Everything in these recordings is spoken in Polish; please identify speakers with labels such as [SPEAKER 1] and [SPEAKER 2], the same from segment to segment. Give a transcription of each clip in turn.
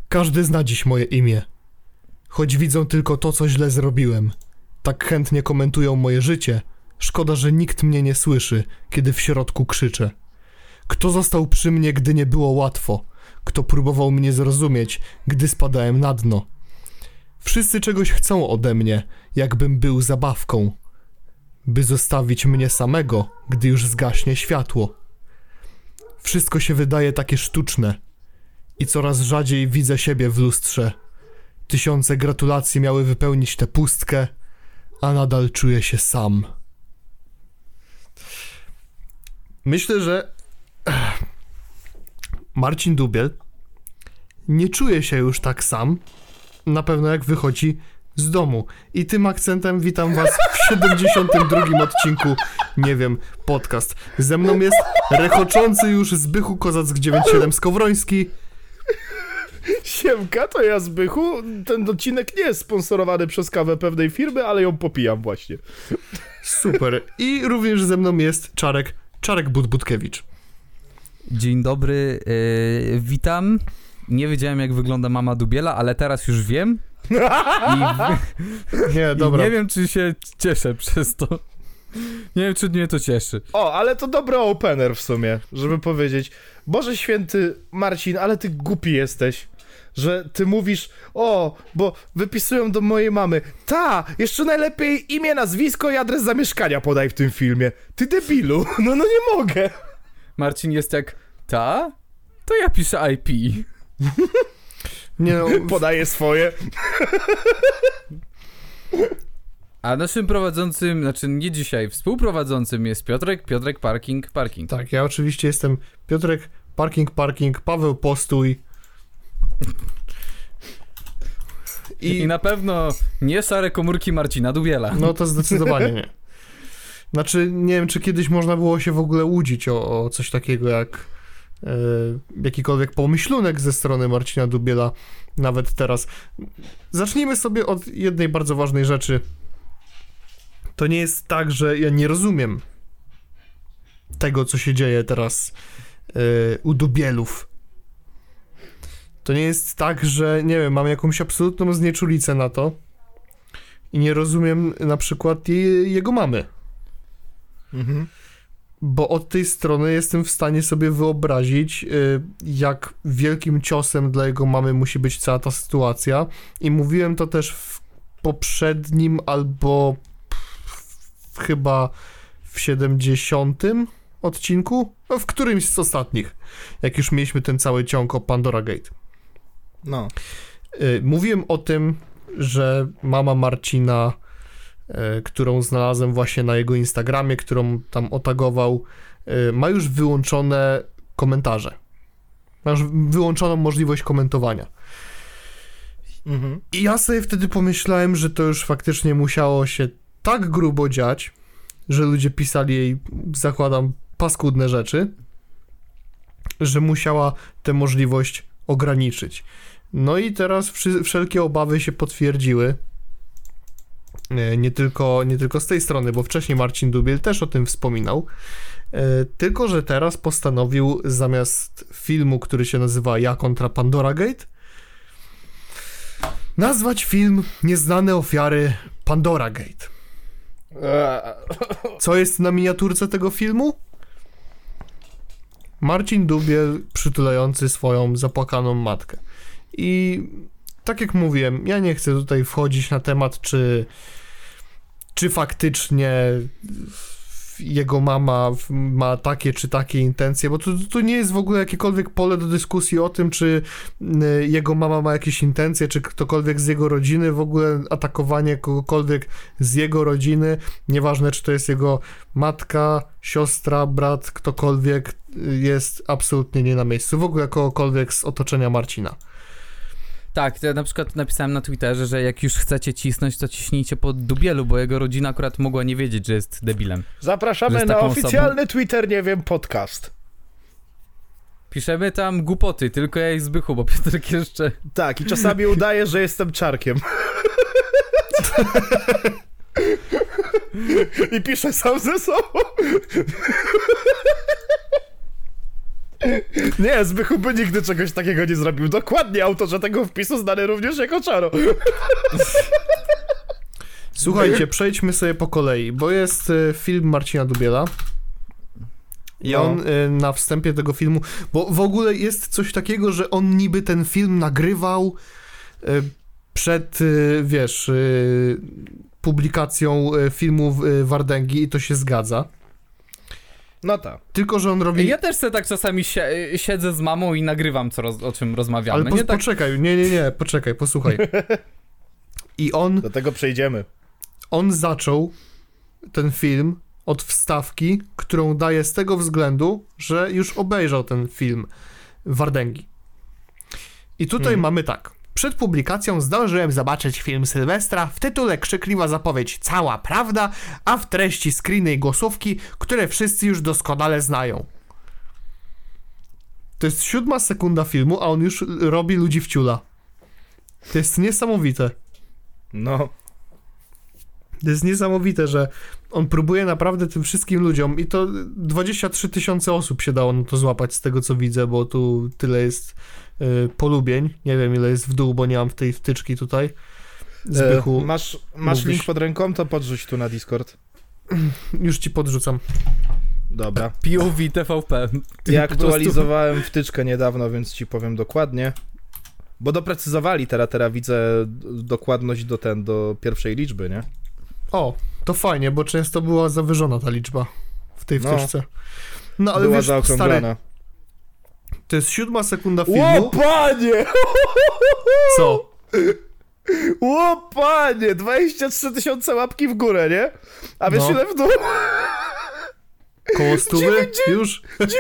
[SPEAKER 1] Każdy zna dziś moje imię. Choć widzą tylko to, co źle zrobiłem. Tak chętnie komentują moje życie. Szkoda, że nikt mnie nie słyszy, kiedy w środku krzyczę. Kto został przy mnie, gdy nie było łatwo? Kto próbował mnie zrozumieć, gdy spadałem na dno? Wszyscy czegoś chcą ode mnie, jakbym był zabawką, by zostawić mnie samego, gdy już zgaśnie światło. Wszystko się wydaje takie sztuczne i coraz rzadziej widzę siebie w lustrze. Tysiące gratulacji miały wypełnić tę pustkę, a nadal czuję się sam. Myślę, że Marcin Dubiel nie czuje się już tak sam, na pewno jak wychodzi z domu. I tym akcentem witam was w 72. odcinku, nie wiem, podcast. Ze mną jest rechoczący już Zbychu Kozack-97 Skowroński.
[SPEAKER 2] Siemka, to ja Zbychu. Ten odcinek nie jest sponsorowany przez kawę pewnej firmy, ale ją popijam właśnie.
[SPEAKER 1] Super. I również ze mną jest Czarek Budkiewicz.
[SPEAKER 3] Dzień dobry, witam. Nie wiedziałem, jak wygląda mama Dubiela, ale teraz już wiem.
[SPEAKER 1] Nie, dobra.
[SPEAKER 3] I nie wiem, czy się cieszę przez to. Nie wiem, czy mnie to cieszy.
[SPEAKER 2] O, ale to dobry opener w sumie, żeby powiedzieć: Boże święty Marcin, ale ty głupi jesteś, że ty mówisz: o, bo wypisują do mojej mamy. Ta, jeszcze najlepiej imię, nazwisko i adres zamieszkania podaj w tym filmie. Ty debilu, no nie mogę.
[SPEAKER 3] Marcin jest jak, ta? To ja piszę IP.
[SPEAKER 1] Nie no,
[SPEAKER 2] Podaję swoje.
[SPEAKER 3] A naszym prowadzącym, znaczy nie dzisiaj, współprowadzącym jest Piotrek Parking.
[SPEAKER 1] tak, ja oczywiście jestem Piotrek Parking, Paweł Postój.
[SPEAKER 3] I na pewno nie szare komórki Marcina Dubiela.
[SPEAKER 1] No to zdecydowanie nie. Znaczy, nie wiem, czy kiedyś można było się w ogóle łudzić o coś takiego jak jakikolwiek pomyślunek ze strony Marcina Dubiela, nawet teraz. Zacznijmy sobie od jednej bardzo ważnej rzeczy. To nie jest tak, że ja nie rozumiem tego, co się dzieje teraz u Dubielów. To nie jest tak, że, nie wiem, mam jakąś absolutną znieczulicę na to i nie rozumiem na przykład jego mamy.
[SPEAKER 2] Mhm.
[SPEAKER 1] Bo od tej strony jestem w stanie sobie wyobrazić, jak wielkim ciosem dla jego mamy musi być cała ta sytuacja. I mówiłem to też w poprzednim albo chyba w 70. odcinku, no w którymś z ostatnich, jak już mieliśmy ten cały ciąg o Pandora Gate.
[SPEAKER 2] No.
[SPEAKER 1] Mówiłem o tym, że mama Marcina, którą znalazłem właśnie na jego Instagramie, którą tam otagował, ma już wyłączone komentarze. Ma już wyłączoną możliwość komentowania.
[SPEAKER 2] Mhm.
[SPEAKER 1] I ja sobie wtedy pomyślałem, że to już faktycznie musiało się tak grubo dziać, że ludzie pisali jej, zakładam, paskudne rzeczy, że musiała tę możliwość ograniczyć. No i teraz wszelkie obawy się potwierdziły. Nie tylko z tej strony, bo wcześniej Marcin Dubiel też o tym wspominał, tylko że teraz postanowił zamiast filmu, który się nazywa Ja kontra Pandora Gate, nazwać film Nieznane ofiary Pandora Gate. Co jest na miniaturce tego filmu? Marcin Dubiel przytulający swoją zapłakaną matkę. I tak jak mówiłem, ja nie chcę tutaj wchodzić na temat, czy faktycznie jego mama ma takie czy takie intencje, bo tu nie jest w ogóle jakiekolwiek pole do dyskusji o tym, czy jego mama ma jakieś intencje, czy ktokolwiek z jego rodziny, w ogóle atakowanie kogokolwiek z jego rodziny, nieważne czy to jest jego matka, siostra, brat, ktokolwiek, jest absolutnie nie na miejscu, w ogóle kogokolwiek z otoczenia Marcina.
[SPEAKER 3] Tak, ja na przykład napisałem na Twitterze, że jak już chcecie cisnąć, to ciśnijcie po Dubielu, bo jego rodzina akurat mogła nie wiedzieć, że jest debilem.
[SPEAKER 2] Zapraszamy na oficjalny Twitter, nie wiem, podcast.
[SPEAKER 3] Piszemy tam głupoty, tylko ja i Zbychu, bo Piotrek jeszcze...
[SPEAKER 2] Tak, i czasami udaje, że jestem Czarkiem. I piszę sam ze sobą. Nie, Zbychu by nigdy czegoś takiego nie zrobił. Dokładnie autorze tego wpisu znany również jako Czaro.
[SPEAKER 1] Słuchajcie, przejdźmy sobie po kolei, bo jest film Marcina Dubiela. I on na wstępie tego filmu, bo w ogóle jest coś takiego, że on niby ten film nagrywał przed, wiesz, publikacją filmu Wardęgi i to się zgadza.
[SPEAKER 2] No tak.
[SPEAKER 1] Tylko, że on robi...
[SPEAKER 3] Ja też sobie tak czasami siedzę z mamą i nagrywam, o czym rozmawiamy.
[SPEAKER 1] Ale
[SPEAKER 3] nie tak...
[SPEAKER 1] poczekaj, nie, poczekaj, posłuchaj. I
[SPEAKER 2] Do tego przejdziemy.
[SPEAKER 1] on zaczął ten film od wstawki, którą daje z tego względu, że już obejrzał ten film Wardęgi. I tutaj mamy tak. Przed publikacją zdążyłem zobaczyć film Sylwestra, w tytule krzykliwa zapowiedź Cała prawda, a w treści screeny i głosówki, które wszyscy już doskonale znają. To jest 7 sekunda filmu, a on już robi ludzi w ciula. To jest niesamowite.
[SPEAKER 2] No.
[SPEAKER 1] To jest niesamowite, że on próbuje naprawdę tym wszystkim ludziom i to 23 000 osób się dało na to złapać z tego, co widzę, bo tu tyle jest polubień. Nie wiem, ile jest w dół, bo nie mam tej wtyczki tutaj. Zbychu,
[SPEAKER 2] masz link pod ręką, to podrzuć tu na Discord.
[SPEAKER 1] już ci podrzucam.
[SPEAKER 2] Dobra.
[SPEAKER 3] POV TVP.
[SPEAKER 2] Ja aktualizowałem wtyczkę niedawno, więc ci powiem dokładnie. Bo doprecyzowali teraz widzę dokładność do pierwszej liczby, nie?
[SPEAKER 1] O, to fajnie, bo często była zawyżona ta liczba w tej wtyczce. No ale
[SPEAKER 2] była
[SPEAKER 1] wiesz,
[SPEAKER 2] zaokrąglona.
[SPEAKER 1] stary, to jest 7 sekunda
[SPEAKER 2] O
[SPEAKER 1] filmu.
[SPEAKER 2] panie!
[SPEAKER 1] Co?
[SPEAKER 2] O panie! 23 000 łapki w górę, nie? A wiesz
[SPEAKER 1] No.
[SPEAKER 2] ile w dół?
[SPEAKER 1] Koło 100 już?
[SPEAKER 2] 92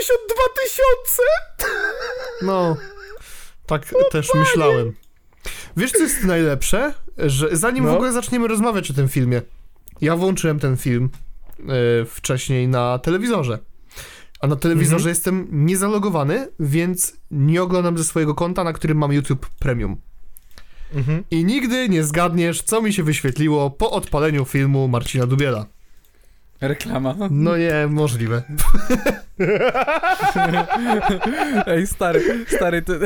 [SPEAKER 2] 000!
[SPEAKER 1] No, tak też myślałem. Wiesz, co jest najlepsze? Że zanim w ogóle zaczniemy rozmawiać o tym filmie, ja włączyłem ten film wcześniej na telewizorze. A na telewizorze jestem niezalogowany, więc nie oglądam ze swojego konta, na którym mam YouTube Premium. I nigdy nie zgadniesz, co mi się wyświetliło po odpaleniu filmu Marcina Dubiela.
[SPEAKER 3] Reklama.
[SPEAKER 1] No nie, możliwe.
[SPEAKER 3] Ej, stary, to...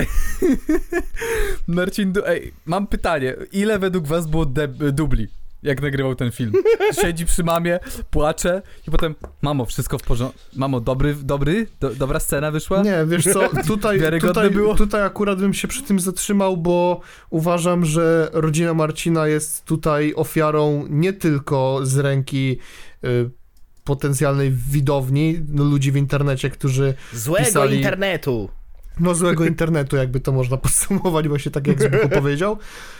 [SPEAKER 3] Marcin, ej, mam pytanie. Ile według was było dubli, jak nagrywał ten film? Siedzi przy mamie, płacze i potem, mamo, wszystko w porządku. Mamo, dobra scena wyszła?
[SPEAKER 1] Nie, wiesz co, tutaj akurat bym się przy tym zatrzymał, bo uważam, że rodzina Marcina jest tutaj ofiarą nie tylko z ręki potencjalnej widowni, ludzi w internecie, którzy
[SPEAKER 2] Złego internetu!
[SPEAKER 1] No złego internetu, jakby to można podsumować, właśnie tak jak Zbychu powiedział.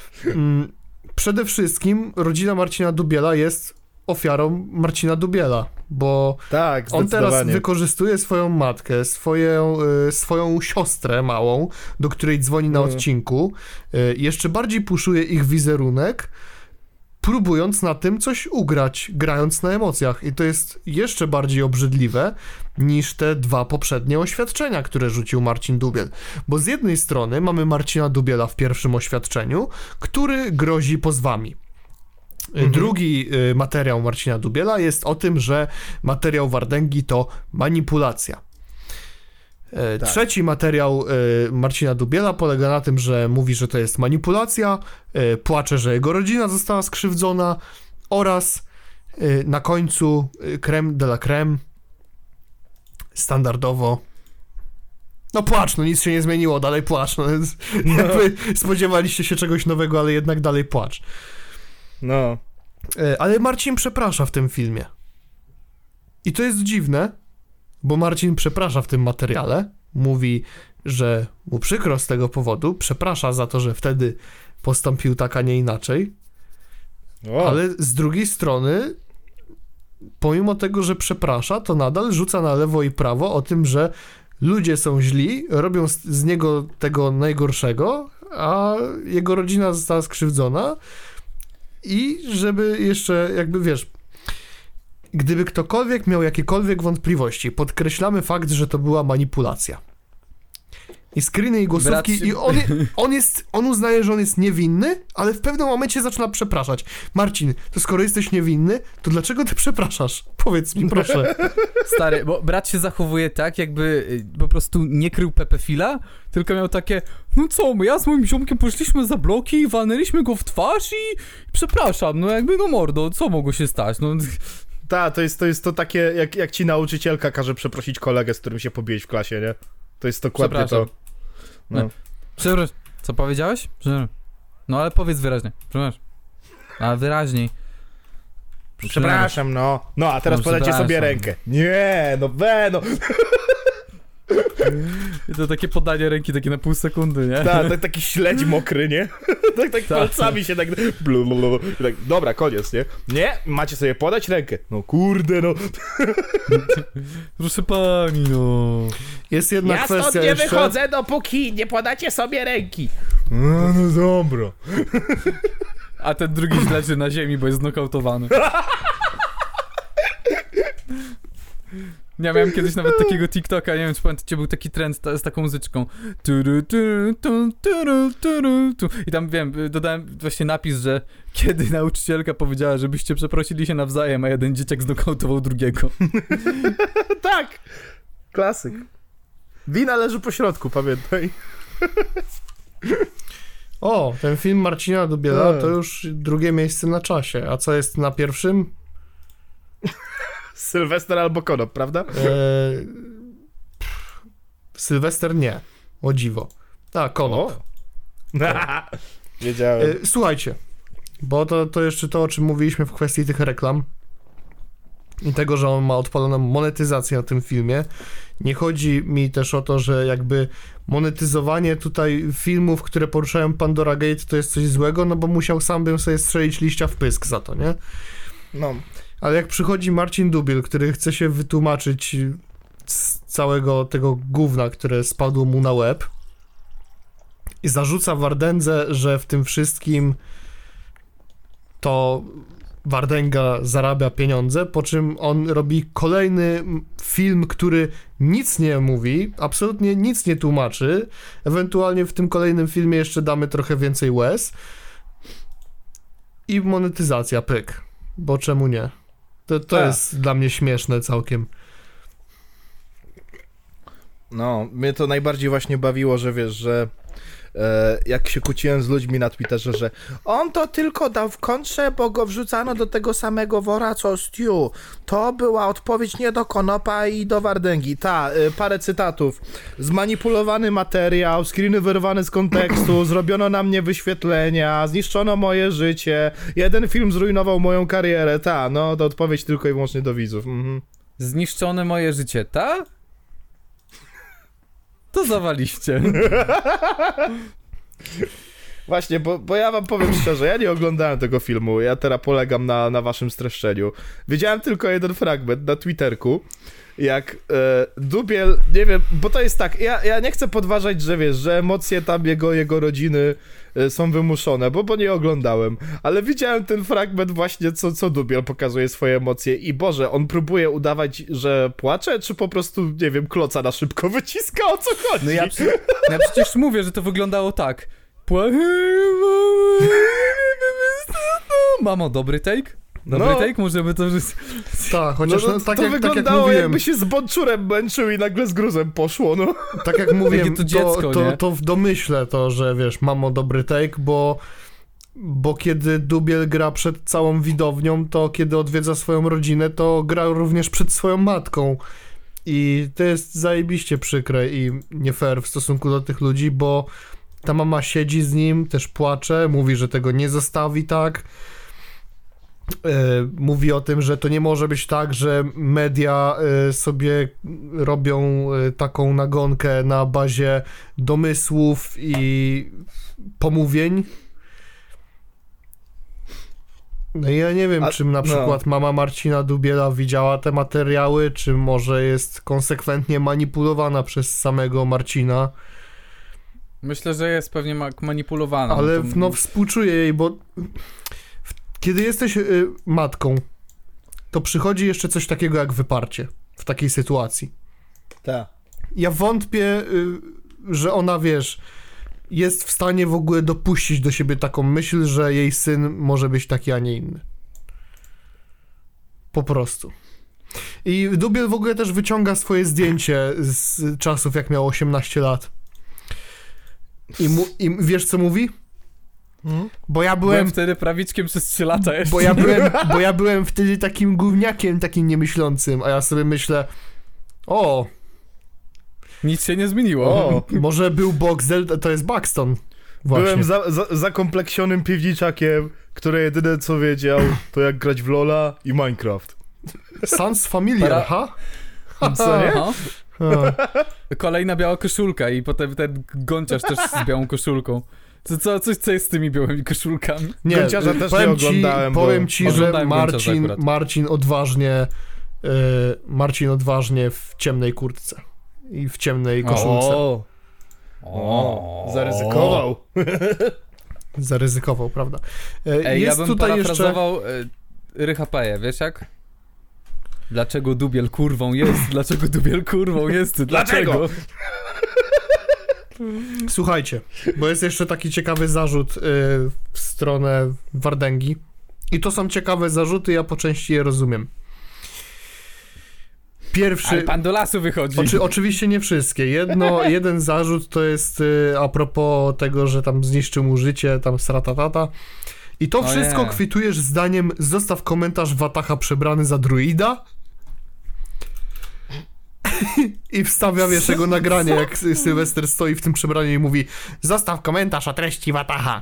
[SPEAKER 1] Przede wszystkim rodzina Marcina Dubiela jest ofiarą Marcina Dubiela, bo
[SPEAKER 2] tak,
[SPEAKER 1] on teraz wykorzystuje swoją matkę, swoją siostrę małą, do której dzwoni na odcinku, jeszcze bardziej puszuje ich wizerunek, próbując na tym coś ugrać, grając na emocjach. I to jest jeszcze bardziej obrzydliwe niż te 2 poprzednie oświadczenia, które rzucił Marcin Dubiel. Bo z jednej strony mamy Marcina Dubiela w pierwszym oświadczeniu, który grozi pozwami. Drugi materiał Marcina Dubiela jest o tym, że materiał Wardęgi to manipulacja. Trzeci materiał Marcina Dubiela polega na tym, że mówi, że to jest manipulacja, płacze, że jego rodzina została skrzywdzona oraz na końcu crème de la crème, standardowo no płacz, no nic się nie zmieniło, dalej płacz. No, jakby spodziewaliście się czegoś nowego, ale jednak dalej płacz.
[SPEAKER 2] No.
[SPEAKER 1] Ale Marcin przeprasza w tym filmie. I to jest dziwne, bo Marcin przeprasza w tym materiale, mówi, że mu przykro z tego powodu, przeprasza za to, że wtedy postąpił tak, a nie inaczej, ale z drugiej strony, pomimo tego, że przeprasza, to nadal rzuca na lewo i prawo o tym, że ludzie są źli, robią z niego tego najgorszego, a jego rodzina została skrzywdzona i żeby jeszcze, jakby wiesz, gdyby ktokolwiek miał jakiekolwiek wątpliwości, podkreślamy fakt, że to była manipulacja. I screeny i głosówki
[SPEAKER 3] Brat się-
[SPEAKER 1] i on uznaje, że on jest niewinny, ale w pewnym momencie zaczyna przepraszać. Marcin, to skoro jesteś niewinny, to dlaczego ty przepraszasz? Powiedz mi, proszę.
[SPEAKER 3] Stary, bo brat się zachowuje tak, jakby po prostu nie krył pepefila, tylko miał takie, no co, ja z moim ziomkiem poszliśmy za bloki, walnęliśmy go w twarz i przepraszam, no jakby no mordo, co mogło się stać, no...
[SPEAKER 2] Tak, to jest to takie, jak ci nauczycielka każe przeprosić kolegę, z którym się pobiłeś w klasie, nie? To jest dokładnie to.
[SPEAKER 3] Przepraszam.
[SPEAKER 2] No.
[SPEAKER 3] Przepraszam, co powiedziałeś? No ale powiedz wyraźnie, przepraszam. Ale wyraźniej.
[SPEAKER 2] Przepraszam, no. No, a teraz
[SPEAKER 3] No,
[SPEAKER 2] podajcie sobie
[SPEAKER 3] przepraszam.
[SPEAKER 2] rękę. Nie, no no.
[SPEAKER 3] I to takie podanie ręki, takie na pół sekundy, nie?
[SPEAKER 2] Tak, taki śledź mokry, nie? tak palcami się tak... Blu, blu, blu. I tak, dobra, koniec, nie? Nie, macie sobie podać rękę. No kurde, no.
[SPEAKER 3] Proszę pani, no.
[SPEAKER 1] Jest jedna kwestia jeszcze.
[SPEAKER 2] dopóki nie podacie sobie ręki. No dobra.
[SPEAKER 3] A ten drugi leży na ziemi, bo jest znokautowany. Ja miałem kiedyś nawet takiego TikToka, nie wiem czy pamiętacie, był taki trend z taką muzyczką. Turu, turu, tu, turu, turu, tu. I tam wiem, dodałem właśnie napis, że kiedy nauczycielka powiedziała, żebyście przeprosili się nawzajem, a jeden dzieciak znokautował drugiego.
[SPEAKER 2] Tak. Klasyk. Wina leży po środku, pamiętaj.
[SPEAKER 1] O, ten film Marcina Dubiela to już drugie miejsce na czasie. A co jest na pierwszym?
[SPEAKER 2] Sylwester albo Konop, prawda?
[SPEAKER 1] Sylwester nie. O dziwo. A, Konop.
[SPEAKER 2] Wiedziałem.
[SPEAKER 1] Słuchajcie, bo to jeszcze to, o czym mówiliśmy w kwestii tych reklam i tego, że on ma odpaloną monetyzację na tym filmie. Nie chodzi mi też o to, że jakby monetyzowanie tutaj filmów, które poruszają Pandora Gate, to jest coś złego, no bo musiałbym sobie strzelić liścia w pysk za to, nie?
[SPEAKER 2] No.
[SPEAKER 1] Ale jak przychodzi Marcin Dubiel, który chce się wytłumaczyć z całego tego gówna, które spadło mu na łeb i zarzuca Wardędze, że w tym wszystkim to Wardęga zarabia pieniądze, po czym on robi kolejny film, który nic nie mówi, absolutnie nic nie tłumaczy, ewentualnie w tym kolejnym filmie jeszcze damy trochę więcej łez i monetyzacja, pyk, bo czemu nie? To jest dla mnie śmieszne całkiem.
[SPEAKER 2] No, mnie to najbardziej właśnie bawiło, że wiesz, że jak się kłóciłem z ludźmi na Twitterze, że on to tylko dał w kontrze, bo go wrzucano do tego samego wora co Stu. To była odpowiedź nie do Konopa i do Wardęgi. Parę cytatów. Zmanipulowany materiał, screeny wyrwane z kontekstu, zrobiono na mnie wyświetlenia, zniszczono moje życie, jeden film zrujnował moją karierę. No to odpowiedź tylko i wyłącznie do widzów.
[SPEAKER 3] Zniszczone moje życie, ta? To zawaliście.
[SPEAKER 2] Właśnie, bo ja wam powiem szczerze, ja nie oglądałem tego filmu, ja teraz polegam na waszym streszczeniu. Widziałem tylko jeden fragment na Twitterku, jak Dubiel, nie wiem, bo to jest tak, ja nie chcę podważać, że wiesz, że emocje tam jego rodziny są wymuszone, bo nie oglądałem, ale widziałem ten fragment właśnie, co Dubiel pokazuje swoje emocje i Boże, on próbuje udawać, że płacze, czy po prostu, nie wiem, kloca na szybko wyciska, o co chodzi?
[SPEAKER 3] No ja przecież mówię, że to wyglądało tak. Mamo, dobry take? Dobry take? Możemy to już...
[SPEAKER 1] Tak, chociaż tak
[SPEAKER 2] to
[SPEAKER 1] jak
[SPEAKER 2] wyglądało,
[SPEAKER 1] mówiłem,
[SPEAKER 2] jakby się z Bonczurem męczył i nagle z gruzem poszło, no.
[SPEAKER 1] tak jak mówiłem,
[SPEAKER 3] Jakie to dziecko, nie?
[SPEAKER 1] to w domyśle to, że wiesz, mamo, dobry take, bo kiedy Dubiel gra przed całą widownią, to kiedy odwiedza swoją rodzinę, to gra również przed swoją matką. I to jest zajebiście przykre i nie fair w stosunku do tych ludzi, bo ta mama siedzi z nim, też płacze, mówi, że tego nie zostawi tak. Mówi o tym, że to nie może być tak, że media sobie robią taką nagonkę na bazie domysłów i pomówień. No i ja nie wiem, czym na przykład mama Marcina Dubiela widziała te materiały, czy może jest konsekwentnie manipulowana przez samego Marcina.
[SPEAKER 3] Myślę, że jest pewnie manipulowana.
[SPEAKER 1] Ale współczuję jej, bo kiedy jesteś matką, to przychodzi jeszcze coś takiego jak wyparcie w takiej sytuacji.
[SPEAKER 2] Tak.
[SPEAKER 1] Ja wątpię że ona, wiesz, jest w stanie w ogóle dopuścić do siebie taką myśl, że jej syn może być taki, a nie inny. Po prostu. I Dubiel w ogóle też wyciąga swoje zdjęcie z czasów, jak miał 18 lat. I wiesz, co mówi? Bo ja
[SPEAKER 3] Byłem wtedy prawiczkiem przez 3 lata jeszcze.
[SPEAKER 1] Bo ja byłem wtedy takim gówniakiem, takim niemyślącym, a ja sobie myślę,
[SPEAKER 3] Nic się nie zmieniło.
[SPEAKER 2] O,
[SPEAKER 1] może był Boxdel, to jest Buxton. Właśnie.
[SPEAKER 2] byłem zakompleksionym piwniczakiem, który jedyne co wiedział, to jak grać w Lola i Minecraft.
[SPEAKER 1] Sounds familiar, ha?
[SPEAKER 2] Co nie?
[SPEAKER 3] Aha.
[SPEAKER 1] A.
[SPEAKER 3] Kolejna biała koszulka i potem ten gąciarz też z białą koszulką. Co jest z tymi białymi koszulkami?
[SPEAKER 1] Nie,
[SPEAKER 2] Gąciarza też nie oglądałem,
[SPEAKER 1] powiem ci, że
[SPEAKER 3] Oglądałem Gąciarza akurat.
[SPEAKER 1] Marcin odważnie w ciemnej kurtce i w ciemnej koszulce.
[SPEAKER 2] Zaryzykował.
[SPEAKER 1] Zaryzykował, prawda?
[SPEAKER 3] Ej,
[SPEAKER 1] jest
[SPEAKER 3] ja bym
[SPEAKER 1] tutaj
[SPEAKER 3] parafrazował Rycha Paję, wiesz jak? Dlaczego Dubiel kurwą jest? Dlaczego Dubiel kurwą jest? Dlaczego?
[SPEAKER 1] Słuchajcie, bo jest jeszcze taki ciekawy zarzut w stronę Wardęgi. I to są ciekawe zarzuty, ja po części je rozumiem. Pierwszy...
[SPEAKER 3] Ale pan do lasu wychodzi.
[SPEAKER 1] Oczywiście nie wszystkie. Jeden zarzut to jest a propos tego, że tam zniszczył mu życie, tam sratatata. I to wszystko kwitujesz zdaniem: zostaw komentarz Wataha przebrany za druida. I wstawia, wiesz, jego nagranie, jak Sylwester stoi w tym przebraniu i mówi: zostaw komentarz o treści Wataha.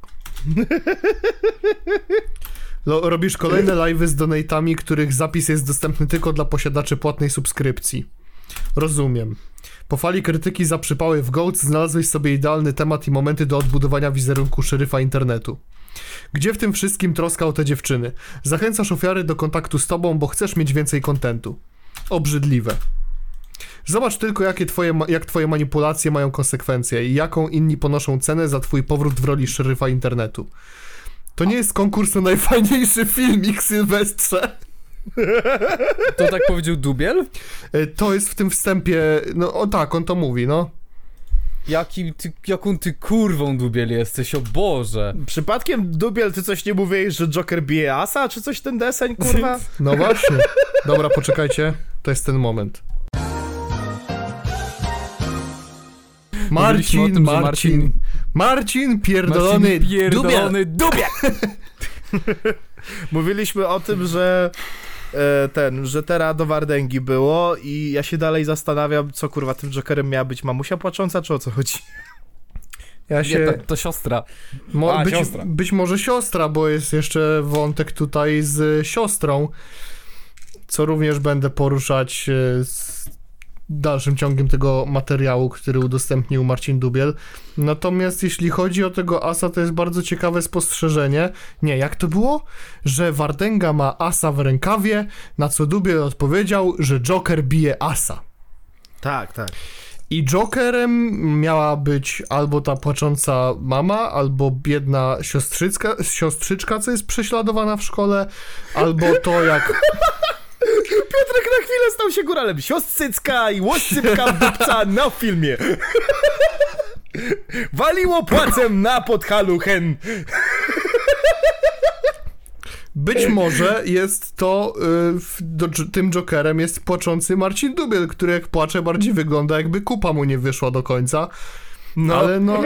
[SPEAKER 1] Robisz kolejne live'y z donatami, których zapis jest dostępny tylko dla posiadaczy płatnej subskrypcji. Rozumiem. Po fali krytyki za przypały w Goats znalazłeś sobie idealny temat i momenty do odbudowania wizerunku szeryfa internetu. Gdzie w tym wszystkim troska o te dziewczyny? Zachęcasz ofiary do kontaktu z tobą, bo chcesz mieć więcej kontentu. Obrzydliwe. Zobacz tylko, jak twoje manipulacje mają konsekwencje i jaką inni ponoszą cenę za twój powrót w roli szeryfa internetu. To nie jest konkurs na najfajniejszy filmik, Sylwestrze.
[SPEAKER 3] To tak powiedział Dubiel?
[SPEAKER 1] To jest w tym wstępie, no tak, on to mówi, no.
[SPEAKER 3] Jaką ty kurwą, Dubiel, jesteś, o Boże.
[SPEAKER 2] Przypadkiem, Dubiel, ty coś nie mówiłeś, że Joker bije asa, czy coś ten deseń, kurwa?
[SPEAKER 1] No właśnie. Dobra, poczekajcie, to jest ten moment. Marcin pierdolony Dubiel.
[SPEAKER 2] Mówiliśmy o tym, że że teraz do Wardęgi było i ja się dalej zastanawiam, co kurwa tym Jokerem miała być mamusia płacząca, czy o co chodzi?
[SPEAKER 3] Nie, to siostra.
[SPEAKER 2] Siostra.
[SPEAKER 1] Być może siostra, bo jest jeszcze wątek tutaj z siostrą, co również będę poruszać z dalszym ciągiem tego materiału, który udostępnił Marcin Dubiel. Natomiast jeśli chodzi o tego asa, to jest bardzo ciekawe spostrzeżenie. Nie, jak to było? Że Wardęga ma asa w rękawie, na co Dubiel odpowiedział, że Joker bije asa.
[SPEAKER 2] Tak.
[SPEAKER 1] I Jokerem miała być albo ta płacząca mama, albo biedna siostrzyczka, co jest prześladowana w szkole, albo to jak...
[SPEAKER 2] Piotrek na chwilę stał się góralem. Siostrzycka i łoscypka dupca na filmie. Waliło płacem na podhalu hen.
[SPEAKER 1] Być może jest to, tym Jokerem jest płaczący Marcin Dubiel, który jak płacze bardziej wygląda, jakby kupa mu nie wyszła do końca. No, ale no...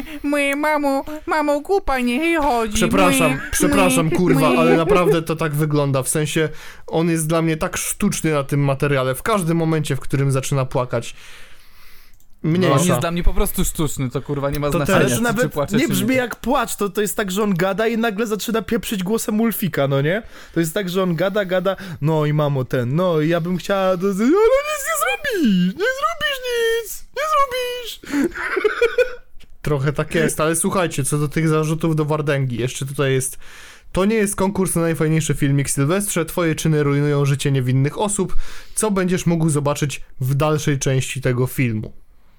[SPEAKER 4] Mamo, kupa nie chodzi.
[SPEAKER 1] Przepraszam, kurwa, ale naprawdę to tak wygląda. W sensie, on jest dla mnie tak sztuczny na tym materiale. W każdym momencie, w którym zaczyna płakać. Mniejsza.
[SPEAKER 3] On jest dla mnie po prostu sztuczny, to kurwa nie ma znaczenia.
[SPEAKER 2] Ale że nawet płacze, nie brzmi jak płacz, to jest tak, że on gada i nagle zaczyna pieprzyć głosem Ulfika, no nie? To jest tak, że on gada, no i mamo no i ja bym chciała, ale nic nie zrobisz nic.
[SPEAKER 1] Trochę tak jest, ale słuchajcie, co do tych zarzutów do Wardęgi, jeszcze tutaj jest: to nie jest konkurs na najfajniejszy filmik, Sylwestrze, twoje czyny rujnują życie niewinnych osób, co będziesz mógł zobaczyć w dalszej części tego filmu.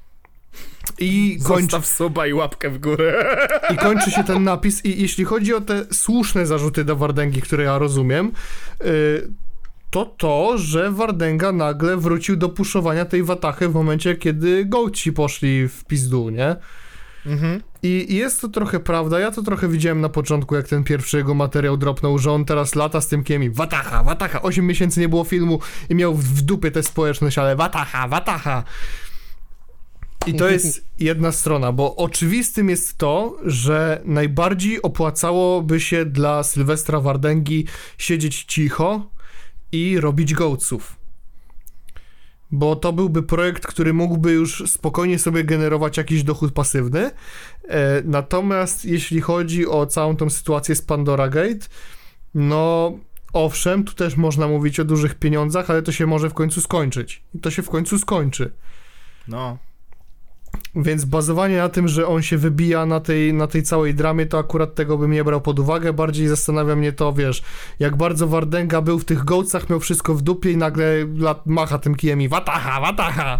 [SPEAKER 2] Zostaw suba i łapkę w górę.
[SPEAKER 1] I kończy się ten napis. I jeśli chodzi o te słuszne zarzuty do Wardęgi, które ja rozumiem, to, że Wardenga nagle wrócił do puszowania tej watachy w momencie, kiedy gołci poszli w pizdu, nie?
[SPEAKER 2] Mhm.
[SPEAKER 1] I jest to trochę prawda, ja to trochę widziałem na początku, jak ten pierwszy jego materiał dropnął, że on teraz lata z tym kiemi, watacha, 8 miesięcy nie było filmu i miał w dupie tę społeczność, ale watacha. I to jest jedna strona, bo oczywistym jest to, że najbardziej opłacałoby się dla Sylwestra Wardęgi siedzieć cicho i robić gołców. Bo to byłby projekt, który mógłby już spokojnie sobie generować jakiś dochód pasywny. Natomiast jeśli chodzi o całą tą sytuację z Pandora Gate, no owszem, tu też można mówić o dużych pieniądzach, ale to się może w końcu skończyć. I to się w końcu skończy.
[SPEAKER 2] No.
[SPEAKER 1] Więc bazowanie na tym, że on się wybija na tej całej dramie, to akurat tego bym nie brał pod uwagę. Bardziej zastanawia mnie to, wiesz, jak bardzo Wardenga był w tych gołcach, miał wszystko w dupie i nagle macha tym kijem i watacha.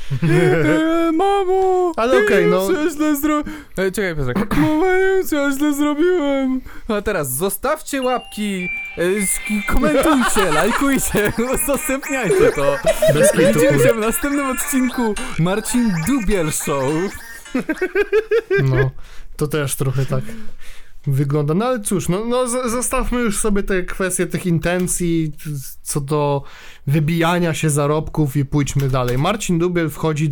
[SPEAKER 3] Mamo!
[SPEAKER 1] Ale okej, no.
[SPEAKER 3] Ja źle Czekaj, Piotrek. Mamo, ja źle zrobiłem. A teraz zostawcie łapki, komentujcie, lajkujcie, udostępniajcie to.
[SPEAKER 1] Bez kitu,
[SPEAKER 3] Widzimy się w następnym odcinku Marcin Dubiel Show.
[SPEAKER 1] No, to też trochę tak wygląda. No ale cóż, zostawmy już sobie te kwestie tych intencji co do wybijania się zarobków i pójdźmy dalej. Marcin Dubiel wchodzi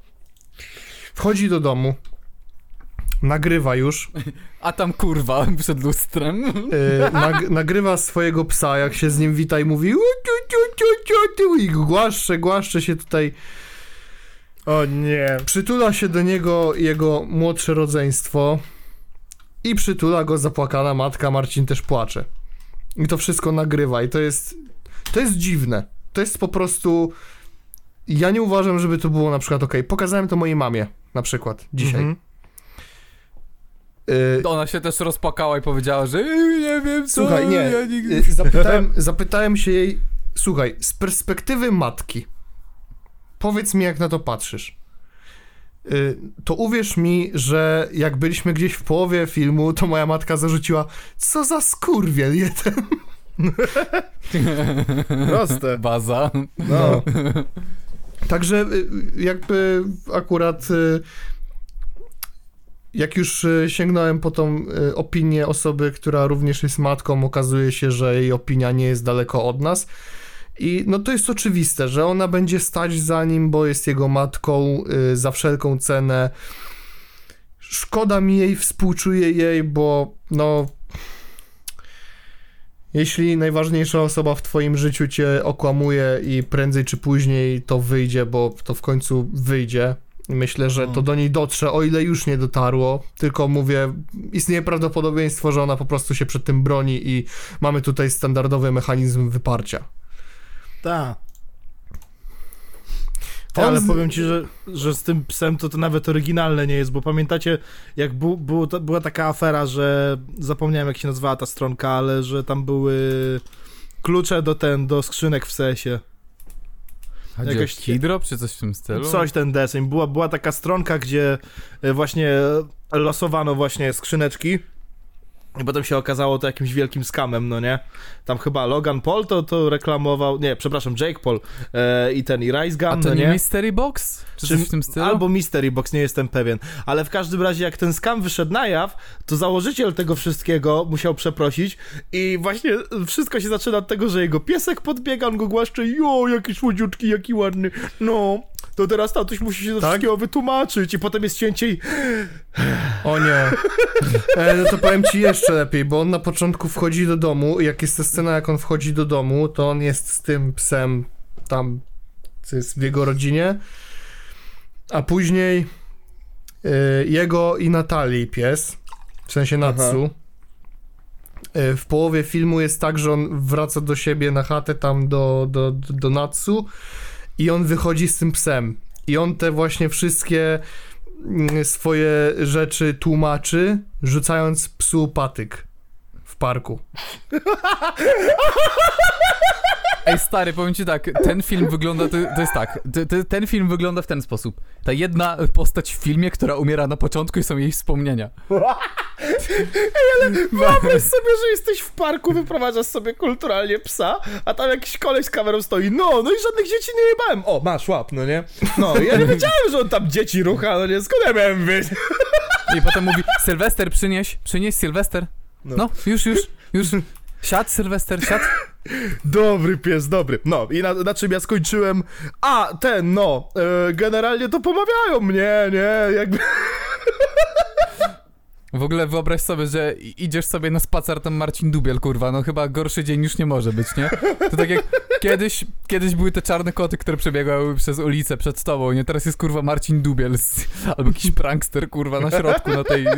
[SPEAKER 1] do domu, nagrywa już.
[SPEAKER 3] A tam kurwa przed lustrem.
[SPEAKER 1] Nagrywa swojego psa, jak się z nim wita i mówi i głaszcze się tutaj.
[SPEAKER 2] O nie.
[SPEAKER 1] Przytula się do niego jego młodsze rodzeństwo i przytula go zapłakana matka, Marcin też płacze. I to wszystko nagrywa i to jest dziwne. To jest po prostu... Ja nie uważam, żeby to było na przykład pokazałem to mojej mamie na przykład dzisiaj.
[SPEAKER 2] Mhm.
[SPEAKER 3] Ona się też rozpłakała i powiedziała, że nie wiem co,
[SPEAKER 1] słuchaj, nie,
[SPEAKER 3] ja nigdy...
[SPEAKER 1] zapytałem się jej, słuchaj, z perspektywy matki, powiedz mi, jak na to patrzysz. To uwierz mi, że jak byliśmy gdzieś w połowie filmu, to moja matka zarzuciła, co za skurwiel jeden.
[SPEAKER 2] Proste.
[SPEAKER 3] Baza.
[SPEAKER 2] No.
[SPEAKER 1] Także jakby akurat jak już sięgnąłem po tą opinię osoby, która również jest matką, okazuje się, że jej opinia nie jest daleko od nas. I no to jest oczywiste, że ona będzie stać za nim, bo jest jego matką za wszelką cenę. Szkoda mi jej, współczuję jej, bo no... Jeśli najważniejsza osoba w twoim życiu cię okłamuje i prędzej czy później to wyjdzie, bo to w końcu wyjdzie. I myślę, że to do niej dotrze, o ile już nie dotarło. Tylko mówię, istnieje prawdopodobieństwo, że ona po prostu się przed tym broni i mamy tutaj standardowy mechanizm wyparcia.
[SPEAKER 2] Tak. Ale powiem ci, że z tym psem to nawet oryginalne nie jest, bo pamiętacie, jak była taka afera, że zapomniałem, jak się nazywała ta stronka, ale że tam były klucze do skrzynek w CS-ie.
[SPEAKER 3] Jakaś Keydrop czy coś w tym stylu?
[SPEAKER 2] Coś ten deseń. Była taka stronka, gdzie właśnie losowano właśnie skrzyneczki. I potem się okazało to jakimś wielkim skamem, no nie? Tam chyba Logan Paul to reklamował, nie, przepraszam, Jake Paul i Rise Gun,
[SPEAKER 3] a to
[SPEAKER 2] no
[SPEAKER 3] nie
[SPEAKER 2] nie?
[SPEAKER 3] Mystery Box? Czy coś w tym stylu?
[SPEAKER 2] Albo Mystery Box, nie jestem pewien. Ale w każdym razie, jak ten skam wyszedł na jaw, to założyciel tego wszystkiego musiał przeprosić i właśnie wszystko się zaczyna od tego, że jego piesek podbiega, on go głaszcze, jaki słodziutki, jaki ładny, no... To teraz tatuś musi się do wszystkiego wytłumaczyć i potem jest cięcie i...
[SPEAKER 1] O nie. No to powiem ci jeszcze lepiej, bo on na początku wchodzi do domu i jak jest ta scena, jak on wchodzi do domu, to on jest z tym psem tam, co jest w jego rodzinie, a później jego i Natalii pies, w sensie Natsu. W połowie filmu jest tak, że on wraca do siebie na chatę tam do Natsu i on wychodzi z tym psem. I on te właśnie wszystkie swoje rzeczy tłumaczy, rzucając psu patyk w parku.
[SPEAKER 3] Ej stary, powiem ci tak, ten film wygląda, to jest tak, ten film wygląda w ten sposób. Ta jedna postać w filmie, która umiera na początku i są jej wspomnienia.
[SPEAKER 2] Wyobraź sobie, że jesteś w parku, wyprowadzasz sobie kulturalnie psa, a tam jakiś koleś z kamerą stoi, no i żadnych dzieci nie jebałem. O, masz, łap, no nie? No, ja nie wiedziałem, że on tam dzieci rucha, no nie, skąd ja miałem wiedzieć?
[SPEAKER 3] I potem mówi, Sylwester, przynieś Sylwester. No, już. Siad, Sylwester, siad.
[SPEAKER 2] Dobry pies, dobry. No, i na czym ja skończyłem? Generalnie to pomawiają mnie, nie? Jakby...
[SPEAKER 3] W ogóle wyobraź sobie, że idziesz sobie na spacer, tam Marcin Dubiel, kurwa, no chyba gorszy dzień już nie może być, nie? To tak jak kiedyś były te czarne koty, które przebiegały przez ulicę przed tobą, nie? Teraz jest, kurwa, Marcin Dubiel albo jakiś prankster, kurwa, na środku,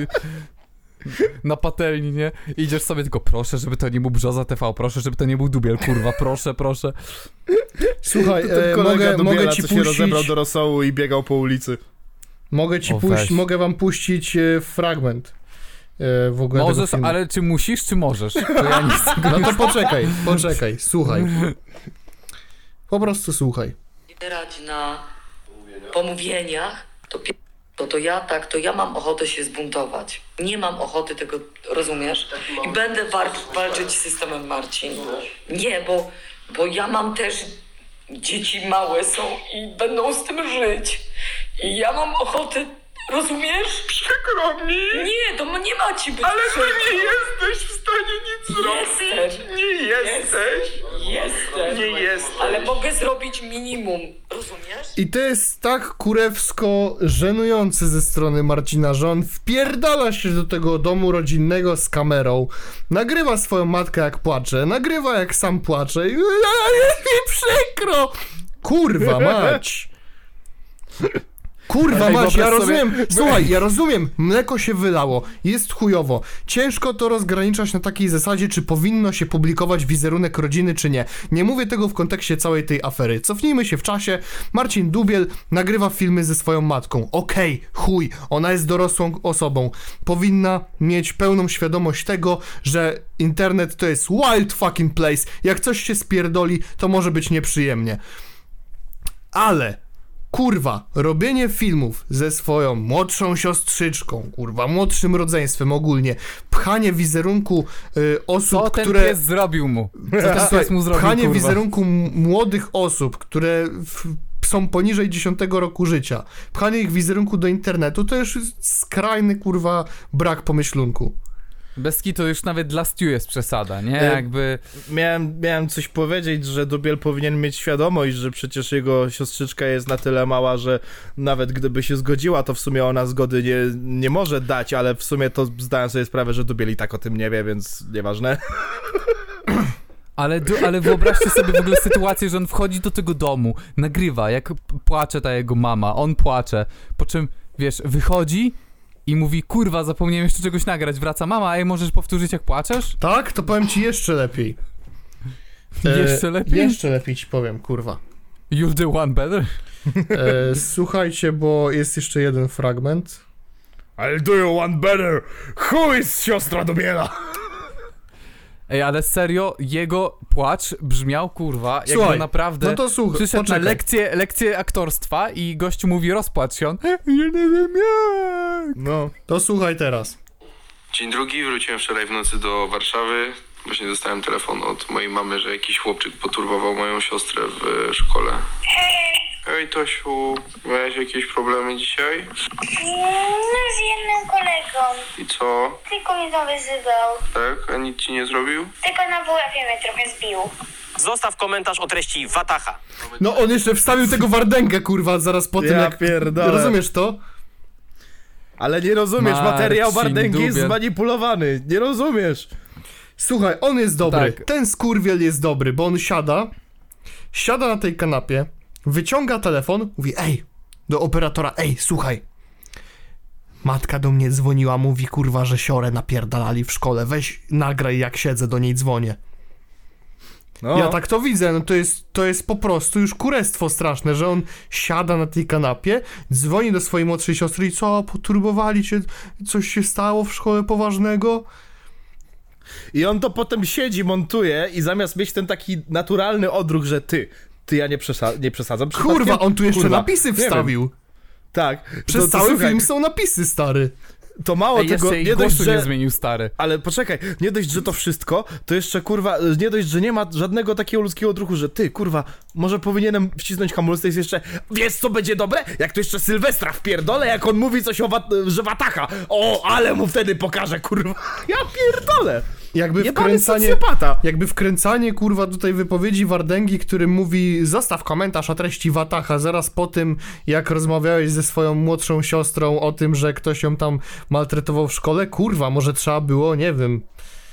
[SPEAKER 3] na patelni, nie? I idziesz sobie tylko, proszę, żeby to nie był Brzoza TV, proszę, żeby to nie był Dubiel, kurwa, proszę.
[SPEAKER 1] Słuchaj,
[SPEAKER 2] Ten kolega
[SPEAKER 1] mogę ci
[SPEAKER 2] co się
[SPEAKER 1] puścić...
[SPEAKER 2] rozebrał do rosołu i biegał po ulicy.
[SPEAKER 1] Mogę wam puścić fragment w ogóle tego
[SPEAKER 3] Możesz,
[SPEAKER 1] filmu.
[SPEAKER 3] ale czy musisz, czy możesz? To ja nie chcę go
[SPEAKER 1] No to poczekaj, słuchaj. Po prostu słuchaj.
[SPEAKER 4] Grać na pomówieniach, to ja mam ochotę się zbuntować. Nie mam ochoty tego, rozumiesz? I będę walczyć z systemem, Marcin. Nie, bo ja mam też... Dzieci małe są i będą z tym żyć. I ja mam ochotę, rozumiesz?
[SPEAKER 5] Przykro mi,
[SPEAKER 4] Nie, to nie ma ci być
[SPEAKER 5] ale
[SPEAKER 4] przykro.
[SPEAKER 5] ty nie jesteś w stanie nic zrobić. Nie jesteś. Nie jesteś.
[SPEAKER 4] Ale mogę zrobić minimum, rozumiesz?
[SPEAKER 1] I to jest tak kurewsko żenujące ze strony Marcina, że on wpierdala się do tego domu rodzinnego z kamerą, nagrywa swoją matkę jak płacze, nagrywa jak sam płacze i jest mi przykro! Kurwa mać! Kurwa
[SPEAKER 3] Ej,
[SPEAKER 1] mać, ja
[SPEAKER 3] wyobraź sobie-
[SPEAKER 1] rozumiem, słuchaj, ja rozumiem, mleko się wylało, jest chujowo, ciężko to rozgraniczać na takiej zasadzie, czy powinno się publikować wizerunek rodziny, czy nie. Nie mówię tego w kontekście całej tej afery. Cofnijmy się w czasie, Marcin Dubiel nagrywa filmy ze swoją matką. Okej, chuj, ona jest dorosłą osobą. Powinna mieć pełną świadomość tego, że internet to jest wild fucking place. Jak coś się spierdoli, to może być nieprzyjemnie. Ale... Kurwa, robienie filmów ze swoją młodszą siostrzyczką, kurwa, młodszym rodzeństwem ogólnie, pchanie wizerunku osób,
[SPEAKER 3] Co ten
[SPEAKER 1] które...
[SPEAKER 3] pies zrobił mu? Co ten
[SPEAKER 1] Słuchaj,
[SPEAKER 3] pies mu zrobił,
[SPEAKER 1] pchanie
[SPEAKER 3] kurwa?
[SPEAKER 1] wizerunku młodych osób, które są poniżej 10 roku życia, pchanie ich wizerunku do internetu, to już jest skrajny, kurwa, brak pomyślunku.
[SPEAKER 3] Bez kitu już nawet dla Stu jest przesada, nie?
[SPEAKER 2] E,
[SPEAKER 3] Jakby...
[SPEAKER 2] Miałem coś powiedzieć, że Dubiel powinien mieć świadomość, że przecież jego siostrzyczka jest na tyle mała, że nawet gdyby się zgodziła, to w sumie ona zgody nie może dać, ale w sumie to zdałem sobie sprawę, że Dubiel i tak o tym nie wie, więc nieważne.
[SPEAKER 3] Ale wyobraźcie sobie w ogóle sytuację, że on wchodzi do tego domu, nagrywa, jak płacze ta jego mama, on płacze, po czym, wiesz, wychodzi i mówi, kurwa, zapomniałem jeszcze czegoś nagrać, wraca mama, ej, możesz powtórzyć, jak płaczesz?
[SPEAKER 1] Tak? To powiem ci jeszcze lepiej.
[SPEAKER 3] Jeszcze lepiej?
[SPEAKER 1] Jeszcze lepiej ci powiem, kurwa.
[SPEAKER 3] You're the one better?
[SPEAKER 1] Słuchajcie, bo jest jeszcze jeden fragment.
[SPEAKER 2] I'll do you one better. Who is siostra Dubiela?
[SPEAKER 3] Ej, ale serio, jego płacz brzmiał, kurwa,
[SPEAKER 1] Słuchaj,
[SPEAKER 3] jakby naprawdę
[SPEAKER 1] no to słuchaj,
[SPEAKER 3] przyszedł
[SPEAKER 1] poczekaj.
[SPEAKER 3] na lekcję aktorstwa i gościu mówi, rozpłacz się, on, ja nie wiem jak.
[SPEAKER 2] No.
[SPEAKER 1] To słuchaj teraz.
[SPEAKER 5] Dzień drugi, wróciłem wczoraj w nocy do Warszawy. Właśnie dostałem telefon od mojej mamy, że jakiś chłopczyk poturbował moją siostrę w szkole. Hej Tosiu, miałeś jakieś problemy dzisiaj?
[SPEAKER 6] No z jednym kolegą.
[SPEAKER 5] I co?
[SPEAKER 6] Tylko mnie zawyzywał.
[SPEAKER 5] Tak? A nic ci nie zrobił?
[SPEAKER 6] Tylko na WF-ie mnie trochę zbił.
[SPEAKER 7] Zostaw komentarz o treści Wataha.
[SPEAKER 1] No on jeszcze wstawił tego Wardęgę, kurwa, zaraz po tym,
[SPEAKER 2] Ja
[SPEAKER 1] jak...
[SPEAKER 2] pierdolę.
[SPEAKER 1] Rozumiesz to?
[SPEAKER 2] Ale nie rozumiesz,
[SPEAKER 3] Marcin
[SPEAKER 2] materiał Wardęgi jest
[SPEAKER 3] Dubiel.
[SPEAKER 2] zmanipulowany, nie rozumiesz.
[SPEAKER 1] Słuchaj, on jest dobry.
[SPEAKER 3] Tak.
[SPEAKER 1] Ten skurwiel jest dobry, bo on siada na tej kanapie, wyciąga telefon, mówi, ej, do operatora, ej, słuchaj. Matka do mnie dzwoniła, mówi, kurwa, że siorę napierdalali w szkole, weź nagraj, jak siedzę, do niej dzwonię.
[SPEAKER 2] No.
[SPEAKER 1] Ja tak to widzę, no to jest po prostu już kurestwo straszne, że on siada na tej kanapie, dzwoni do swojej młodszej siostry i co, poturbowali cię, coś się stało w szkole poważnego?
[SPEAKER 2] I on to potem siedzi, montuje i zamiast mieć ten taki naturalny odruch, że ty ja nie przesadzam.
[SPEAKER 1] Kurwa,
[SPEAKER 2] przypadkiem?
[SPEAKER 1] on tu jeszcze
[SPEAKER 2] Kurwa,
[SPEAKER 1] napisy
[SPEAKER 2] nie wiem.
[SPEAKER 1] wstawił.
[SPEAKER 2] Tak.
[SPEAKER 1] Przez
[SPEAKER 2] to
[SPEAKER 1] cały
[SPEAKER 2] słuchaj,
[SPEAKER 1] film są napisy, stary.
[SPEAKER 2] to mało
[SPEAKER 3] Ej,
[SPEAKER 2] tego,
[SPEAKER 3] jeszcze jej
[SPEAKER 2] nie dość,
[SPEAKER 3] głosu nie
[SPEAKER 2] że...
[SPEAKER 3] zmienił, stary.
[SPEAKER 2] Ale poczekaj, nie dość, że to wszystko, to jeszcze kurwa, nie dość, że nie ma żadnego takiego ludzkiego odruchu, że ty kurwa, może powinienem wcisnąć hamulec, to jest jeszcze, wiesz co będzie dobre? Jak to jeszcze Sylwestra wpierdolę, jak on mówi coś o że Watacha, o, ale mu wtedy pokażę, kurwa, ja pierdolę.
[SPEAKER 1] Jakby wkręcanie, kurwa, tutaj wypowiedzi Wardęgi, który mówi zostaw komentarz o treści Watacha zaraz po tym, jak rozmawiałeś ze swoją młodszą siostrą o tym, że ktoś ją tam maltretował w szkole, kurwa, może trzeba było, nie wiem,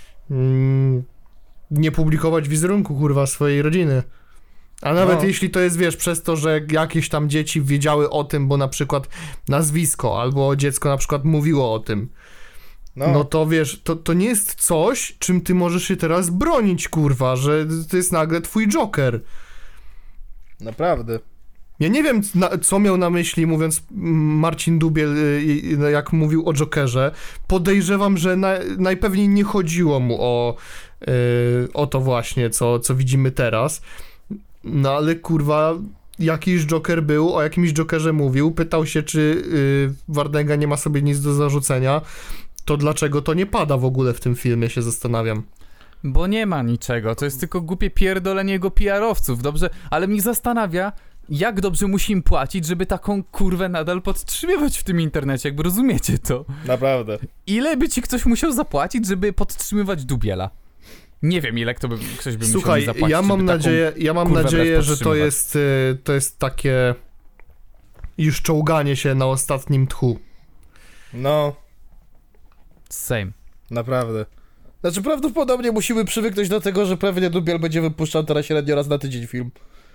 [SPEAKER 1] nie publikować wizerunku, kurwa, swojej rodziny. A nawet jeśli to jest, wiesz, przez to, że jakieś tam dzieci wiedziały o tym, bo na przykład nazwisko albo dziecko na przykład mówiło o tym, no to wiesz, to nie jest coś, czym ty możesz się teraz bronić, kurwa, że to jest nagle twój Joker.
[SPEAKER 2] Naprawdę.
[SPEAKER 1] Ja nie wiem, co miał na myśli, mówiąc Marcin Dubiel, jak mówił o Jokerze. Podejrzewam, że najpewniej nie chodziło mu o to właśnie, co widzimy teraz. No ale kurwa, jakiś Joker był, o jakimś Jokerze mówił, pytał się, czy Wardęga nie ma sobie nic do zarzucenia. To dlaczego to nie pada w ogóle w tym filmie, się zastanawiam.
[SPEAKER 3] Bo nie ma niczego, to jest tylko głupie pierdolenie jego PR-owców, dobrze? Ale mnie zastanawia, jak dobrze musi im płacić, żeby taką kurwę nadal podtrzymywać w tym internecie, jakby rozumiecie to.
[SPEAKER 2] Naprawdę.
[SPEAKER 3] Ile by ci ktoś musiał zapłacić, żeby podtrzymywać Dubiela? Nie wiem, ile ktoś by musiał mi zapłacić.
[SPEAKER 1] Słuchaj, ja mam nadzieję, że to jest takie już czołganie się na ostatnim tchu.
[SPEAKER 2] No.
[SPEAKER 3] Same.
[SPEAKER 2] Naprawdę. Znaczy prawdopodobnie musimy przywyknąć do tego, że pewnie Dubiel będzie wypuszczał teraz średnio raz na tydzień film.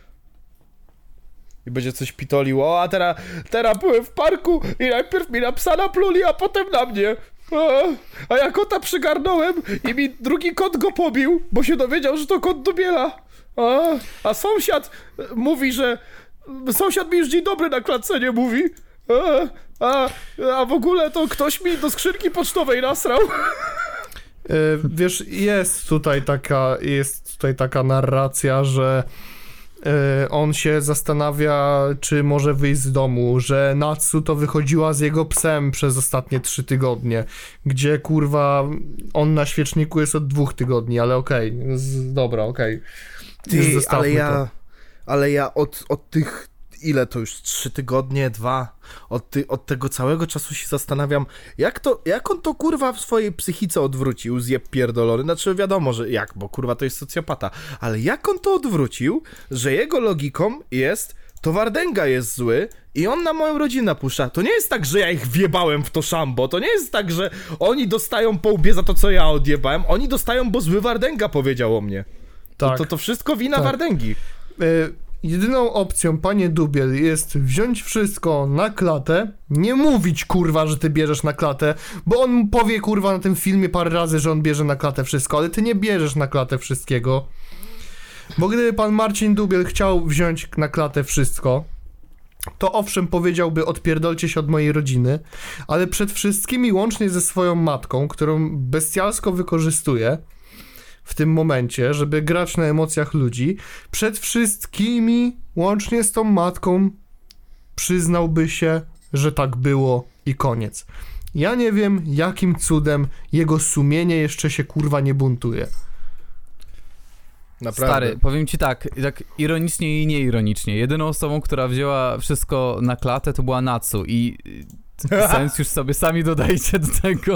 [SPEAKER 2] I będzie coś pitolił. O, a teraz byłem w parku i najpierw mi na psa napluli, a potem na mnie. A ja kota przygarnąłem i mi drugi kot go pobił, bo się dowiedział, że to kot Dubiela. A sąsiad mówi, że... Sąsiad mi już dzień dobry na klatce nie mówi. A w ogóle to ktoś mi do skrzynki pocztowej nasrał.
[SPEAKER 1] Wiesz, jest tutaj taka narracja, że on się zastanawia, czy może wyjść z domu, że Natsu to wychodziła z jego psem przez ostatnie 3 tygodnie, gdzie kurwa on na świeczniku jest od 2 tygodni, ale okej, dobra, okej.
[SPEAKER 2] Ale ja od tych, ile to już, 3 tygodnie, 2, od tego całego czasu się zastanawiam, jak on to kurwa w swojej psychice odwrócił, zjeb pierdolony, znaczy wiadomo, że jak, bo kurwa to jest socjopata, ale jak on to odwrócił, że jego logiką jest, to Wardęga jest zły i on na moją rodzinę puszcza. To nie jest tak, że ja ich wjebałem w to szambo, to nie jest tak, że oni dostają po łbie za to, co ja odjebałem, oni dostają, bo zły Wardęga powiedział o mnie. Tak. To wszystko wina Wardęgi.
[SPEAKER 1] Jedyną opcją, panie Dubiel, jest wziąć wszystko na klatę, nie mówić, kurwa, że ty bierzesz na klatę, bo on powie, kurwa, na tym filmie parę razy, że on bierze na klatę wszystko, ale ty nie bierzesz na klatę wszystkiego. Bo gdyby pan Marcin Dubiel chciał wziąć na klatę wszystko, to owszem powiedziałby, odpierdolcie się od mojej rodziny, ale przed wszystkimi, łącznie ze swoją matką, którą bestialsko wykorzystuje w tym momencie, żeby grać na emocjach ludzi, przed wszystkimi, łącznie z tą matką, przyznałby się, że tak było i koniec. Ja nie wiem, jakim cudem jego sumienie jeszcze się kurwa nie buntuje.
[SPEAKER 2] Naprawdę.
[SPEAKER 3] Stary, powiem ci tak ironicznie i nieironicznie. Jedyną osobą, która wzięła wszystko na klatę, to była Natsu i sens już sobie sami dodajcie do tego.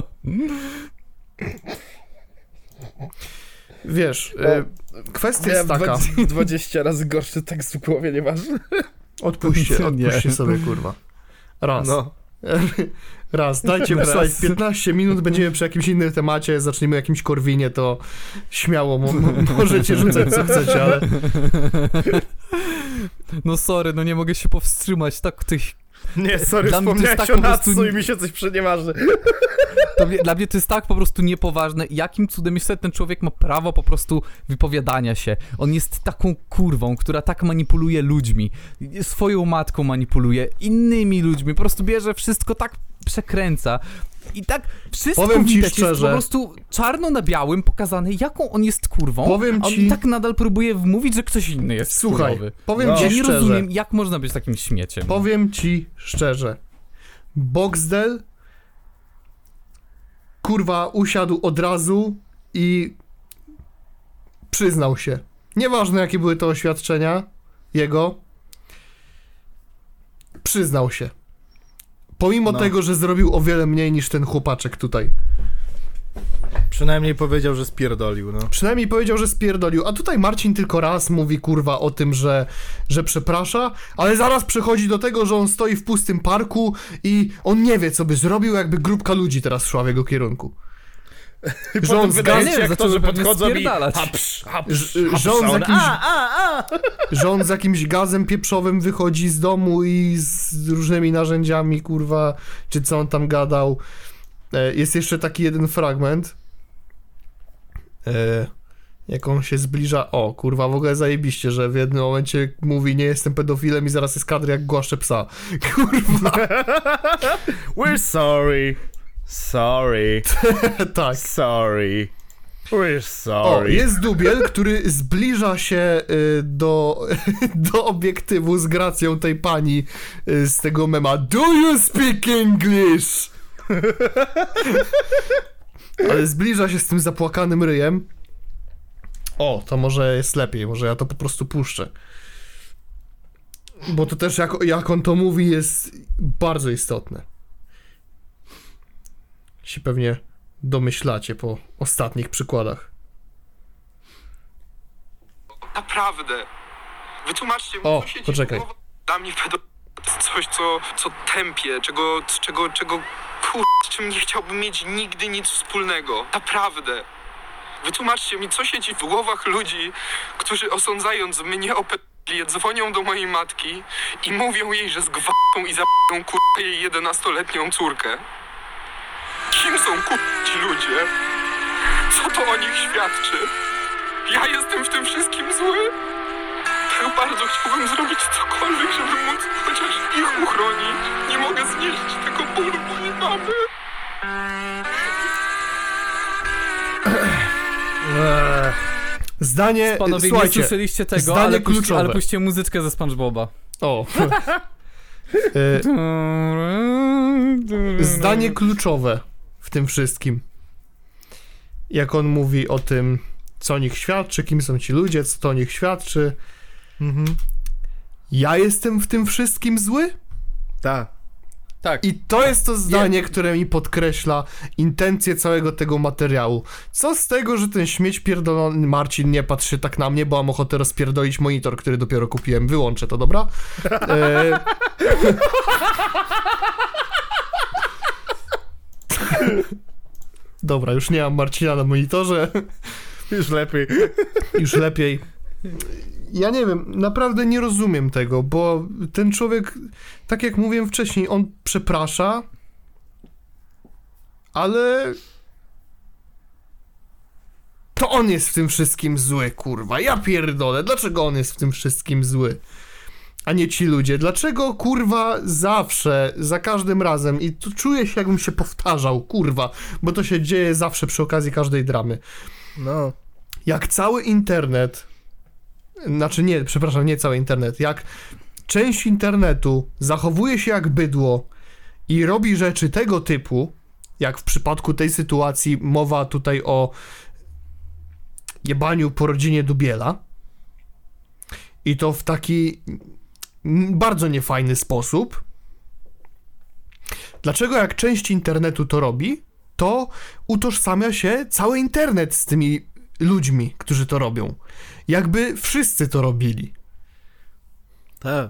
[SPEAKER 1] Wiesz, kwestia jest taka...
[SPEAKER 2] 20 razy gorszy tekst w głowie, nieważne.
[SPEAKER 1] Odpuśćcie sobie, kurwa. Raz.
[SPEAKER 2] No.
[SPEAKER 1] Raz. Dajcie wysłać 15 minut, będziemy przy jakimś innym temacie, zaczniemy o jakimś Korwinie, to śmiało możecie rzucać co chcecie, ale...
[SPEAKER 3] No sorry, no nie mogę się powstrzymać, tak tych...
[SPEAKER 2] Nie, sorry, wspomniałeś
[SPEAKER 3] tak
[SPEAKER 2] o Natsu i mi się coś nieważne.
[SPEAKER 3] Dla mnie to jest tak po prostu niepoważne. Jakim cudem jeszcze ten człowiek ma prawo po prostu wypowiadania się? On jest taką kurwą, która tak manipuluje ludźmi. Swoją matką manipuluje, innymi ludźmi. Po prostu bierze wszystko, tak przekręca. I tak wszystko
[SPEAKER 1] powiem ci
[SPEAKER 3] widać,
[SPEAKER 1] szczerze,
[SPEAKER 3] jest po prostu czarno na białym pokazane, jaką on jest kurwą,
[SPEAKER 1] powiem
[SPEAKER 3] a on
[SPEAKER 1] ci...
[SPEAKER 3] i tak nadal próbuje wmówić, że ktoś inny jest kurwowy.
[SPEAKER 1] Powiem ci
[SPEAKER 3] ja nie
[SPEAKER 1] szczerze,
[SPEAKER 3] rozumiem, jak można być takim śmieciem.
[SPEAKER 1] Powiem ci szczerze, Boxdel kurwa usiadł od razu i przyznał się. Nieważne jakie były to oświadczenia jego, przyznał się. Pomimo tego, że zrobił o wiele mniej niż ten chłopaczek tutaj.
[SPEAKER 2] Przynajmniej powiedział, że spierdolił, no.
[SPEAKER 1] Przynajmniej powiedział, że spierdolił, a tutaj Marcin tylko raz mówi, kurwa, o tym, że przeprasza, ale zaraz przechodzi do tego, że on stoi w pustym parku i on nie wie, co by zrobił, jakby grupka ludzi teraz szła w jego kierunku. Że on z
[SPEAKER 2] że podchodzą i
[SPEAKER 1] że on z jakimś gazem pieprzowym wychodzi z domu i z różnymi narzędziami, kurwa, czy co on tam gadał. Jest jeszcze taki jeden fragment, jak on się zbliża, o kurwa, w ogóle zajebiście, że w jednym momencie mówi, nie jestem pedofilem i zaraz jest kadr jak głaszcze psa. Kurwa.
[SPEAKER 2] We're sorry. Sorry.
[SPEAKER 1] Tak.
[SPEAKER 2] Sorry. We're sorry.
[SPEAKER 1] O, jest dubiel, który zbliża się do obiektywu z gracją tej pani z tego mema. Do you speak English? Ale zbliża się z tym zapłakanym ryjem. O, to może jest lepiej, może ja to po prostu puszczę. Bo to też jak on to mówi jest bardzo istotne. Się pewnie domyślacie po ostatnich przykładach.
[SPEAKER 5] Naprawdę. Wytłumaczcie mi,
[SPEAKER 1] O,
[SPEAKER 5] co się
[SPEAKER 1] poczekaj.
[SPEAKER 5] dzieje. Dla mnie to jest coś, co tępię, czego z czym nie chciałbym mieć nigdy nic wspólnego. Naprawdę. Wytłumaczcie mi, co siedzi w głowach ludzi, którzy osądzając mnie o pedofilię, dzwonią do mojej matki i mówią jej, że zgwałcą i zabiją jej 11-letnią córkę. Kim są ci ludzie? Co to o nich świadczy? Ja jestem w tym wszystkim zły? Tak bardzo chciałbym zrobić cokolwiek, żeby móc chociaż ich uchronić. Nie mogę znieść tego bólu mojej mamy.
[SPEAKER 1] Zdanie,
[SPEAKER 3] Panowie, nie
[SPEAKER 1] słuchajcie,
[SPEAKER 3] słyszeliście tego,
[SPEAKER 1] zdanie kluczowe.
[SPEAKER 3] ale puśćcie muzyczkę ze SpongeBoba.
[SPEAKER 1] O. Zdanie kluczowe w tym wszystkim. Jak on mówi o tym, co o nich świadczy, kim są ci ludzie, co to o nich świadczy. Ja jestem w tym wszystkim zły?
[SPEAKER 2] Tak.
[SPEAKER 3] Tak.
[SPEAKER 1] I to jest to zdanie, które mi podkreśla intencję całego tego materiału. Co z tego, że ten śmieć pierdolony Marcin nie patrzy tak na mnie, bo mam ochotę rozpierdolić monitor, który dopiero kupiłem. Wyłączę to, dobra? Dobra, już nie mam Marcina na monitorze.
[SPEAKER 2] Już lepiej.
[SPEAKER 1] Już lepiej. Ja nie wiem, naprawdę nie rozumiem tego, bo ten człowiek, tak jak mówiłem wcześniej, on przeprasza, ale to on jest w tym wszystkim zły, kurwa. Ja pierdolę, dlaczego on jest w tym wszystkim zły, a nie ci ludzie? Dlaczego, kurwa, zawsze, za każdym razem, i tu czuję się, jakbym się powtarzał, kurwa, bo to się dzieje zawsze przy okazji każdej dramy.
[SPEAKER 2] No.
[SPEAKER 1] Jak cały internet, znaczy nie, przepraszam, nie cały internet, jak część internetu zachowuje się jak bydło i robi rzeczy tego typu, jak w przypadku tej sytuacji mowa tutaj o jebaniu po rodzinie Dubiela, i to w taki bardzo niefajny sposób. Dlaczego jak część internetu to robi, to utożsamia się cały internet z tymi ludźmi, którzy to robią. Jakby wszyscy to robili.
[SPEAKER 2] Tak.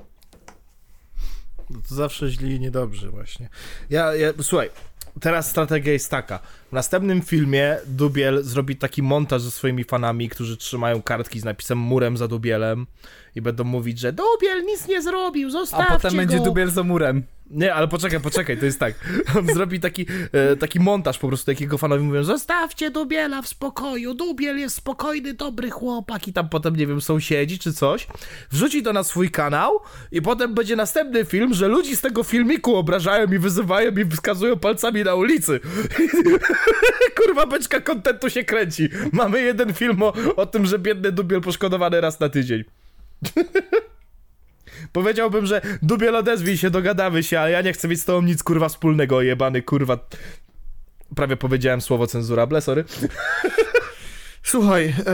[SPEAKER 2] No to zawsze źli i niedobrzy właśnie. Słuchaj, teraz strategia jest taka. W następnym filmie Dubiel zrobi taki montaż ze swoimi fanami, którzy trzymają kartki z napisem murem za Dubielem i będą mówić, że Dubiel nic nie zrobił, zostawcie go.
[SPEAKER 3] A potem będzie Dubiel za murem.
[SPEAKER 2] Nie, ale poczekaj, to jest tak. On zrobi taki montaż po prostu, jakiego fanowie mówią, zostawcie Dubiela w spokoju, Dubiel jest spokojny, dobry chłopak, i tam potem, nie wiem, sąsiedzi czy coś. Wrzuci to na swój kanał i potem będzie następny film, że ludzi z tego filmiku obrażają i wyzywają i wskazują palcami na ulicy. Kurwa, beczka kontentu się kręci. Mamy jeden film o tym, że biedny Dubiel poszkodowany raz na tydzień. Powiedziałbym, że Dubiel, odezwij się, dogadamy się, ale ja nie chcę mieć z tobą nic, kurwa, wspólnego, jebany, kurwa, Prawie powiedziałem słowo cenzurable, sorry.
[SPEAKER 1] Słuchaj,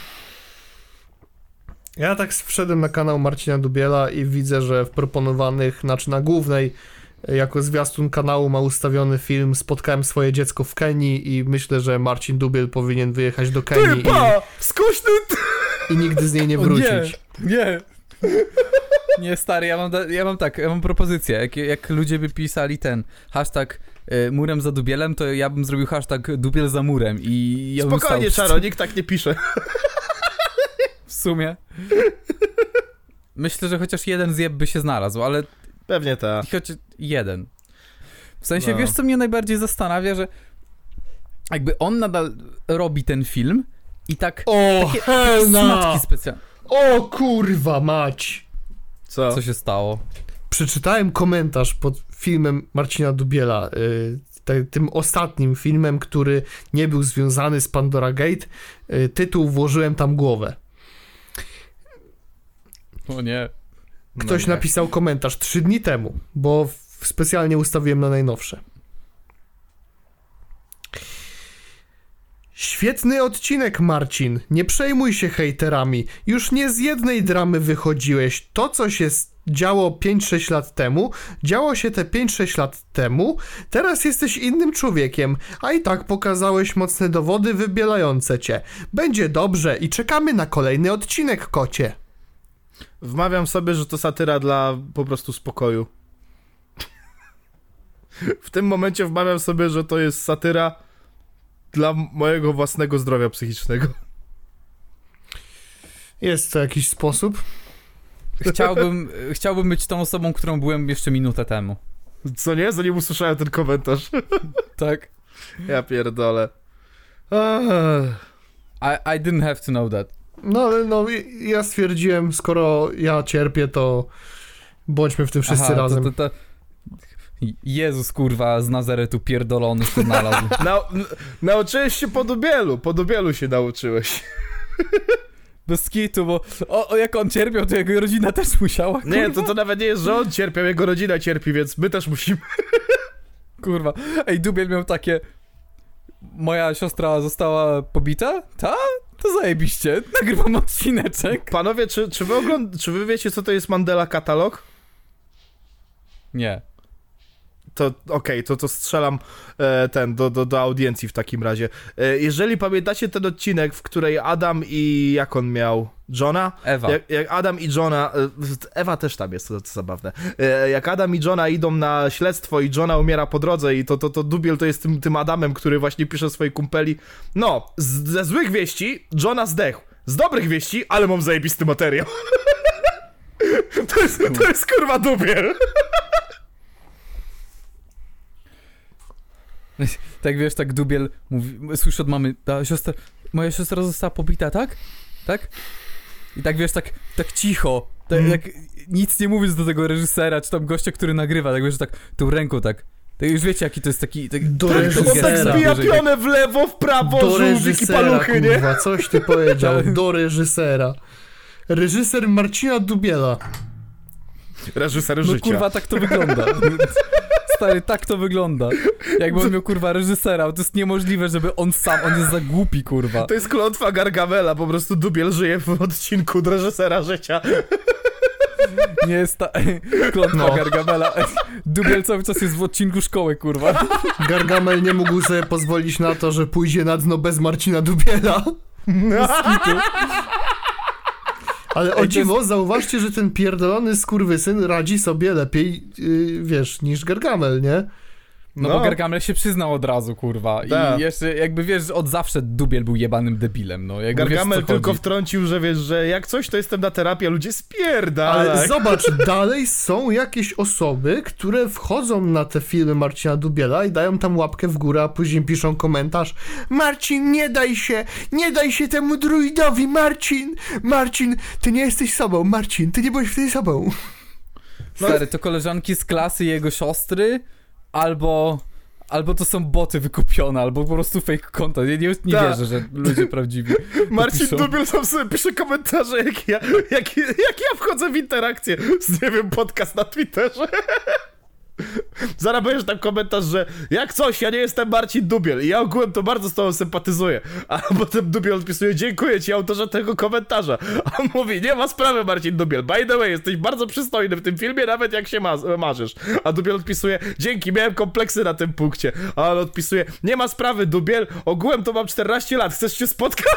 [SPEAKER 1] ja tak wszedłem na kanał Marcina Dubiela i widzę, że w proponowanych, znaczy na głównej, jako zwiastun kanału ma ustawiony film Spotkałem swoje dziecko w Kenii i myślę, że Marcin Dubiel powinien wyjechać do Kenii
[SPEAKER 2] Skośny!
[SPEAKER 1] i nigdy z niej nie
[SPEAKER 3] O
[SPEAKER 1] wrócić.
[SPEAKER 3] Nie. Nie, stary, ja mam propozycję. Jak ludzie by pisali ten hashtag murem za Dubielem, to ja bym zrobił hashtag Dubiel za murem i ja bym
[SPEAKER 2] Spokojnie,
[SPEAKER 3] stał
[SPEAKER 2] Czaro, nikt tak nie pisze.
[SPEAKER 3] w sumie. Myślę, że chociaż jeden zjeb by się znalazł, ale
[SPEAKER 2] Pewnie tak.
[SPEAKER 3] choć jeden. W sensie,
[SPEAKER 2] No.
[SPEAKER 3] wiesz co mnie najbardziej zastanawia, że jakby on nadal robi ten film i tak
[SPEAKER 1] O,
[SPEAKER 3] takie
[SPEAKER 1] Helna!
[SPEAKER 3] smaczki specjalne.
[SPEAKER 1] O kurwa mać!
[SPEAKER 2] Co?
[SPEAKER 3] Co się stało?
[SPEAKER 1] Przeczytałem komentarz pod filmem Marcina Dubiela, tym ostatnim filmem, który nie był związany z Pandora Gate. Tytuł włożyłem tam głowę.
[SPEAKER 3] O nie.
[SPEAKER 1] Ktoś
[SPEAKER 2] nie.
[SPEAKER 1] napisał komentarz 3 dni temu, bo specjalnie ustawiłem na najnowsze. Świetny odcinek, Marcin. Nie przejmuj się hejterami. Już nie z jednej dramy wychodziłeś. To, co się działo 5-6 lat temu, działo się te 5-6 lat temu. Teraz jesteś innym człowiekiem, a i tak pokazałeś mocne dowody wybielające cię. Będzie dobrze i czekamy na kolejny odcinek, kocie.
[SPEAKER 2] Wmawiam sobie, że to satyra dla po prostu spokoju. W tym momencie wmawiam sobie, że to jest satyra dla mojego własnego zdrowia psychicznego.
[SPEAKER 1] Jest to jakiś sposób?
[SPEAKER 3] Chciałbym być tą osobą, którą byłem jeszcze minutę temu.
[SPEAKER 2] Co nie? Zanim usłyszałem ten komentarz.
[SPEAKER 3] Tak?
[SPEAKER 2] Ja pierdolę.
[SPEAKER 3] I didn't have to know that.
[SPEAKER 1] No, ale no, ja stwierdziłem, skoro ja cierpię, to bądźmy w tym wszyscy razem.
[SPEAKER 3] To. Jezus, kurwa, z Nazaretu pierdolony się znalazł.
[SPEAKER 2] Nauczyłeś się po Dubielu się nauczyłeś.
[SPEAKER 3] Bez kitu, bo jak on cierpiał, to jego rodzina też musiała, kurwa.
[SPEAKER 2] Nie, to nawet nie jest, że on cierpiał, jego rodzina cierpi, więc my też musimy.
[SPEAKER 3] Kurwa. Ej, Dubiel miał takie... Moja siostra została pobita? Ta? To zajebiście. Nagrywam odcineczek.
[SPEAKER 2] Panowie, czy wy wiecie, co to jest Mandela Katalog?
[SPEAKER 3] Nie.
[SPEAKER 2] To okej, to strzelam do audiencji w takim razie. Jeżeli pamiętacie ten odcinek, w której Adam i... jak on miał? Johna?
[SPEAKER 3] Ewa.
[SPEAKER 2] Jak Adam i Johna... Ewa też tam jest, to zabawne. Jak Adam i Johna idą na śledztwo i Johna umiera po drodze i to Dubiel to jest tym Adamem, który właśnie pisze swojej kumpeli. No, ze złych wieści Johna zdechł. Z dobrych wieści, ale mam zajebisty materiał. To jest kurwa Dubiel.
[SPEAKER 3] Tak wiesz, tak Dubiel mówi, słyszy od mamy, moja siostra została pobita, tak? Tak? I tak wiesz, tak cicho, tak nic nie mówiąc do tego reżysera, czy tam gościa, który nagrywa, tak wiesz, tak tą ręką tak już wiecie, jaki to jest taki...
[SPEAKER 1] Do
[SPEAKER 2] On tak zbija pionę w lewo, w prawo,
[SPEAKER 1] do
[SPEAKER 2] żółwik i
[SPEAKER 1] reżysera,
[SPEAKER 2] paluchy, nie?
[SPEAKER 1] kurwa, coś ty powiedział, do reżysera. Reżyser Marcina Dubiela.
[SPEAKER 2] Reżyser
[SPEAKER 3] No
[SPEAKER 2] życia.
[SPEAKER 3] kurwa, tak to wygląda. Stary, tak to wygląda. Jakby on miał, kurwa, reżysera, to jest niemożliwe, żeby on jest za głupi, kurwa.
[SPEAKER 2] To jest klątwa Gargamela, po prostu Dubiel żyje w odcinku od reżysera życia.
[SPEAKER 3] Nie jest ta klątwa
[SPEAKER 1] No.
[SPEAKER 3] Gargamela. Dubiel cały czas jest w odcinku szkoły, kurwa.
[SPEAKER 1] Gargamel nie mógł sobie pozwolić na to, że pójdzie na dno bez Marcina Dubiela. Ale o dziwo, zauważcie, że ten pierdolony skurwysyn radzi sobie lepiej, wiesz, niż Gargamel, nie?
[SPEAKER 3] No bo Gargamel się przyznał od razu, kurwa.
[SPEAKER 2] Tak.
[SPEAKER 3] I jeszcze, jakby wiesz, od zawsze Dubiel był jebanym debilem, no. Jakby
[SPEAKER 2] Gargamel
[SPEAKER 3] wiesz, co
[SPEAKER 2] tylko
[SPEAKER 3] chodzi.
[SPEAKER 2] wtrącił, że wiesz, że jak coś, to jestem na terapię, a ludzie spierdalaj.
[SPEAKER 1] Ale zobacz, dalej są jakieś osoby, które wchodzą na te filmy Marcina Dubiela i dają tam łapkę w górę, a później piszą komentarz: Marcin, nie daj się temu druidowi, Marcin, ty nie jesteś sobą, Marcin, ty nie byłeś wtedy sobą.
[SPEAKER 3] Stary, to koleżanki z klasy jego siostry, albo to są boty wykupione, albo po prostu fake konta. Ja nie wierzę, że ludzie prawdziwi
[SPEAKER 2] Marcin
[SPEAKER 3] piszą.
[SPEAKER 2] Dubiel sam sobie pisze komentarze, jak ja wchodzę w interakcję z, nie wiem, podcast na Twitterze. Zaraz będziesz tam komentarz, że jak coś, ja nie jestem Marcin Dubiel i ja ogółem to bardzo z tobą sympatyzuję. A potem Dubiel odpisuje, dziękuję ci autorze tego komentarza. A on mówi, nie ma sprawy Marcin Dubiel, by the way, jesteś bardzo przystojny w tym filmie, nawet jak się marzysz. A Dubiel odpisuje, dzięki, miałem kompleksy na tym punkcie. A on odpisuje, nie ma sprawy Dubiel, ogółem to mam 14 lat, chcesz się spotkać?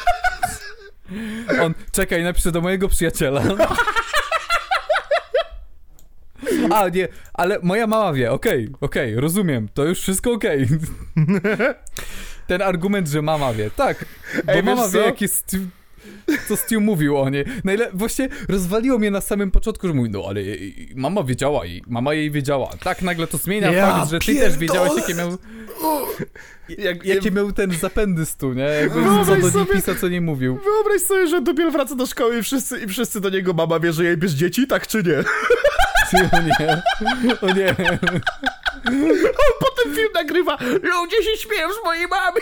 [SPEAKER 3] On, czekaj, napiszę do mojego przyjaciela. A, nie, ale moja mama wie, okej, rozumiem, to już wszystko okej. Ten argument, że mama wie, tak, bo
[SPEAKER 2] Ej,
[SPEAKER 3] mama
[SPEAKER 2] wiesz
[SPEAKER 3] wie,
[SPEAKER 2] co?
[SPEAKER 3] jak jest... Co Stu mówił o niej. Właśnie rozwaliło mnie na samym początku, że mówi, no ale mama wiedziała i mama jej wiedziała. Tak nagle to zmienia fakt, że ty też wiedziałeś, jakie miał ten zapędy Stu, nie? Jakby co do niej pisał, co nie mówił.
[SPEAKER 2] Wyobraź sobie, że Dubiel wraca do szkoły i wszyscy do niego, mama wie, że jej bez dzieci, tak czy nie?
[SPEAKER 3] O nie.
[SPEAKER 2] On potem film nagrywa, ludzie się śmieją z mojej mamy.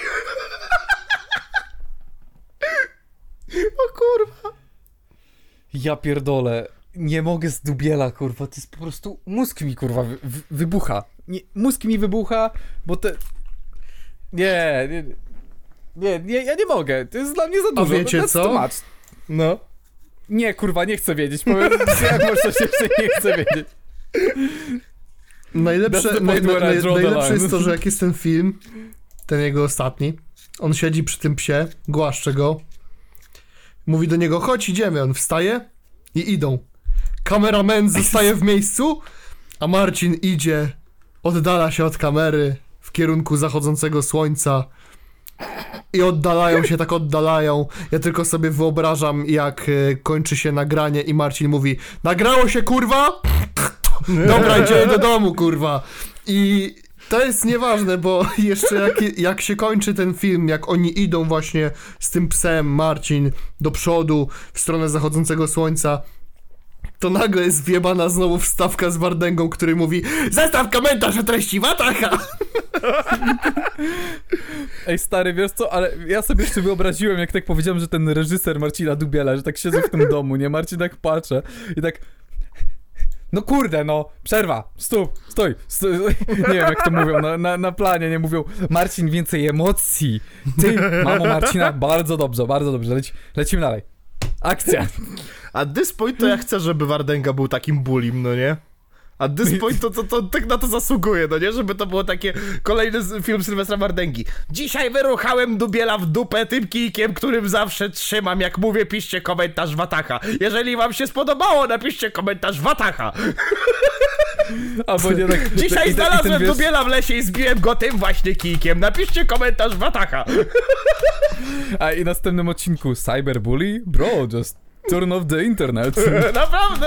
[SPEAKER 2] O kurwa.
[SPEAKER 3] Ja pierdolę. Nie mogę z Dubiela, kurwa. To jest po prostu... Mózg mi, kurwa, wybucha. Nie, mózg mi wybucha, bo te... Nie, ja nie mogę. To jest dla mnie za dużo.
[SPEAKER 1] A wiecie
[SPEAKER 3] That's
[SPEAKER 1] co?
[SPEAKER 3] too much.
[SPEAKER 2] No.
[SPEAKER 3] Nie, kurwa, nie chcę wiedzieć. Powiem, jak można się nie chcę wiedzieć.
[SPEAKER 1] Najlepsze jest to, że jak jest ten film, ten jego ostatni, on siedzi przy tym psie, głaszcze go, mówi do niego, chodź, idziemy, on wstaje i idą. Kameraman zostaje w miejscu, a Marcin idzie, oddala się od kamery w kierunku zachodzącego słońca i oddalają. Ja tylko sobie wyobrażam, jak kończy się nagranie i Marcin mówi, nagrało się, kurwa? Dobra, idziemy do domu, kurwa. I to jest nieważne, bo jeszcze jak się kończy ten film, jak oni idą właśnie z tym psem, Marcin, do przodu, w stronę zachodzącego słońca, to nagle jest wjebana znowu wstawka z Wardęgą, który mówi, zostaw komentarz o treści Watacha!
[SPEAKER 3] Ej, stary, wiesz co, ale ja sobie jeszcze wyobraziłem, jak tak powiedziałem, że ten reżyser Marcina Dubiela, że tak siedzę w tym domu, nie? Marcin tak patrzy i tak... No kurde, no, przerwa, stój. Nie wiem, jak to mówią, na planie nie mówią, Marcin, więcej emocji. Ty, mamo Marcina, bardzo dobrze, lecimy dalej. Akcja.
[SPEAKER 2] A this point to ja chcę, żeby Wardęga był takim bulim, no nie? A this point to tak na to zasługuje, no nie? Żeby to było takie kolejny film Sylwestra Wardęgi. Dzisiaj wyruchałem Dubiela w dupę tym kijkiem, którym zawsze trzymam. Jak mówię, piszcie komentarz Watacha. Jeżeli wam się spodobało, napiszcie komentarz Watacha.
[SPEAKER 3] Albo nie tak...
[SPEAKER 2] Dzisiaj znalazłem Dubiela w lesie i zbiłem go tym właśnie kijkiem. Napiszcie komentarz Watacha.
[SPEAKER 3] A i następnym odcinku Cyberbully? Bro, just turn off the internet.
[SPEAKER 2] Naprawdę.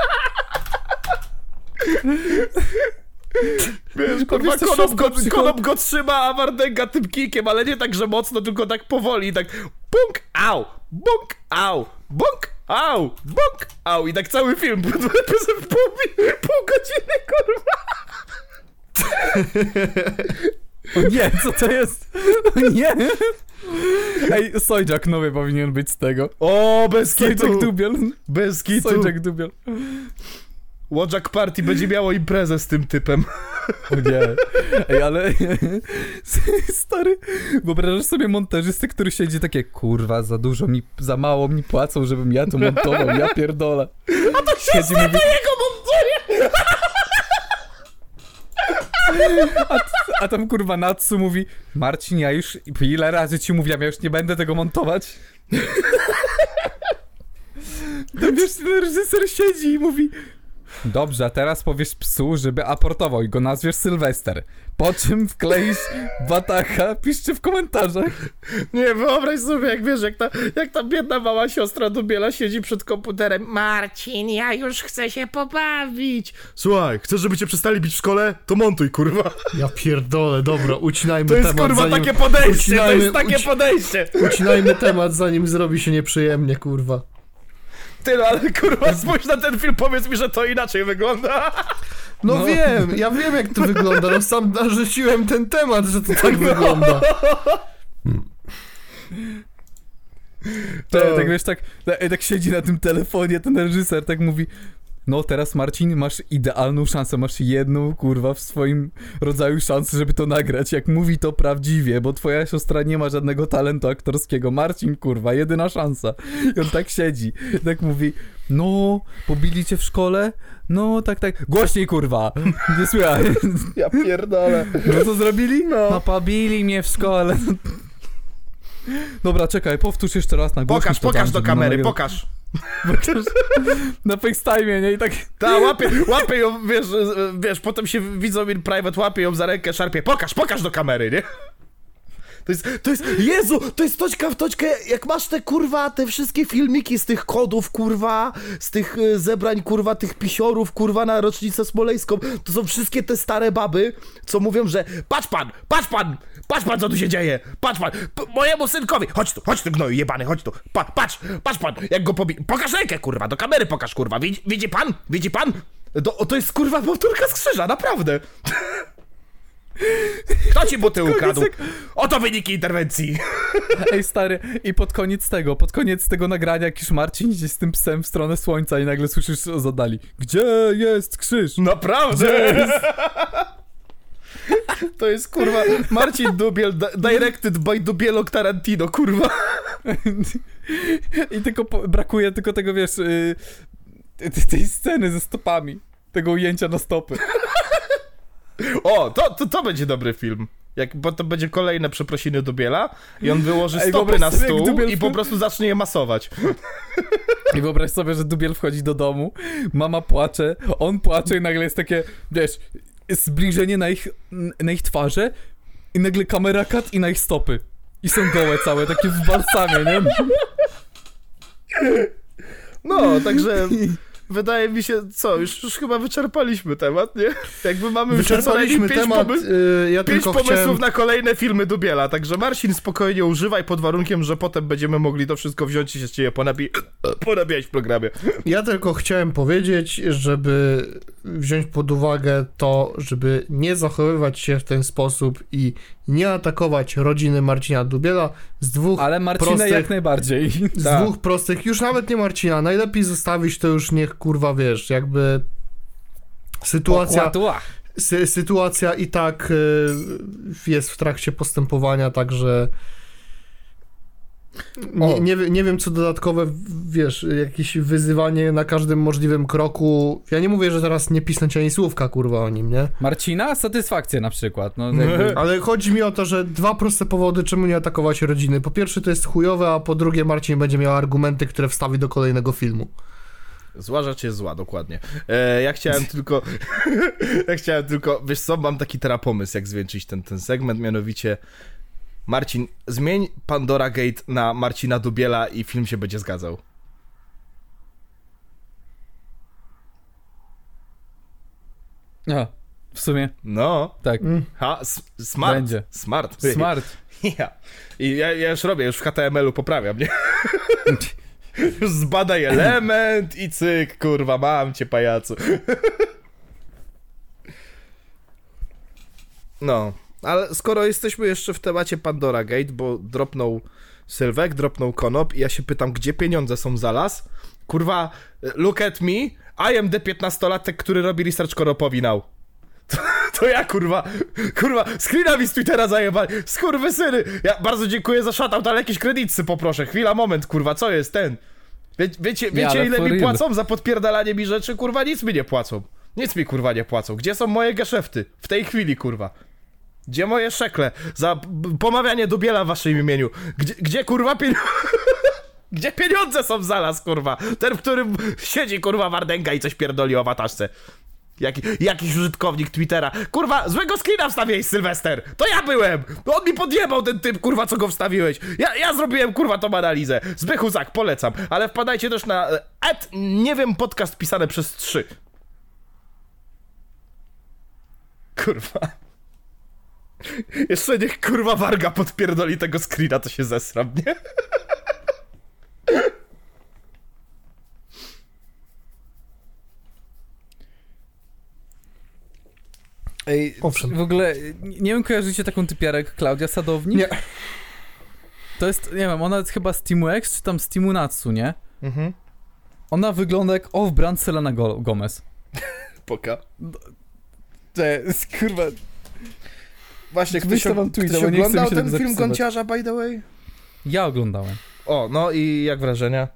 [SPEAKER 2] Wiesz, kurwa, Konop go trzyma, a Wardęga tym kijkiem, ale nie tak, że mocno, tylko tak powoli, tak bunk, au, bunk, au, bunk, au, bunk, au i tak cały film, pół godziny, kurwa.
[SPEAKER 3] O nie, co to jest? O nie! Ej, Sojak nowy powinien być z tego.
[SPEAKER 2] O, bez kitu.
[SPEAKER 3] Sojak Dubiel.
[SPEAKER 2] Bez kitu.
[SPEAKER 3] Sojak Dubiel.
[SPEAKER 2] Wojak Party będzie miało imprezę z tym typem.
[SPEAKER 3] O nie. Ej, ale... Stary, wyobrażasz sobie montażystę, który siedzi takie, kurwa, za mało mi płacą, żebym ja to montował, ja pierdolę.
[SPEAKER 2] A to się mówi... jego montuje!
[SPEAKER 3] A tam kurwa Natsu mówi, Marcin, ja już ile razy ci mówiłem, ja już nie będę tego montować. Tam wiesz, ten reżyser siedzi i mówi, dobrze, a teraz powiesz psu, żeby aportował i go nazwiesz Sylwester. Po czym wkleisz Watacha, piszcie w komentarzach.
[SPEAKER 2] Nie, wyobraź sobie, jak wiesz, jak ta biedna mała siostra Dubiela siedzi przed komputerem. Marcin, ja już chcę się pobawić. Słuchaj, chcesz, żeby cię przestali bić w szkole? To montuj, kurwa.
[SPEAKER 1] Ja pierdolę, dobra, ucinajmy
[SPEAKER 2] temat. To jest,
[SPEAKER 1] temat,
[SPEAKER 2] kurwa,
[SPEAKER 1] zanim...
[SPEAKER 2] takie podejście, to jest takie podejście.
[SPEAKER 1] Ucinajmy temat, zanim zrobi się nieprzyjemnie, kurwa.
[SPEAKER 2] Ty, no ale kurwa, spójrz na ten film, powiedz mi, że to inaczej wygląda.
[SPEAKER 1] No wiem, ja wiem, jak to wygląda, no sam narzuciłem ten temat, że to tak wygląda.
[SPEAKER 3] Tak wiesz, tak siedzi na tym telefonie ten reżyser, tak mówi, no teraz Marcin, masz idealną szansę, masz jedną, kurwa, w swoim rodzaju szansę, żeby to nagrać, jak mówi to prawdziwie, bo twoja siostra nie ma żadnego talentu aktorskiego. Marcin, kurwa, jedyna szansa. I on tak siedzi, tak mówi, no, pobili cię w szkole? No, tak, głośniej, kurwa, nie słychać.
[SPEAKER 2] Ja pierdolę.
[SPEAKER 3] No co zrobili?
[SPEAKER 2] No.
[SPEAKER 3] Pobili mnie w szkole. Dobra, czekaj, powtórz jeszcze raz na głośnik.
[SPEAKER 2] Pokaż do kamery, pokaż.
[SPEAKER 3] Na FaceTime, nie? I tak...
[SPEAKER 2] Ta, łapie ją, wiesz, potem się widzą in private, łapie ją za rękę, szarpie, pokaż do kamery, nie? To jest, Jezu, to jest toczka w toczkę, jak masz te, kurwa, te wszystkie filmiki z tych kodów, kurwa, z tych zebrań, kurwa, tych pisiorów, kurwa, na rocznicę smoleńską, to są wszystkie te stare baby, co mówią, że patrz pan, co tu się dzieje, patrz pan, mojemu synkowi, chodź tu, gnoju jebany, chodź tu, patrz pan, jak go pokaż rękę, kurwa, do kamery pokaż, kurwa, widzi pan? To jest, kurwa, powtórka z krzyża, naprawdę. Kto ci buty ukradł? Oto wyniki interwencji.
[SPEAKER 3] Ej, stary, i pod koniec tego nagrania, jak już Marcin idzie z tym psem w stronę słońca i nagle słyszysz z oddali, gdzie jest krzyż?
[SPEAKER 2] Naprawdę? To jest, kurwa, Marcin Dubiel, directed by Dubielok Tarantino, kurwa.
[SPEAKER 3] I tylko brakuje tylko tego, wiesz, tej sceny ze stopami, tego ujęcia na stopy.
[SPEAKER 2] O, to będzie dobry film. Bo to będzie kolejne przeprosiny Dubiela i on wyłoży stopy na stół i po prostu zacznie je masować.
[SPEAKER 3] I wyobraź sobie, że Dubiel wchodzi do domu, mama płacze, on płacze i nagle jest takie, wiesz, zbliżenie na ich twarze i nagle kamera cut i na ich stopy. I są gołe całe, takie w balsamie, nie?
[SPEAKER 2] No, także... Wydaje mi się, już chyba wyczerpaliśmy temat, nie? Jakby mamy
[SPEAKER 1] wyczerpaliśmy temat, ja
[SPEAKER 2] pięć
[SPEAKER 1] tylko
[SPEAKER 2] pomysłów na kolejne filmy Dubiela, także Marcin, spokojnie używaj pod warunkiem, że potem będziemy mogli to wszystko wziąć i się z ciebie ponabijać w programie.
[SPEAKER 1] Ja tylko chciałem powiedzieć, żeby wziąć pod uwagę to, żeby nie zachowywać się w ten sposób i nie atakować rodziny Marcina Dubiela z dwóch
[SPEAKER 3] Ale Marcina
[SPEAKER 1] prostych,
[SPEAKER 3] jak najbardziej.
[SPEAKER 1] z dwóch prostych, już nawet nie Marcina, najlepiej zostawić to już niech, kurwa, wiesz, jakby sytuacja i tak jest w trakcie postępowania, także nie wiem co dodatkowe, wiesz, jakieś wyzywanie na każdym możliwym kroku. Ja nie mówię, że teraz nie pisnąć ani słówka, kurwa, o nim, nie?
[SPEAKER 3] Marcina? Satysfakcję na przykład. No, jakby...
[SPEAKER 1] Ale chodzi mi o to, że dwa proste powody, czemu nie atakować rodziny. Po pierwsze to jest chujowe, a po drugie Marcin będzie miał argumenty, które wstawi do kolejnego filmu.
[SPEAKER 2] Zła rzecz jest zła, dokładnie. Ja chciałem tylko, wiesz co, mam taki teraz pomysł, jak zwieńczyć ten segment, mianowicie Marcin, zmień Pandora Gate na Marcina Dubiela i film się będzie zgadzał.
[SPEAKER 3] A, w sumie.
[SPEAKER 2] No.
[SPEAKER 3] Tak.
[SPEAKER 2] Smart.
[SPEAKER 3] Będzie.
[SPEAKER 2] Smart. Ja. I ja już robię, już w HTML-u poprawiam, nie? Już zbadaj element i cyk, kurwa, mam cię, pajacu. No, ale skoro jesteśmy jeszcze w temacie Pandora Gate, bo dropnął Sylwek, dropnął Konop i ja się pytam, gdzie pieniądze są za las? Kurwa, look at me, I am the 15-latek, który robi research Konopowi now. To ja, kurwa, screena mi z Twittera zajebali, skurwysyny. Ja bardzo dziękuję za shoutout, ale jakieś kredyty poproszę. Chwila, moment, kurwa, co jest ten? Wiecie ile mi płacą za podpierdalanie mi rzeczy? Kurwa, nic mi nie płacą. Nic mi, kurwa, nie płacą. Gdzie są moje geszefty? W tej chwili, kurwa. Gdzie moje szekle? Za pomawianie Dubiela w waszym imieniu. Gdzie kurwa, gdzie pieniądze są za las, kurwa? Ten, w którym siedzi, kurwa, Wardęga i coś pierdoli o wataszce. Jakiś użytkownik Twittera. Kurwa, złego screena wstawiłeś, Sylwester. To ja byłem. On mi podjebał, ten typ, kurwa, co go wstawiłeś. Ja zrobiłem, kurwa, tą analizę. Zbychuzak, polecam. Ale wpadajcie też na nie wiem, podcast pisane przez 3. Kurwa. Jeszcze niech, kurwa, Warga podpierdoli tego screena, to się zesram, nie?
[SPEAKER 3] Ej,
[SPEAKER 1] Owszem.
[SPEAKER 3] W ogóle, nie wiem, kojarzycie taką typiarę jak Klaudia Sadownik?
[SPEAKER 1] Nie.
[SPEAKER 3] To jest, nie wiem, ona jest chyba z Teamu X, czy tam z Teamu Natsu, nie?
[SPEAKER 2] Mhm.
[SPEAKER 3] Ona wygląda jak off-brand Selena Gomez.
[SPEAKER 2] Poka.
[SPEAKER 3] To jest, kurwa...
[SPEAKER 2] Właśnie,
[SPEAKER 3] Wyślę wam tweeta,
[SPEAKER 2] ktoś
[SPEAKER 3] bo nie chcę mi
[SPEAKER 2] oglądał
[SPEAKER 3] się
[SPEAKER 2] ten
[SPEAKER 3] tego
[SPEAKER 2] film
[SPEAKER 3] zapisywać.
[SPEAKER 2] Gonciarza, by the way?
[SPEAKER 3] Ja oglądałem.
[SPEAKER 2] O, no i jak wrażenia?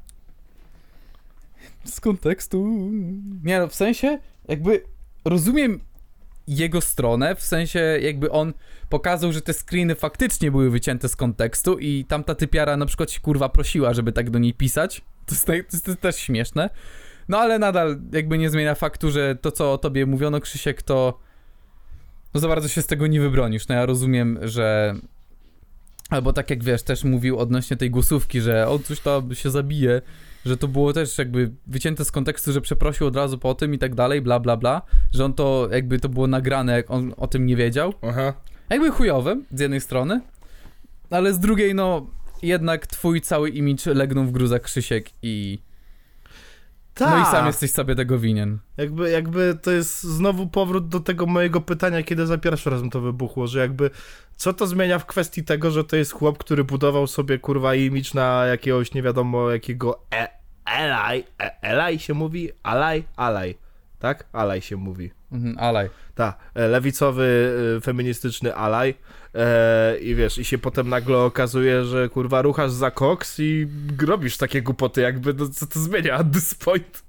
[SPEAKER 3] Z kontekstu... Nie no, w sensie jakby rozumiem jego stronę, w sensie jakby on pokazał, że te screeny faktycznie były wycięte z kontekstu i tamta typiara na przykład się kurwa prosiła, żeby tak do niej pisać. To jest też śmieszne. No ale nadal jakby nie zmienia faktu, że to co o tobie mówiono, Krzysiek, to no za bardzo się z tego nie wybronisz. No ja rozumiem, że albo tak jak wiesz, też mówił odnośnie tej głosówki, że o coś tam się zabije, że to było też jakby wycięte z kontekstu, że przeprosił od razu po tym i tak dalej, bla bla bla, że on to jakby to było nagrane, jak on o tym nie wiedział.
[SPEAKER 2] Aha.
[SPEAKER 3] Jakby chujowe z jednej strony, ale z drugiej no jednak twój cały imidż legnął w gruzach, Krzysiek, i no i sam jesteś sobie tego winien.
[SPEAKER 2] Jakby to jest znowu powrót do tego mojego pytania, kiedy za pierwszy raz mi to wybuchło, że jakby co to zmienia w kwestii tego, że to jest chłop, który budował sobie kurwa imidż na jakiegoś nie wiadomo jakiego Alaj się mówi? Alaj, tak? Alaj się mówi.
[SPEAKER 3] Alaj.
[SPEAKER 2] Tak, lewicowy, feministyczny alaj i wiesz, i się potem nagle okazuje, że kurwa ruchasz za koks i robisz takie głupoty, jakby, no co to zmienia at this point?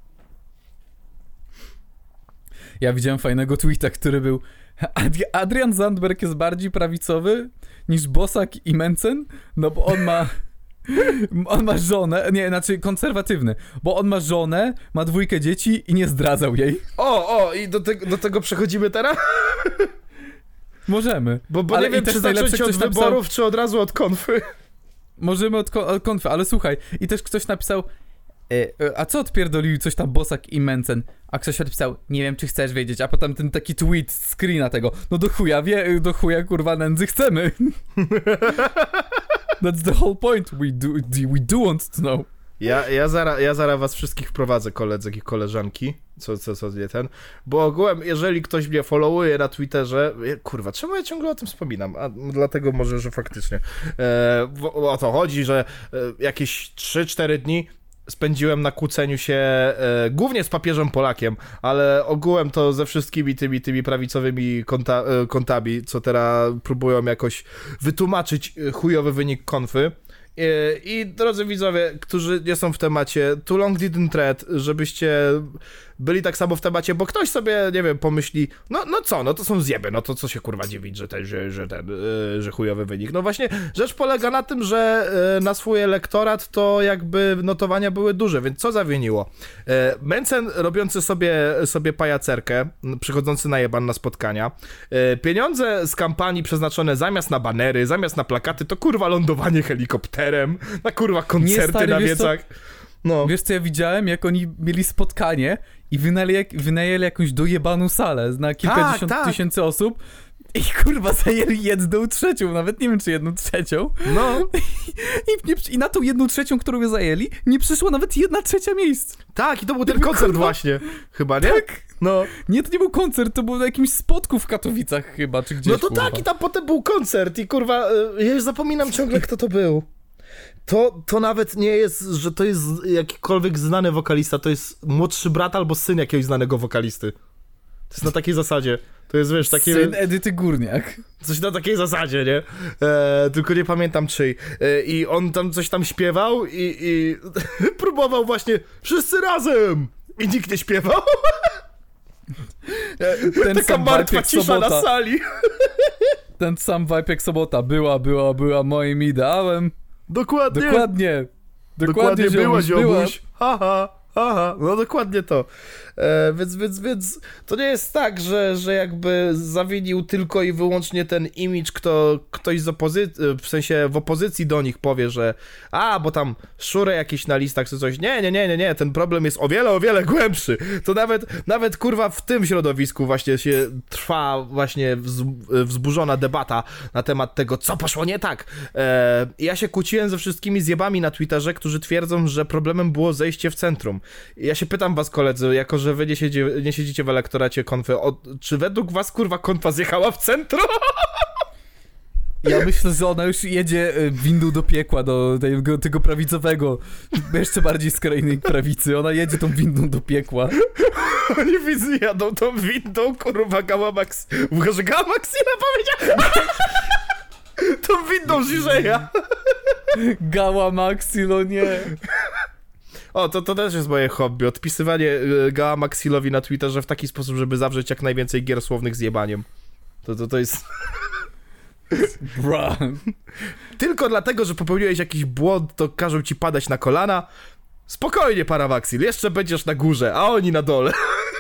[SPEAKER 3] Ja widziałem fajnego tweeta, który był Adrian Zandberg jest bardziej prawicowy niż Bosak i Mencen, no bo on ma żonę, nie, znaczy konserwatywny, bo on ma żonę, ma 2 dzieci i nie zdradzał jej.
[SPEAKER 2] I do tego przechodzimy teraz?
[SPEAKER 3] Możemy.
[SPEAKER 2] Bo
[SPEAKER 3] ale
[SPEAKER 2] nie wiem, czy zacząć od wyborów, czy od razu od konfy.
[SPEAKER 3] Możemy od konfy, ale słuchaj, i też ktoś napisał, a co odpierdolił coś tam Bosak i Mencen? A ktoś odpisał, nie wiem, czy chcesz wiedzieć, a potem ten taki tweet, screena tego, no do chuja kurwa nędzy chcemy. That's the whole point, we do want to know.
[SPEAKER 2] Ja zaraz was wszystkich wprowadzę, koledzy i koleżanki, co nie ten, bo ogółem, jeżeli ktoś mnie followuje na Twitterze, kurwa, czemu ja ciągle o tym wspominam? A dlatego może, że faktycznie o to chodzi, że jakieś 3-4 dni spędziłem na kłóceniu się głównie z papieżem Polakiem, ale ogółem to ze wszystkimi tymi prawicowymi kontami, co teraz próbują jakoś wytłumaczyć chujowy wynik konfy. I drodzy widzowie, którzy nie są w temacie, too long didn't thread, żebyście byli tak samo w temacie, bo ktoś sobie, nie wiem, pomyśli, no to są zjeby, no to co się kurwa dziwić, że chujowy wynik. No właśnie, rzecz polega na tym, że na swój elektorat to jakby notowania były duże, więc co zawiniło? Mencen robiący sobie pajacerkę, przychodzący na jeban na spotkania, pieniądze z kampanii przeznaczone zamiast na banery, zamiast na plakaty, to kurwa lądowanie helikopterem, na kurwa koncerty
[SPEAKER 3] stary,
[SPEAKER 2] na
[SPEAKER 3] wiesz
[SPEAKER 2] wiecach. No.
[SPEAKER 3] Wiesz co ja widziałem, jak oni mieli spotkanie i wynajęli jakąś dojebaną salę na kilkadziesiąt tysięcy osób i kurwa zajęli 1/3, nawet nie wiem czy 1/3.
[SPEAKER 2] No.
[SPEAKER 3] I na tą 1/3, którą zajęli, nie przyszło nawet 1/3 miejsc.
[SPEAKER 2] Tak, i to był ten koncert
[SPEAKER 3] kurwa,
[SPEAKER 2] właśnie, chyba, nie?
[SPEAKER 3] Tak.
[SPEAKER 2] No.
[SPEAKER 3] Nie, to nie był koncert, to był na jakimś spotku w Katowicach chyba, czy gdzieś.
[SPEAKER 2] No to
[SPEAKER 3] kurwa.
[SPEAKER 2] tak, i tam potem był koncert i kurwa, ja już zapominam ciągle, kto to był. To nawet nie jest, że to jest jakikolwiek znany wokalista, to jest młodszy brat albo syn jakiegoś znanego wokalisty. To jest na takiej zasadzie. To jest, wiesz, takie...
[SPEAKER 3] Syn Edyty Górniak.
[SPEAKER 2] Coś na takiej zasadzie, nie? Tylko nie pamiętam czyj. I on tam coś tam śpiewał i próbował właśnie wszyscy razem! I nikt nie śpiewał. Taka martwa cisza na sali.
[SPEAKER 3] Ten sam vibe jak Sobota. Była moim ideałem.
[SPEAKER 2] Dokładnie była, ziomuś. Haha. No dokładnie to. Więc to nie jest tak, że jakby zawinił tylko i wyłącznie ten imidż, ktoś z opozycji, w sensie w opozycji do nich powie, że bo tam szure jakieś na listach czy coś. Nie, ten problem jest o wiele głębszy. To nawet kurwa w tym środowisku właśnie się trwa właśnie wzburzona debata na temat tego, co poszło nie tak. Ja się kłóciłem ze wszystkimi zjebami na Twitterze, którzy twierdzą, że problemem było zejście w centrum. Ja się pytam was, koledzy, jako że wy nie siedzicie w elektoracie konfy, czy według was kurwa konfa zjechała w centrum?
[SPEAKER 3] Ja myślę, że ona już jedzie windą do piekła, do tego prawicowego, jeszcze bardziej skrajnej prawicy. Ona jedzie tą windą do piekła.
[SPEAKER 2] Oni widzą, jadą tą windą, kurwa, Może Gamaxila powiedział? Tą windą Żyżeja.
[SPEAKER 3] Gała Maxi, no nie.
[SPEAKER 2] O, to też jest moje hobby. Odpisywanie Gała Maxilowi na Twitterze w taki sposób, żeby zawrzeć jak najwięcej gier słownych z jebaniem. To jest...
[SPEAKER 3] Bra.
[SPEAKER 2] Tylko dlatego, że popełniłeś jakiś błąd, to każą ci padać na kolana. Spokojnie, Paramaxil, jeszcze będziesz na górze, a oni na dole.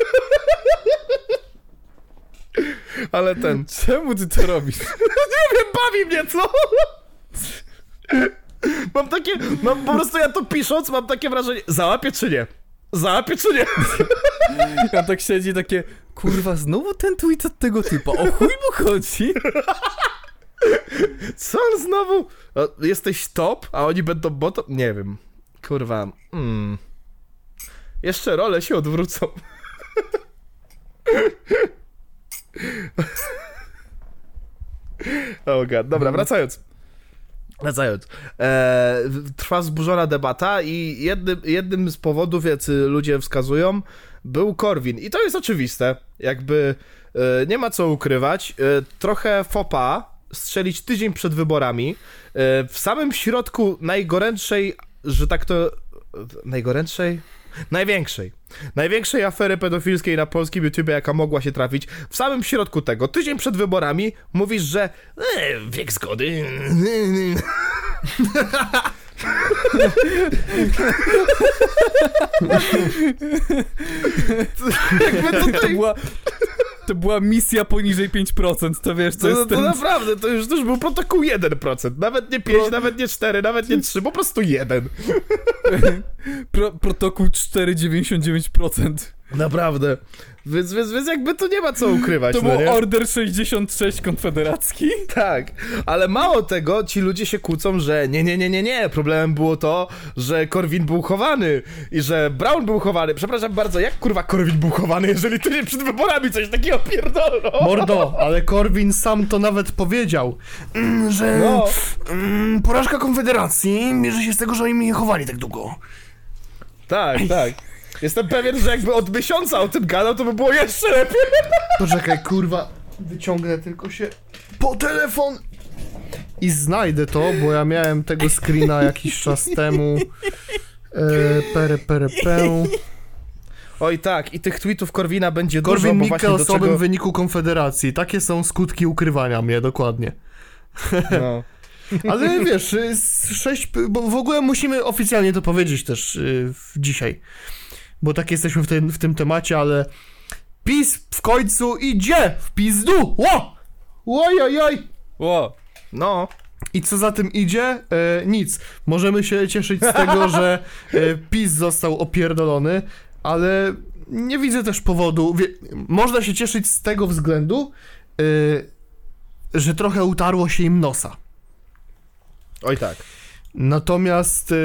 [SPEAKER 2] Ale ten...
[SPEAKER 3] Czemu ty to robisz?
[SPEAKER 2] Nie wiem, bawi mnie, co? Mam po prostu, ja to pisząc, mam takie wrażenie, załapie czy nie? Załapie czy nie?
[SPEAKER 3] Ja tak siedzi takie, kurwa, znowu ten tweet od tego typa, o chuj mu chodzi?
[SPEAKER 2] Co on znowu? Jesteś top, a oni będą bottom? Nie wiem. Kurwa. Jeszcze role się odwrócą. Oh god. Dobra, wracając. Trwa wzburzona debata i jednym z powodów, jacy ludzie wskazują, był Korwin. I to jest oczywiste. Jakby nie ma co ukrywać. Trochę fopa strzelić tydzień przed wyborami. W samym środku najgorętszej, że tak to... Największej afery pedofilskiej na polskim YouTube, jaka mogła się trafić, w samym środku tego, tydzień przed wyborami, mówisz, że wiek zgody.
[SPEAKER 3] To była misja poniżej 5%, to wiesz, co jest
[SPEAKER 2] to naprawdę, to już był protokół 1%, nawet nie 5, nawet nie 4, nawet nie 3, po prostu 1.
[SPEAKER 3] Protokół 4,99%.
[SPEAKER 2] Naprawdę. Więc jakby tu nie ma co ukrywać.
[SPEAKER 3] To był Order 66 konfederacki.
[SPEAKER 2] Tak, ale mało tego, ci ludzie się kłócą, że nie, problemem było to, że Korwin był chowany i że Braun był chowany. Przepraszam bardzo, jak kurwa Korwin był chowany, jeżeli ty nie przed wyborami coś takiego pierdolą?
[SPEAKER 1] Mordo, ale Korwin sam to nawet powiedział, że porażka Konfederacji mierzy się z tego, że oni mnie chowali tak długo.
[SPEAKER 2] Tak. Jestem pewien, że jakby od miesiąca o tym gadał, to by było jeszcze lepiej.
[SPEAKER 1] Poczekaj, kurwa, wyciągnę tylko się po telefon i znajdę to, bo ja miałem tego screena jakiś czas temu.
[SPEAKER 2] Oj tak, i tych tweetów Korwina będzie
[SPEAKER 1] Korwin
[SPEAKER 2] dużo, bo
[SPEAKER 1] Mikke
[SPEAKER 2] właśnie
[SPEAKER 1] o
[SPEAKER 2] do
[SPEAKER 1] słabym
[SPEAKER 2] czego...
[SPEAKER 1] wyniku Konfederacji. Takie są skutki ukrywania mnie, dokładnie.
[SPEAKER 2] No.
[SPEAKER 1] Ale wiesz, 6, bo w ogóle musimy oficjalnie to powiedzieć też dzisiaj, bo tak jesteśmy w tym temacie, ale PiS w końcu idzie w pizdu! Ojojoj!
[SPEAKER 2] No.
[SPEAKER 1] I co za tym idzie? Nic. Możemy się cieszyć z tego, że PiS został opierdolony, ale nie widzę też powodu. Można się cieszyć z tego względu, że trochę utarło się im nosa.
[SPEAKER 2] Oj tak.
[SPEAKER 1] Natomiast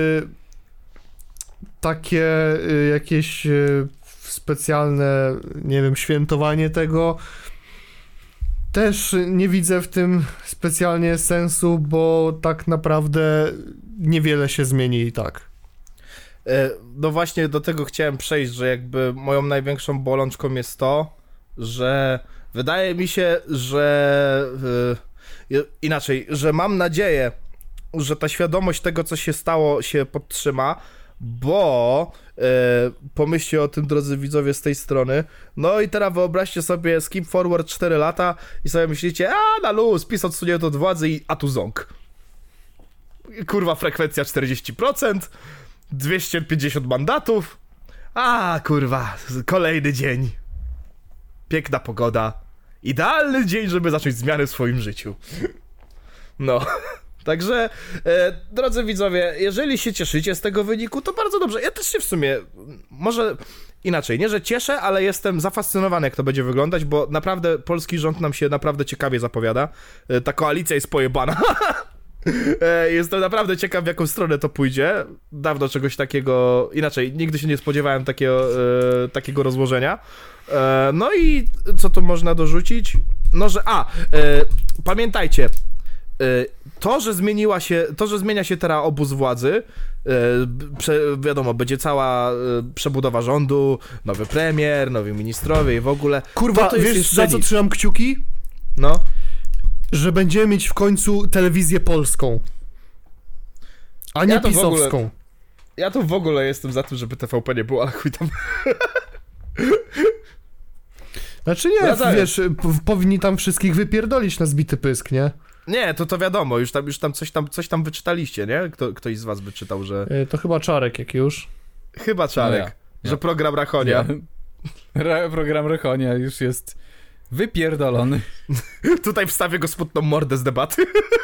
[SPEAKER 1] takie jakieś specjalne, nie wiem, świętowanie tego też nie widzę w tym specjalnie sensu, bo tak naprawdę niewiele się zmieni i tak.
[SPEAKER 2] No właśnie do tego chciałem przejść, że jakby moją największą bolączką jest to, że wydaje mi się, że inaczej, że mam nadzieję, że ta świadomość tego, co się stało, się podtrzyma, bo pomyślcie o tym, drodzy widzowie, z tej strony. No i teraz wyobraźcie sobie skip forward 4 lata i sobie myślicie, na luz, PiS odsunie od władzy i tu ząg. Kurwa, frekwencja 40%, 250 mandatów, kurwa, kolejny dzień, piękna pogoda, idealny dzień, żeby zacząć zmiany w swoim życiu. No... Także, drodzy widzowie, jeżeli się cieszycie z tego wyniku, to bardzo dobrze. Ja też się w sumie, może inaczej, nie że cieszę, ale jestem zafascynowany, jak to będzie wyglądać, bo naprawdę polski rząd nam się naprawdę ciekawie zapowiada. Ta koalicja jest pojebana. Jestem naprawdę ciekaw, w jaką stronę to pójdzie. Dawno czegoś takiego, inaczej, nigdy się nie spodziewałem takiego rozłożenia. No i co tu można dorzucić? No, że pamiętajcie, To, że zmienia się teraz obóz władzy, wiadomo, będzie cała przebudowa rządu, nowy premier, nowi ministrowie i w ogóle.
[SPEAKER 1] Kurwa,
[SPEAKER 2] to jest
[SPEAKER 1] wiesz
[SPEAKER 2] jeszcze
[SPEAKER 1] za co
[SPEAKER 2] nic.
[SPEAKER 1] trzymam kciuki?
[SPEAKER 2] No.
[SPEAKER 1] Że będziemy mieć w końcu telewizję polską. A nie
[SPEAKER 2] Ja to w ogóle-
[SPEAKER 1] pisowską.
[SPEAKER 2] Ja to w ogóle jestem za tym, żeby TVP nie było, ale chuj tam.
[SPEAKER 1] Znaczy nie,
[SPEAKER 2] Wracają.
[SPEAKER 1] wiesz, powinni tam wszystkich wypierdolić na zbity pysk, nie?
[SPEAKER 2] Nie, to wiadomo, już tam coś tam wyczytaliście, nie? Ktoś z was wyczytał, że...
[SPEAKER 1] To chyba Czarek jak już.
[SPEAKER 2] Chyba Czarek,
[SPEAKER 3] No ja.
[SPEAKER 2] że program Rachonia.
[SPEAKER 3] Program Rachonia już jest wypierdolony.
[SPEAKER 2] Tutaj wstawię go smutną mordę z debaty.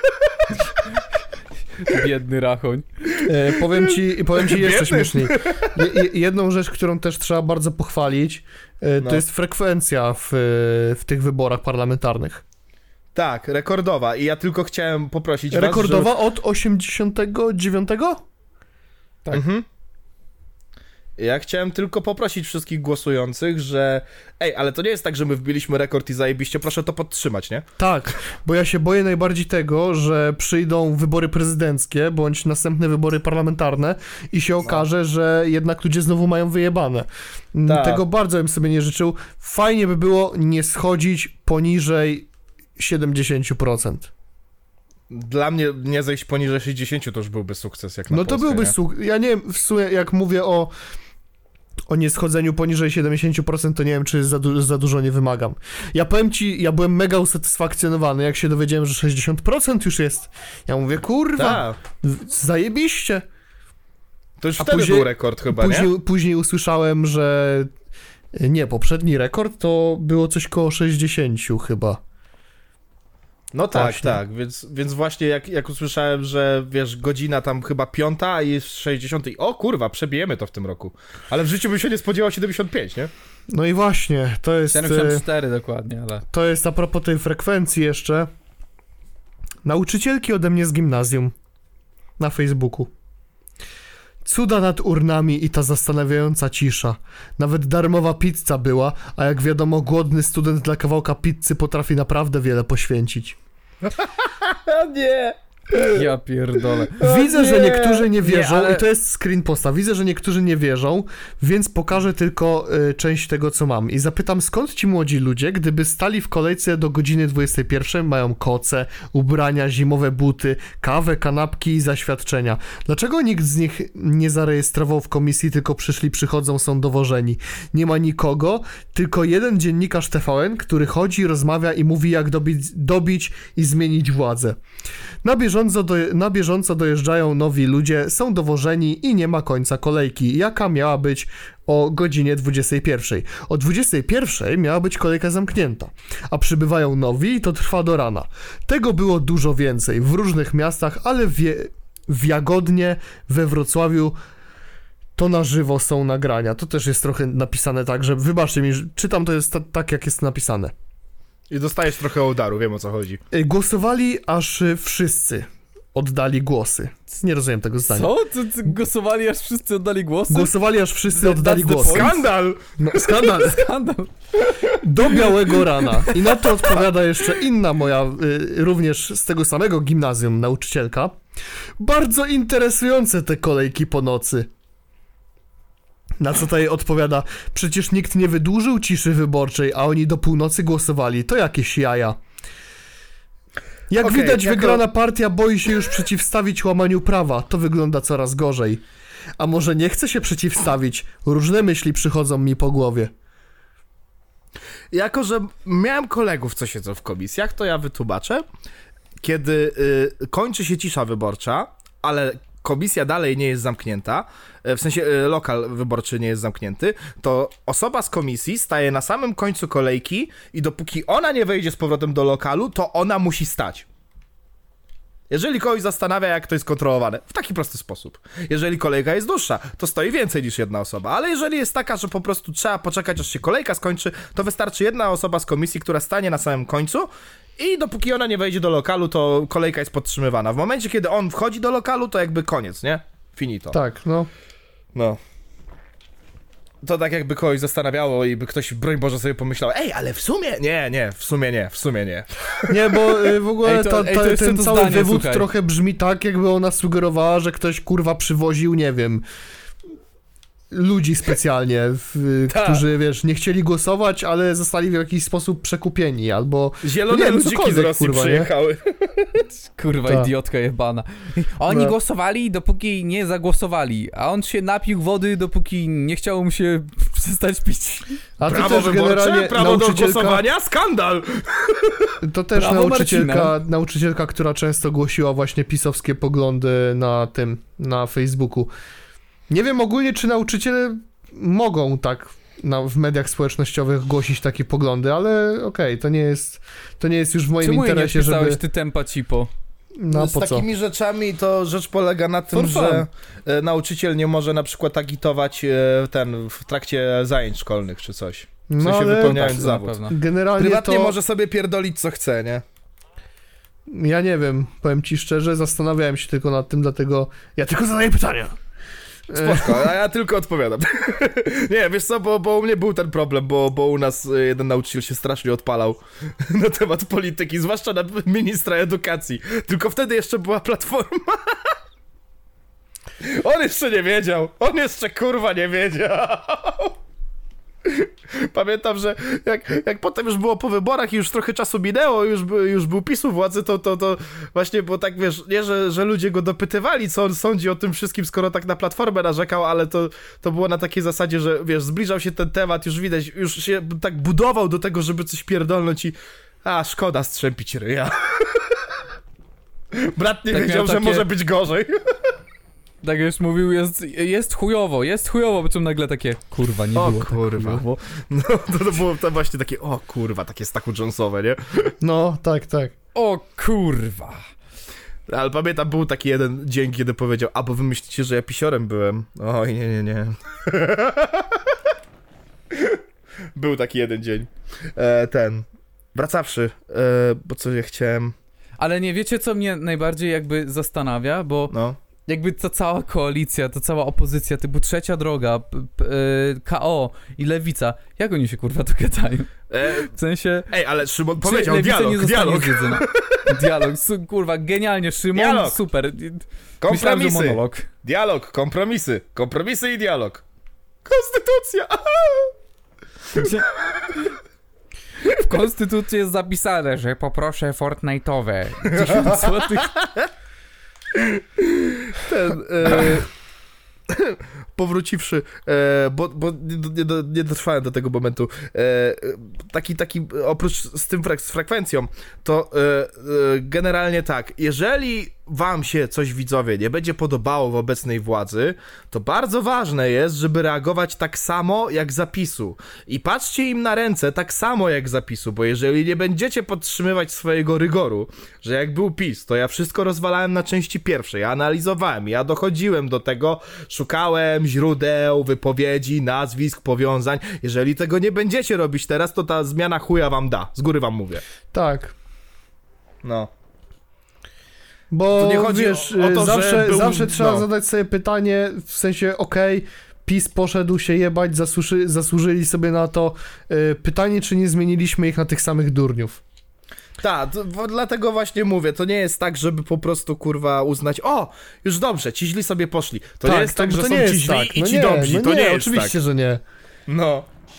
[SPEAKER 3] Biedny Rachoń.
[SPEAKER 1] Powiem ci jeszcze
[SPEAKER 2] Biedny.
[SPEAKER 1] śmieszniej. Jedną rzecz, którą też trzeba bardzo pochwalić,
[SPEAKER 2] No.
[SPEAKER 1] to jest frekwencja w tych wyborach parlamentarnych.
[SPEAKER 2] Tak, rekordowa i ja tylko chciałem poprosić
[SPEAKER 1] Rekordowa
[SPEAKER 2] was,
[SPEAKER 1] od 89?
[SPEAKER 3] Tak.
[SPEAKER 2] Mhm. Ja chciałem tylko poprosić wszystkich głosujących, że... Ej, ale to nie jest tak, że my wbiliśmy rekord i zajebiście, proszę to podtrzymać, nie?
[SPEAKER 1] Tak, bo ja się boję najbardziej tego, że przyjdą wybory prezydenckie, bądź następne wybory parlamentarne i się okaże, że jednak ludzie znowu mają wyjebane.
[SPEAKER 2] Tak.
[SPEAKER 1] Tego bardzo bym sobie nie życzył. Fajnie by było nie schodzić poniżej 70%.
[SPEAKER 2] Dla mnie nie zejść poniżej 60 to już byłby sukces, jak na
[SPEAKER 1] No to
[SPEAKER 2] Polskę,
[SPEAKER 1] byłby
[SPEAKER 2] nie?
[SPEAKER 1] sukces. Ja nie wiem, w sumie jak mówię o nieschodzeniu poniżej 70%, to nie wiem, czy za dużo nie wymagam. Ja powiem ci, ja byłem mega usatysfakcjonowany, jak się dowiedziałem, że 60% już jest. Ja mówię, kurwa,
[SPEAKER 2] Tak,
[SPEAKER 1] zajebiście.
[SPEAKER 2] to już
[SPEAKER 1] A
[SPEAKER 2] wtedy
[SPEAKER 1] później-
[SPEAKER 2] był rekord chyba, nie?
[SPEAKER 1] Później usłyszałem, że nie, poprzedni rekord to było coś koło 60 chyba.
[SPEAKER 2] No tak,
[SPEAKER 1] Właśnie.
[SPEAKER 2] tak, więc właśnie jak usłyszałem, że wiesz, godzina tam chyba 5, a jest 60 i o kurwa, przebijemy to w tym roku. Ale w życiu bym się nie spodziewał 75, nie?
[SPEAKER 1] No i właśnie, to jest
[SPEAKER 3] 74 dokładnie, ale...
[SPEAKER 1] To jest a propos tej frekwencji jeszcze. Nauczycielki ode mnie z gimnazjum. Na Facebooku. Cuda nad urnami i ta zastanawiająca cisza. Nawet darmowa pizza była, a jak wiadomo, głodny student dla kawałka pizzy potrafi naprawdę wiele poświęcić.
[SPEAKER 2] A nie!
[SPEAKER 3] Ja pierdolę.
[SPEAKER 1] Widzę, że niektórzy nie wierzą,
[SPEAKER 2] Nie, ale-
[SPEAKER 1] i to jest screen posta. Widzę, że niektórzy nie wierzą, więc pokażę tylko część tego, co mam. I zapytam, skąd ci młodzi ludzie, gdyby stali w kolejce do godziny 21, mają koce, ubrania, zimowe buty, kawę, kanapki i zaświadczenia. Dlaczego nikt z nich nie zarejestrował w komisji, tylko przychodzą, są dowożeni? Nie ma nikogo, tylko jeden dziennikarz TVN, który chodzi, rozmawia i mówi, jak dobić i zmienić władzę. Na bieżąco dojeżdżają nowi ludzie, są dowożeni i nie ma końca kolejki, jaka miała być o godzinie 21. O 21 miała być kolejka zamknięta, a przybywają nowi i to trwa do rana. Tego było dużo więcej w różnych miastach, ale w Jagodnie, we Wrocławiu to na żywo są nagrania. To też jest trochę napisane tak, że wybaczcie mi, że czytam to jest tak, jak jest napisane.
[SPEAKER 2] I dostajesz trochę udaru, wiem o co chodzi.
[SPEAKER 1] Głosowali aż wszyscy oddali głosy. Nie rozumiem tego zdania.
[SPEAKER 3] Co? Ty głosowali, aż wszyscy oddali głosy?
[SPEAKER 1] Głosowali aż wszyscy oddali
[SPEAKER 3] That's the
[SPEAKER 1] głosy.
[SPEAKER 3] point.
[SPEAKER 2] Skandal!
[SPEAKER 1] No, skandal.
[SPEAKER 3] Skandal.
[SPEAKER 1] Do białego rana. I na to odpowiada jeszcze inna moja, również z tego samego gimnazjum, nauczycielka. Bardzo interesujące te kolejki po nocy. Na co ta jej odpowiada, przecież nikt nie wydłużył ciszy wyborczej, a oni do północy głosowali. To jakieś jaja. Jak
[SPEAKER 2] Okej,
[SPEAKER 1] widać,
[SPEAKER 2] jako-
[SPEAKER 1] wygrana partia boi się już przeciwstawić łamaniu prawa. To wygląda coraz gorzej. A może nie chce się przeciwstawić? Różne myśli przychodzą mi po głowie.
[SPEAKER 2] Jako, że miałem kolegów, co siedzą w komisjach, to ja wytłumaczę. Kiedy kończy się cisza wyborcza, ale komisja dalej nie jest zamknięta, w sensie lokal wyborczy nie jest zamknięty, to osoba z komisji staje na samym końcu kolejki i dopóki ona nie wejdzie z powrotem do lokalu, to ona musi stać. Jeżeli kogoś zastanawia, jak to jest kontrolowane, w taki prosty sposób. Jeżeli kolejka jest dłuższa, to stoi więcej niż jedna osoba, ale jeżeli jest taka, że po prostu trzeba poczekać, aż się kolejka skończy, to wystarczy jedna osoba z komisji, która stanie na samym końcu i dopóki ona nie wejdzie do lokalu, to kolejka jest podtrzymywana. W momencie, kiedy on wchodzi do lokalu, to jakby koniec, nie? Finito.
[SPEAKER 1] Tak, no.
[SPEAKER 2] No. to tak jakby kogoś zastanawiało i by ktoś, broń Boże, sobie pomyślał, ej, ale w sumie? Nie, w sumie nie.
[SPEAKER 1] Nie, bo w ogóle
[SPEAKER 3] to jeszcze
[SPEAKER 1] ten
[SPEAKER 3] to
[SPEAKER 1] cały
[SPEAKER 3] zdanie,
[SPEAKER 1] wywód
[SPEAKER 3] słuchaj.
[SPEAKER 1] trochę brzmi tak, jakby ona sugerowała, że ktoś kurwa przywoził, nie wiem, ludzi specjalnie,
[SPEAKER 2] Tak.
[SPEAKER 1] którzy, wiesz, nie chcieli głosować, ale zostali w jakiś sposób przekupieni, albo...
[SPEAKER 2] Zielone
[SPEAKER 1] Nie wiem,
[SPEAKER 2] ludziki z
[SPEAKER 1] cokolwiek,
[SPEAKER 2] Rosji
[SPEAKER 1] kurwa, nie?
[SPEAKER 2] przyjechały.
[SPEAKER 3] Kurwa,
[SPEAKER 1] Tak.
[SPEAKER 3] idiotka jebana. Oni
[SPEAKER 1] No.
[SPEAKER 3] głosowali, dopóki nie zagłosowali, a on się napił wody, dopóki nie chciało mu się przestać pić.
[SPEAKER 1] A to
[SPEAKER 2] Prawo
[SPEAKER 1] też
[SPEAKER 2] wyborcze,
[SPEAKER 1] generalnie
[SPEAKER 2] prawo do
[SPEAKER 1] nauczycielka...
[SPEAKER 2] głosowania, skandal!
[SPEAKER 1] To też
[SPEAKER 3] Brawo,
[SPEAKER 1] nauczycielka, która często głosiła właśnie pisowskie poglądy na Facebooku. Nie wiem ogólnie, czy nauczyciele mogą tak w mediach społecznościowych głosić takie poglądy, ale okej, to nie jest już w moim
[SPEAKER 3] Czemu jej nie
[SPEAKER 1] interesie,
[SPEAKER 3] wpisałeś,
[SPEAKER 1] żeby...
[SPEAKER 3] ty tempa cipo?
[SPEAKER 1] No
[SPEAKER 2] Z
[SPEAKER 1] po co?
[SPEAKER 2] takimi rzeczami to rzecz polega na tym,
[SPEAKER 3] For fun.
[SPEAKER 2] że nauczyciel nie może na przykład agitować w trakcie zajęć szkolnych czy coś. W
[SPEAKER 1] No
[SPEAKER 2] sensie
[SPEAKER 1] ale
[SPEAKER 2] wypełniając
[SPEAKER 3] Na
[SPEAKER 2] zawód.
[SPEAKER 3] pewno.
[SPEAKER 1] generalnie
[SPEAKER 2] Prywatnie
[SPEAKER 1] to...
[SPEAKER 2] może sobie pierdolić co chce, nie?
[SPEAKER 1] Ja nie wiem, powiem ci szczerze, zastanawiałem się tylko nad tym, dlatego ja tylko zadaję pytania.
[SPEAKER 2] Spoko, a ja tylko odpowiadam. Nie, wiesz co, bo u mnie był ten problem, bo u nas jeden nauczyciel się strasznie odpalał na temat polityki, zwłaszcza na ministra edukacji. Tylko wtedy jeszcze była Platforma. On jeszcze nie wiedział. On jeszcze kurwa nie wiedział. Pamiętam, że jak potem już było po wyborach i już trochę czasu minęło, już był PiS u władzy, to właśnie, bo tak wiesz, nie, że ludzie go dopytywali, co on sądzi o tym wszystkim, skoro tak na Platformę narzekał, ale to było na takiej zasadzie, że wiesz, zbliżał się ten temat, już widać, już się tak budował do tego, żeby coś pierdolnąć i szkoda strzępić ryja. Brat nie
[SPEAKER 3] Tak
[SPEAKER 2] wiedział,
[SPEAKER 3] miał
[SPEAKER 2] że
[SPEAKER 3] takie-
[SPEAKER 2] może być gorzej.
[SPEAKER 3] Tak już mówił, jest chujowo, bo czym nagle takie, kurwa, nie
[SPEAKER 2] O
[SPEAKER 3] było
[SPEAKER 2] kurwa.
[SPEAKER 3] tak chujowo.
[SPEAKER 2] No, to było to właśnie takie, o kurwa, takie Stachu Jonesowe, nie?
[SPEAKER 1] No, tak.
[SPEAKER 3] O kurwa.
[SPEAKER 2] Ale pamiętam, był taki jeden dzień, kiedy powiedział, bo wy myślicie, że ja pisiorem byłem. Oj, nie. Był taki jeden dzień. Wracawszy, bo co ja chciałem,
[SPEAKER 3] Ale nie wiecie, co mnie najbardziej jakby zastanawia, bo
[SPEAKER 2] no.
[SPEAKER 3] jakby ta cała koalicja, ta cała opozycja, typu Trzecia Droga, KO i Lewica, jak oni się kurwa dogadają? W sensie...
[SPEAKER 2] Ej, ale Szymon
[SPEAKER 3] czy
[SPEAKER 2] powiedział,
[SPEAKER 3] Lewica nie zostanie
[SPEAKER 2] dialog.
[SPEAKER 3] zjedzona? Dialog, kurwa, genialnie, Szymon,
[SPEAKER 2] Dialog.
[SPEAKER 3] super. Myślałem, że
[SPEAKER 2] Kompromisy.
[SPEAKER 3] monolog.
[SPEAKER 2] Dialog, kompromisy i dialog. Konstytucja!
[SPEAKER 3] W konstytucji jest zapisane, że poproszę Fortnite'owe 10 złotych.
[SPEAKER 2] Powróciwszy, bo nie dotrwałem do tego momentu, taki oprócz z frekwencją, to generalnie tak, jeżeli wam się coś, widzowie, nie będzie podobało w obecnej władzy, to bardzo ważne jest, żeby reagować tak samo jak Zapisu. I patrzcie im na ręce tak samo jak Zapisu, bo jeżeli nie będziecie podtrzymywać swojego rygoru, że jak był PiS, to ja wszystko rozwalałem na części pierwszej, ja analizowałem, ja dochodziłem do tego, szukałem źródeł, wypowiedzi, nazwisk, powiązań. Jeżeli tego nie będziecie robić teraz, to ta zmiana chuja wam da. Z góry wam mówię.
[SPEAKER 1] Tak.
[SPEAKER 2] No.
[SPEAKER 1] Bo
[SPEAKER 2] To nie chodzi
[SPEAKER 1] wiesz,
[SPEAKER 2] o to, że
[SPEAKER 1] zawsze trzeba
[SPEAKER 2] no.
[SPEAKER 1] zadać sobie pytanie, w sensie, PiS poszedł się jebać, zasłużyli sobie na to. Pytanie, czy nie zmieniliśmy ich na tych samych durniów.
[SPEAKER 2] Tak, dlatego właśnie mówię, to nie jest tak, żeby po prostu, kurwa, uznać, już dobrze, ci źli sobie poszli. To nie jest tak, że
[SPEAKER 1] to
[SPEAKER 2] są
[SPEAKER 1] nie
[SPEAKER 2] ci
[SPEAKER 1] jest
[SPEAKER 2] źli
[SPEAKER 1] tak.
[SPEAKER 2] i
[SPEAKER 1] No
[SPEAKER 2] ci
[SPEAKER 1] nie,
[SPEAKER 2] dobrzy,
[SPEAKER 1] no
[SPEAKER 2] to nie jest
[SPEAKER 1] oczywiście,
[SPEAKER 2] tak.
[SPEAKER 1] że nie.
[SPEAKER 2] No.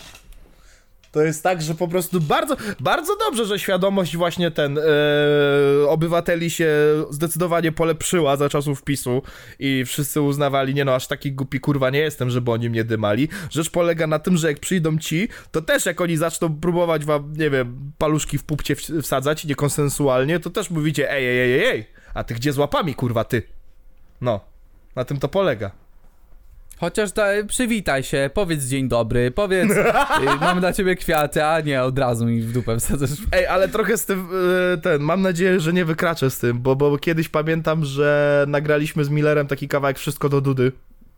[SPEAKER 2] To jest tak, że po prostu bardzo, bardzo dobrze, że świadomość właśnie obywateli się zdecydowanie polepszyła za czasów PiS-u i wszyscy uznawali, aż taki głupi kurwa nie jestem, żeby oni mnie dymali. Rzecz polega na tym, że jak przyjdą ci, to też jak oni zaczną próbować wam, nie wiem, paluszki w pupcie wsadzać niekonsensualnie, to też mówicie, ej, a ty gdzie z łapami, kurwa, ty? No, na tym to polega.
[SPEAKER 3] Chociaż przywitaj się, powiedz dzień dobry, powiedz mam dla ciebie kwiaty, a nie od razu mi w dupę wsadzasz.
[SPEAKER 2] Ej, ale trochę z tym, mam nadzieję, że nie wykraczę z tym, bo kiedyś pamiętam, że nagraliśmy z Millerem taki kawałek Wszystko do Dudy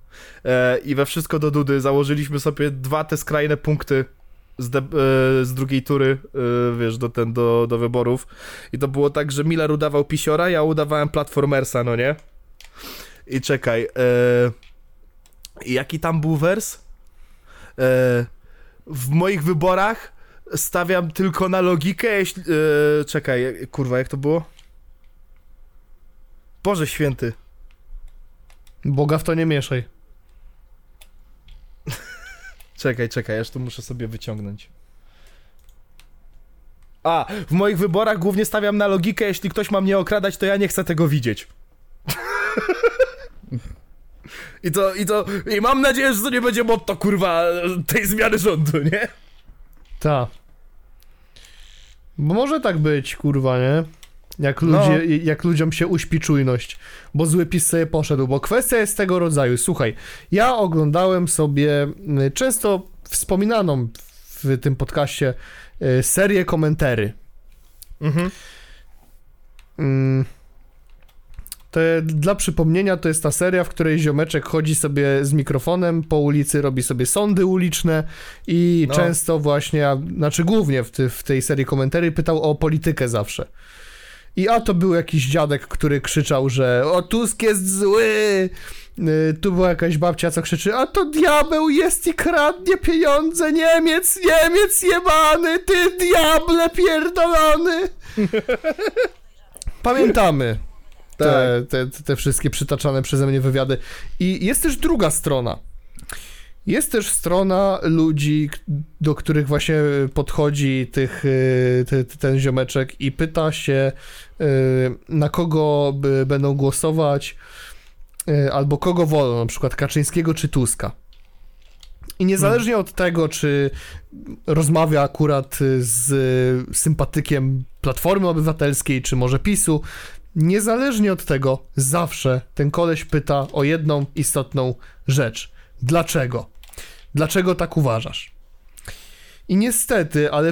[SPEAKER 2] i we Wszystko do Dudy założyliśmy sobie 2 te skrajne punkty z drugiej tury, wiesz, do wyborów i to było tak, że Miller udawał pisiora, ja udawałem platformersa, no nie? I czekaj, jaki tam był wers? w moich wyborach stawiam tylko na logikę, jeśli... czekaj, kurwa, jak to było? Boże święty.
[SPEAKER 1] Boga w to nie mieszaj.
[SPEAKER 2] Czekaj, aż to muszę sobie wyciągnąć. W moich wyborach głównie stawiam na logikę, jeśli ktoś ma mnie okradać, to ja nie chcę tego widzieć. I mam nadzieję, że to nie będzie motto, kurwa, tej zmiany rządu, nie?
[SPEAKER 1] Tak. Bo może tak być, kurwa, nie? Jak ludziom się uśpi czujność, bo zły PiS sobie poszedł, bo kwestia jest tego rodzaju. Słuchaj, ja oglądałem sobie często wspominaną w tym podcaście serię Komentary. Dla przypomnienia, to jest ta seria, w której ziomeczek chodzi sobie z mikrofonem po ulicy, robi sobie sądy uliczne i często właśnie, znaczy głównie w tej serii Komentary pytał o politykę zawsze. I to był jakiś dziadek, który krzyczał, że Tusk jest zły. Tu była jakaś babcia, co krzyczy, a to diabeł jest i kradnie pieniądze, Niemiec jebany, ty diable pierdolony. Pamiętamy te wszystkie przytaczane przeze mnie wywiady. I jest też druga strona. Jest też strona ludzi, do których właśnie podchodzi ten ziomeczek i pyta się, na kogo będą głosować, albo kogo wolą, na przykład Kaczyńskiego czy Tuska. I niezależnie od tego, czy rozmawia akurat z sympatykiem Platformy Obywatelskiej, czy może PiS-u, niezależnie od tego, zawsze ten koleś pyta o jedną istotną rzecz. Dlaczego? Dlaczego tak uważasz? I niestety, ale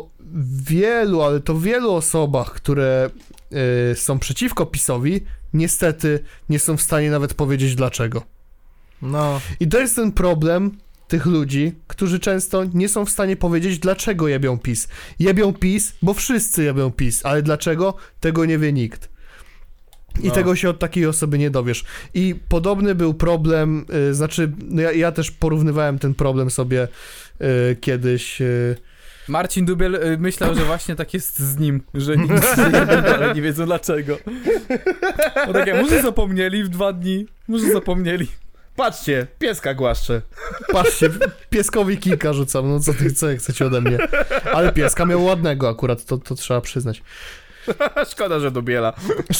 [SPEAKER 1] wielu osobach, które są przeciwko PiS-owi, niestety nie są w stanie nawet powiedzieć dlaczego. I to jest ten problem tych ludzi, którzy często nie są w stanie powiedzieć, dlaczego jebią PiS. Jebią PiS, bo wszyscy jebią PiS, ale dlaczego? Tego nie wie nikt. I tego się od takiej osoby nie dowiesz. I podobny był problem, ja też porównywałem ten problem sobie kiedyś.
[SPEAKER 3] Marcin Dubiel myślał, że właśnie tak jest z nim, że nikt ale nie wiedzą dlaczego. No tak, może zapomnieli w 2 dni, może zapomnieli.
[SPEAKER 2] Patrzcie, pieska głaszczę.
[SPEAKER 1] Patrzcie, pieskowi kilka rzucam, no co chcecie ode mnie. Ale pieska miał ładnego akurat, to trzeba przyznać.
[SPEAKER 2] Szkoda, że Dubiela.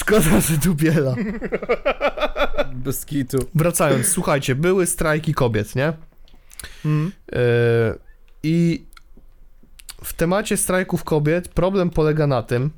[SPEAKER 3] Bez kitu.
[SPEAKER 1] Wracając, słuchajcie, były strajki kobiet, nie? I w temacie strajków kobiet problem polega na tym,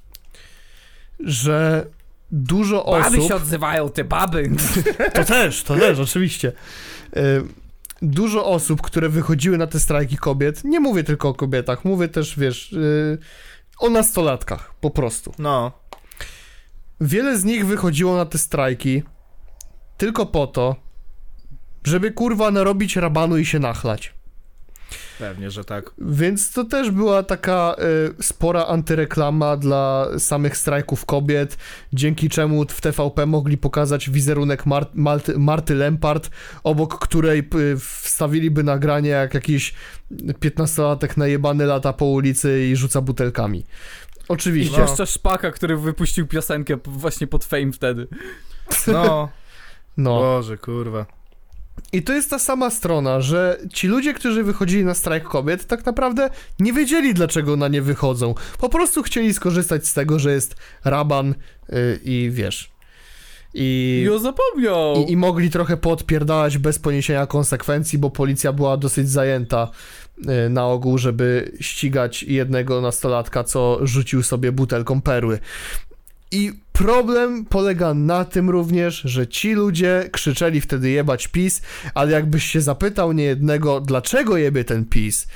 [SPEAKER 1] że dużo osób...
[SPEAKER 3] Baby się odzywają, te baby!
[SPEAKER 1] To też, oczywiście. Dużo osób, które wychodziły na te strajki kobiet, nie mówię tylko o kobietach, mówię też, wiesz, o nastolatkach, po prostu. Wiele z nich wychodziło na te strajki tylko po to, żeby kurwa narobić rabanu i się nachlać.
[SPEAKER 2] Pewnie, że tak. Więc
[SPEAKER 1] to też była taka spora antyreklama dla samych strajków kobiet, dzięki czemu w TVP mogli pokazać wizerunek Marty Lempart, obok której wstawiliby nagranie, jak jakiś 15-latek najebany lata po ulicy i rzuca butelkami. Oczywiście.
[SPEAKER 3] I jeszcze Szpaka, który wypuścił piosenkę właśnie pod Fame wtedy.
[SPEAKER 2] Boże, kurwa.
[SPEAKER 1] I to jest ta sama strona, że ci ludzie, którzy wychodzili na strajk kobiet, tak naprawdę nie wiedzieli, dlaczego na nie wychodzą. Po prostu chcieli skorzystać z tego, że jest raban i wiesz... I
[SPEAKER 3] zapomniał!
[SPEAKER 1] I mogli trochę poodpierdalać bez poniesienia konsekwencji, bo policja była dosyć zajęta na ogół, żeby ścigać jednego nastolatka, co rzucił sobie butelką perły. I problem polega na tym również, że ci ludzie krzyczeli wtedy jebać PiS, ale jakbyś się zapytał niejednego, dlaczego jebie ten PiS,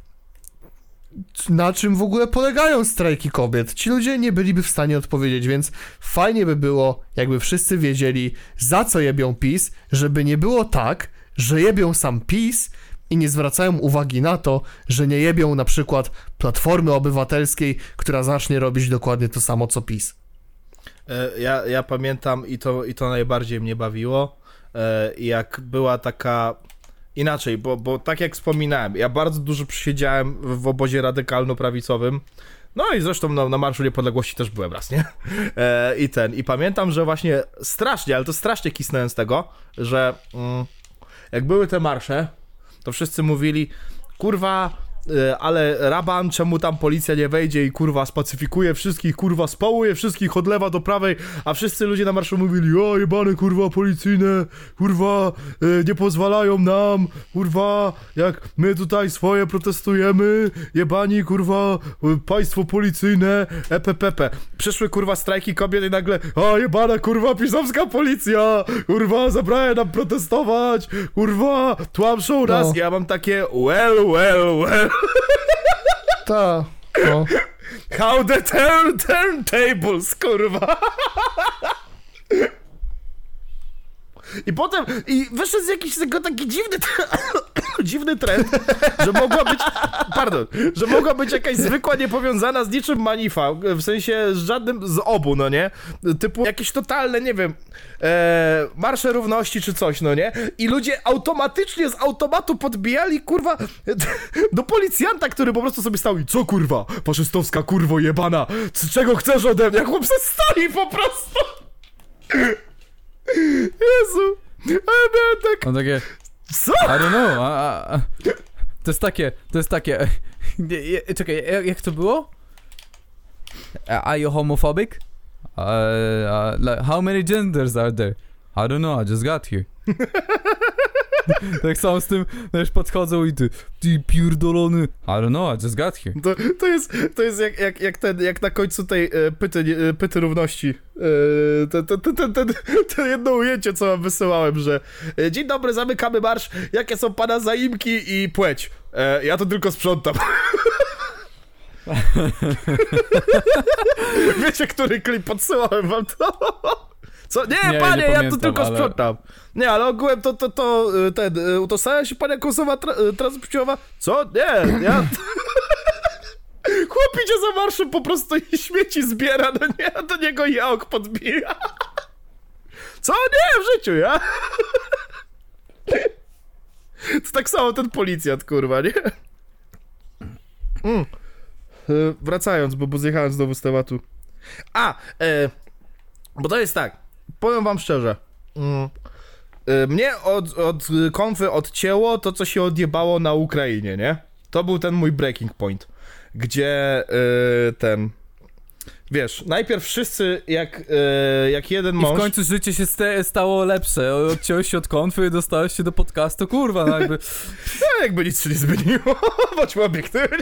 [SPEAKER 1] na czym w ogóle polegają strajki kobiet, ci ludzie nie byliby w stanie odpowiedzieć, więc fajnie by było, jakby wszyscy wiedzieli, za co jebią PiS, żeby nie było tak, że jebią sam PiS i nie zwracają uwagi na to, że nie jebią na przykład Platformy Obywatelskiej, która zacznie robić dokładnie to samo, co PiS.
[SPEAKER 2] Ja pamiętam i to najbardziej mnie bawiło, jak była taka inaczej, bo tak jak wspominałem, ja bardzo dużo przesiedziałem w obozie radykalno-prawicowym, no i zresztą na Marszu Niepodległości też byłem raz, nie? I pamiętam, że właśnie strasznie, ale to strasznie kisnąłem z tego, że jak były te marsze, to wszyscy mówili, kurwa, ale raban, czemu tam policja nie wejdzie i kurwa spacyfikuje wszystkich, kurwa spałuje wszystkich od lewa do prawej, a wszyscy ludzie na marszu mówili, o jebane kurwa policyjne, kurwa nie pozwalają nam, kurwa jak my tutaj swoje protestujemy, jebani kurwa państwo policyjne, epepepe. Przyszły kurwa strajki kobiet i nagle, o jebana kurwa pisowska policja, kurwa zabrałem nam protestować, kurwa tłamszą raz.
[SPEAKER 1] No.
[SPEAKER 2] Ja mam takie well.
[SPEAKER 1] Ta, no.
[SPEAKER 2] How the turntables, kurwa. I potem, wyszedł z jakiś tego taki dziwny trend, że mogła być jakaś zwykła, niepowiązana z niczym manifa, w sensie z żadnym z obu, no nie? Typu jakieś totalne, nie wiem, marsze równości czy coś, no nie? I ludzie automatycznie z automatu podbijali, kurwa, do policjanta, który po prostu sobie stał i co, kurwa, faszystowska kurwo jebana, czego chcesz ode mnie? Jak chłop se stoi po prostu. Jezu, ale miałem tak...
[SPEAKER 3] On takie,
[SPEAKER 2] Co?
[SPEAKER 3] I don't know, to jest takie, czekaj, jak to było? Are you homophobic? Like, how many genders are there? I don't know, I just got here. Tak samo z tym, wiesz, podchodzą i ty pierdolony, I don't know, I just got here.
[SPEAKER 2] To jest jak na końcu tej pyty równości. To jedno ujęcie, co wam wysyłałem, że dzień dobry, zamykamy marsz, jakie są pana zaimki i płeć? Ja to tylko sprzątam. Wiecie, który klip podsyłałem wam to? Co? Nie, panie,
[SPEAKER 3] nie
[SPEAKER 2] ja
[SPEAKER 3] pamiętam,
[SPEAKER 2] tu tylko
[SPEAKER 3] ale...
[SPEAKER 2] sprzątam. Nie, ale ogółem utożsamia się pan jako osoba transpłciowa? Co? Nie, ja... Chłop idzie za marszem po prostu i śmieci zbiera, no nie, a do niego jałk podbija. Co? Nie, w życiu, ja... To tak samo ten policjant, kurwa, nie? Wracając, bo zjechałem znowu z tematu. Bo to jest tak, powiem wam szczerze, mnie od konfy odcięło to, co się odjebało na Ukrainie, nie? To był ten mój breaking point, gdzie wiesz, najpierw wszyscy jak jeden mąż...
[SPEAKER 3] I w końcu życie się stało lepsze, odciąłeś się od konfy, dostałeś się do podcastu, kurwa, no jakby...
[SPEAKER 2] No, jakby nic się nie zmieniło, bądźmy obiektywni.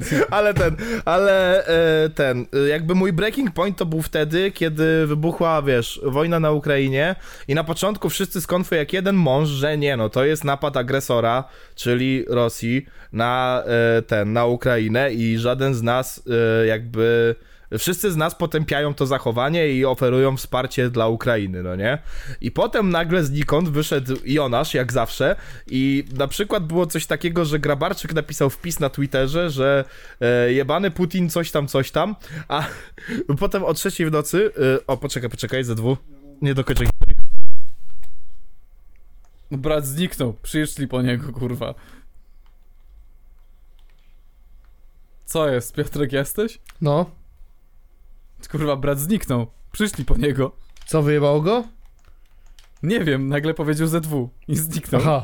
[SPEAKER 2] Ale jakby mój breaking point to był wtedy, kiedy wybuchła, wiesz, wojna na Ukrainie i na początku wszyscy z konfy jak jeden mąż, że nie, no to jest napad agresora, czyli Rosji na Ukrainę i żaden z nas jakby... Wszyscy z nas potępiają to zachowanie i oferują wsparcie dla Ukrainy, no nie? I potem nagle znikąd wyszedł Jonasz, jak zawsze, i na przykład było coś takiego, że Grabarczyk napisał wpis na Twitterze, że jebany Putin coś tam, a potem o 3:00 w nocy... poczekaj, ZW. Nie dokończę.
[SPEAKER 3] Brat zniknął, przyszli po niego, kurwa. Co jest, Piotrek, jesteś?
[SPEAKER 1] No.
[SPEAKER 3] Kurwa, brat zniknął. Przyszli po niego.
[SPEAKER 1] Co, wyjebało go?
[SPEAKER 3] Nie wiem, nagle powiedział ZW i zniknął.
[SPEAKER 1] Aha.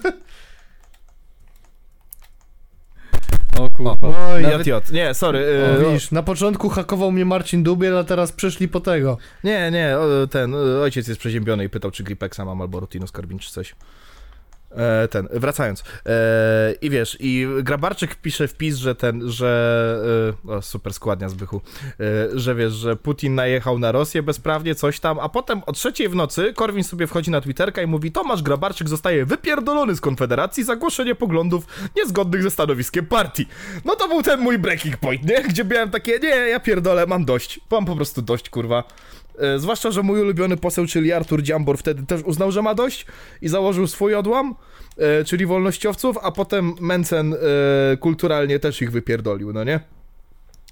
[SPEAKER 3] O kurwa.
[SPEAKER 1] Oj,
[SPEAKER 2] JJ. Nie, sorry.
[SPEAKER 1] widzisz, na początku hakował mnie Marcin Dubiel, a teraz przyszli po tego.
[SPEAKER 2] Nie, ojciec jest przeziębiony i pytał, czy Gripexa mam albo Rutinus Carbin, czy coś. Wracając. I wiesz, i Grabarczyk pisze wpis, że super składnia Zbychu, że wiesz, że Putin najechał na Rosję bezprawnie, coś tam, a potem o 3:00 w nocy Korwin sobie wchodzi na Twitterka i mówi: Tomasz Grabarczyk zostaje wypierdolony z Konfederacji za głoszenie poglądów niezgodnych ze stanowiskiem partii. No to był ten mój breaking point, nie? Gdzie miałem takie, nie, ja pierdolę, mam dość. Mam po prostu dość, kurwa. Zwłaszcza, że mój ulubiony poseł, czyli Artur Dziambor, wtedy też uznał, że ma dość i założył swój odłam, czyli wolnościowców, a potem Mencen kulturalnie też ich wypierdolił, no nie?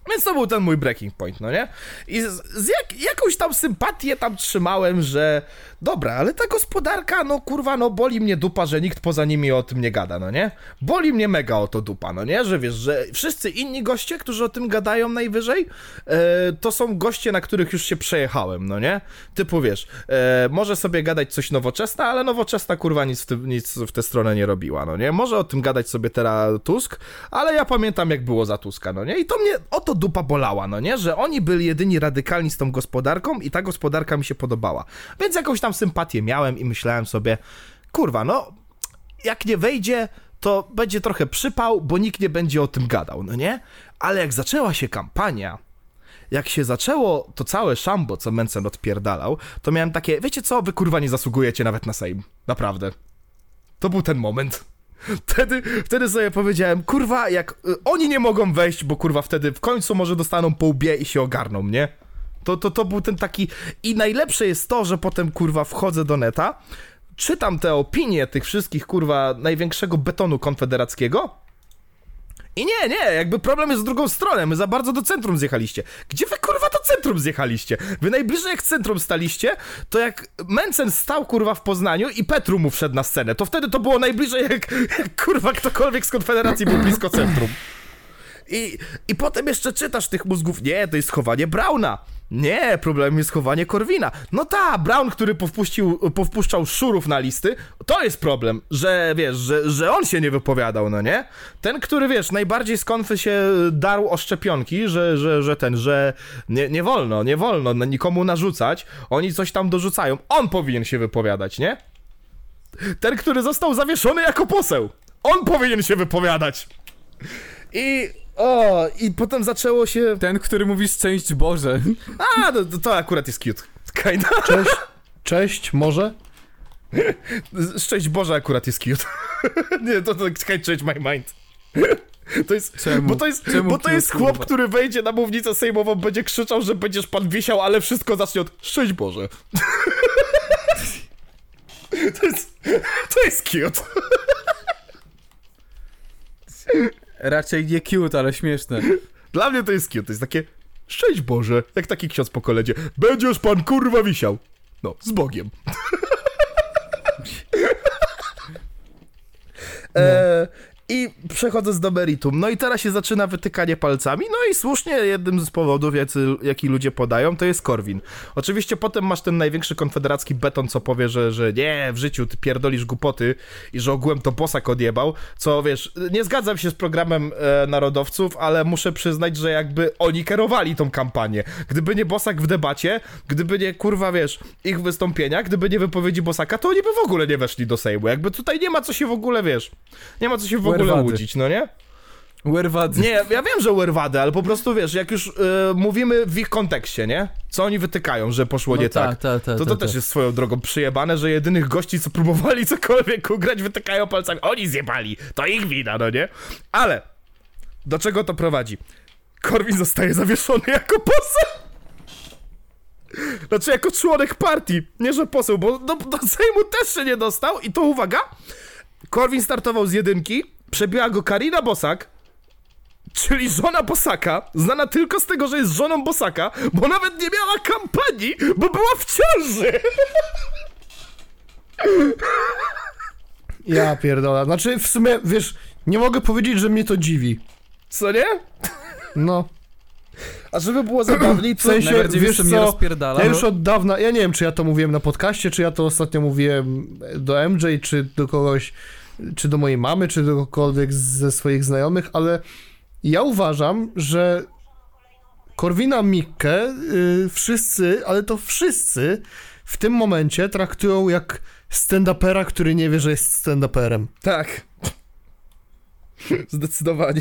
[SPEAKER 2] Więc to był ten mój breaking point, no nie? I jakąś tam sympatię tam trzymałem, że dobra, ale ta gospodarka, no kurwa, no boli mnie dupa, że nikt poza nimi o tym nie gada, no nie? Boli mnie mega o to dupa, no nie? Że wiesz, że wszyscy inni goście, którzy o tym gadają najwyżej, to są goście, na których już się przejechałem, no nie? Typu wiesz, może sobie gadać coś Nowoczesna, ale Nowoczesna kurwa nic w tę stronę nie robiła, no nie? Może o tym gadać sobie teraz Tusk, ale ja pamiętam jak było za Tuska, no nie? I to mnie o to dupa bolała, no nie? Że oni byli jedyni radykalni z tą gospodarką i ta gospodarka mi się podobała. Więc jakąś tam sympatię miałem i myślałem sobie, kurwa, no jak nie wejdzie, to będzie trochę przypał, bo nikt nie będzie o tym gadał, no nie? Ale jak zaczęła się kampania, jak się zaczęło to całe szambo, co Mencen odpierdalał, to miałem takie, wiecie co, wy kurwa nie zasługujecie nawet na Sejm. Naprawdę. To był ten moment. Wtedy sobie powiedziałem, kurwa, jak oni nie mogą wejść, bo kurwa wtedy w końcu może dostaną po łbie i się ogarną, nie? To był ten taki... I najlepsze jest to, że potem kurwa wchodzę do neta, czytam te opinie tych wszystkich kurwa największego betonu konfederackiego i nie, jakby problem jest z drugą stronę, my za bardzo do centrum zjechaliście. Gdzie wy kurwa do centrum zjechaliście? Wy najbliżej jak centrum staliście, to jak Mencen stał kurwa w Poznaniu i Petru mu wszedł na scenę, to wtedy to było najbliżej jak kurwa ktokolwiek z Konfederacji był blisko centrum. I potem jeszcze czytasz tych mózgów, nie, to jest chowanie Brauna. Nie, problemem jest chowanie Korwina. No ta, Braun, który powpuszczał szurów na listy, to jest problem, że wiesz, że on się nie wypowiadał, no nie? Ten, który wiesz, najbardziej z konfy się darł o szczepionki, że nie wolno nikomu narzucać, oni coś tam dorzucają, on powinien się wypowiadać, nie? Ten, który został zawieszony jako poseł, on powinien się wypowiadać. I potem zaczęło się...
[SPEAKER 3] Ten, który mówi szczęść Boże.
[SPEAKER 2] A, to akurat jest cute. Kinda.
[SPEAKER 1] Cześć, może?
[SPEAKER 2] Szczęść Boże akurat jest cute. Nie, to can't change my mind. To jest...
[SPEAKER 3] Czemu?
[SPEAKER 2] Bo to jest chłop, który wejdzie na mównicę sejmową, będzie krzyczał, że będziesz pan wisiał, ale wszystko zacznie od szczęść Boże. To jest cute.
[SPEAKER 3] Raczej nie cute, ale śmieszne.
[SPEAKER 2] Dla mnie to jest cute, to jest takie szczęść Boże, jak taki ksiądz po kolędzie. Będziesz pan kurwa wisiał. No, z Bogiem. I przechodzę do meritum. No i teraz się zaczyna wytykanie palcami. No i słusznie jednym z powodów, jaki ludzie podają, to jest Korwin. Oczywiście potem masz ten największy konfederacki beton, co powie, że nie, w życiu ty pierdolisz głupoty i że ogółem to Bosak odjebał. Co wiesz, nie zgadzam się z programem narodowców, ale muszę przyznać, że jakby oni kierowali tą kampanię. Gdyby nie Bosak w debacie, gdyby nie kurwa wiesz, ich wystąpienia, gdyby nie wypowiedzi Bosaka, to oni by w ogóle nie weszli do Sejmu. Jakby tutaj nie ma co się w ogóle wiesz. Nie ma co się w ogóle łudzić, no nie?
[SPEAKER 3] Werwady.
[SPEAKER 2] Nie, ja wiem, że werwady, ale po prostu wiesz, jak już mówimy w ich kontekście, nie? Co oni wytykają, że poszło nie tak. To też jest swoją drogą przyjebane, że jedynych gości, co próbowali cokolwiek ugrać, wytykają palcami. Oni zjebali, to ich wina, no nie? Ale do czego to prowadzi? Korwin zostaje zawieszony jako poseł. Znaczy jako członek partii, nie że poseł, bo do Sejmu też się nie dostał i to uwaga, Korwin startował z 1, przebiła go Karina Bosak, czyli żona Bosaka, znana tylko z tego, że jest żoną Bosaka, bo nawet nie miała kampanii, bo była w ciąży.
[SPEAKER 1] Ja pierdolę. Znaczy w sumie, wiesz, nie mogę powiedzieć, że mnie to dziwi.
[SPEAKER 2] Co nie?
[SPEAKER 1] No.
[SPEAKER 2] A żeby było zabawniej,
[SPEAKER 1] W sensie, wiesz
[SPEAKER 3] mnie
[SPEAKER 1] co,
[SPEAKER 3] rozpierdala.
[SPEAKER 1] ja już od dawna, ja nie wiem, czy ja to mówiłem na podcaście, czy ja to ostatnio mówiłem do MJ, czy do kogoś, czy do mojej mamy, czy do kogokolwiek ze swoich znajomych, ale ja uważam, że Korwina Mikke wszyscy, ale to wszyscy w tym momencie traktują jak stand-upera, który nie wie, że jest stand-uperem.
[SPEAKER 2] Tak. Zdecydowanie.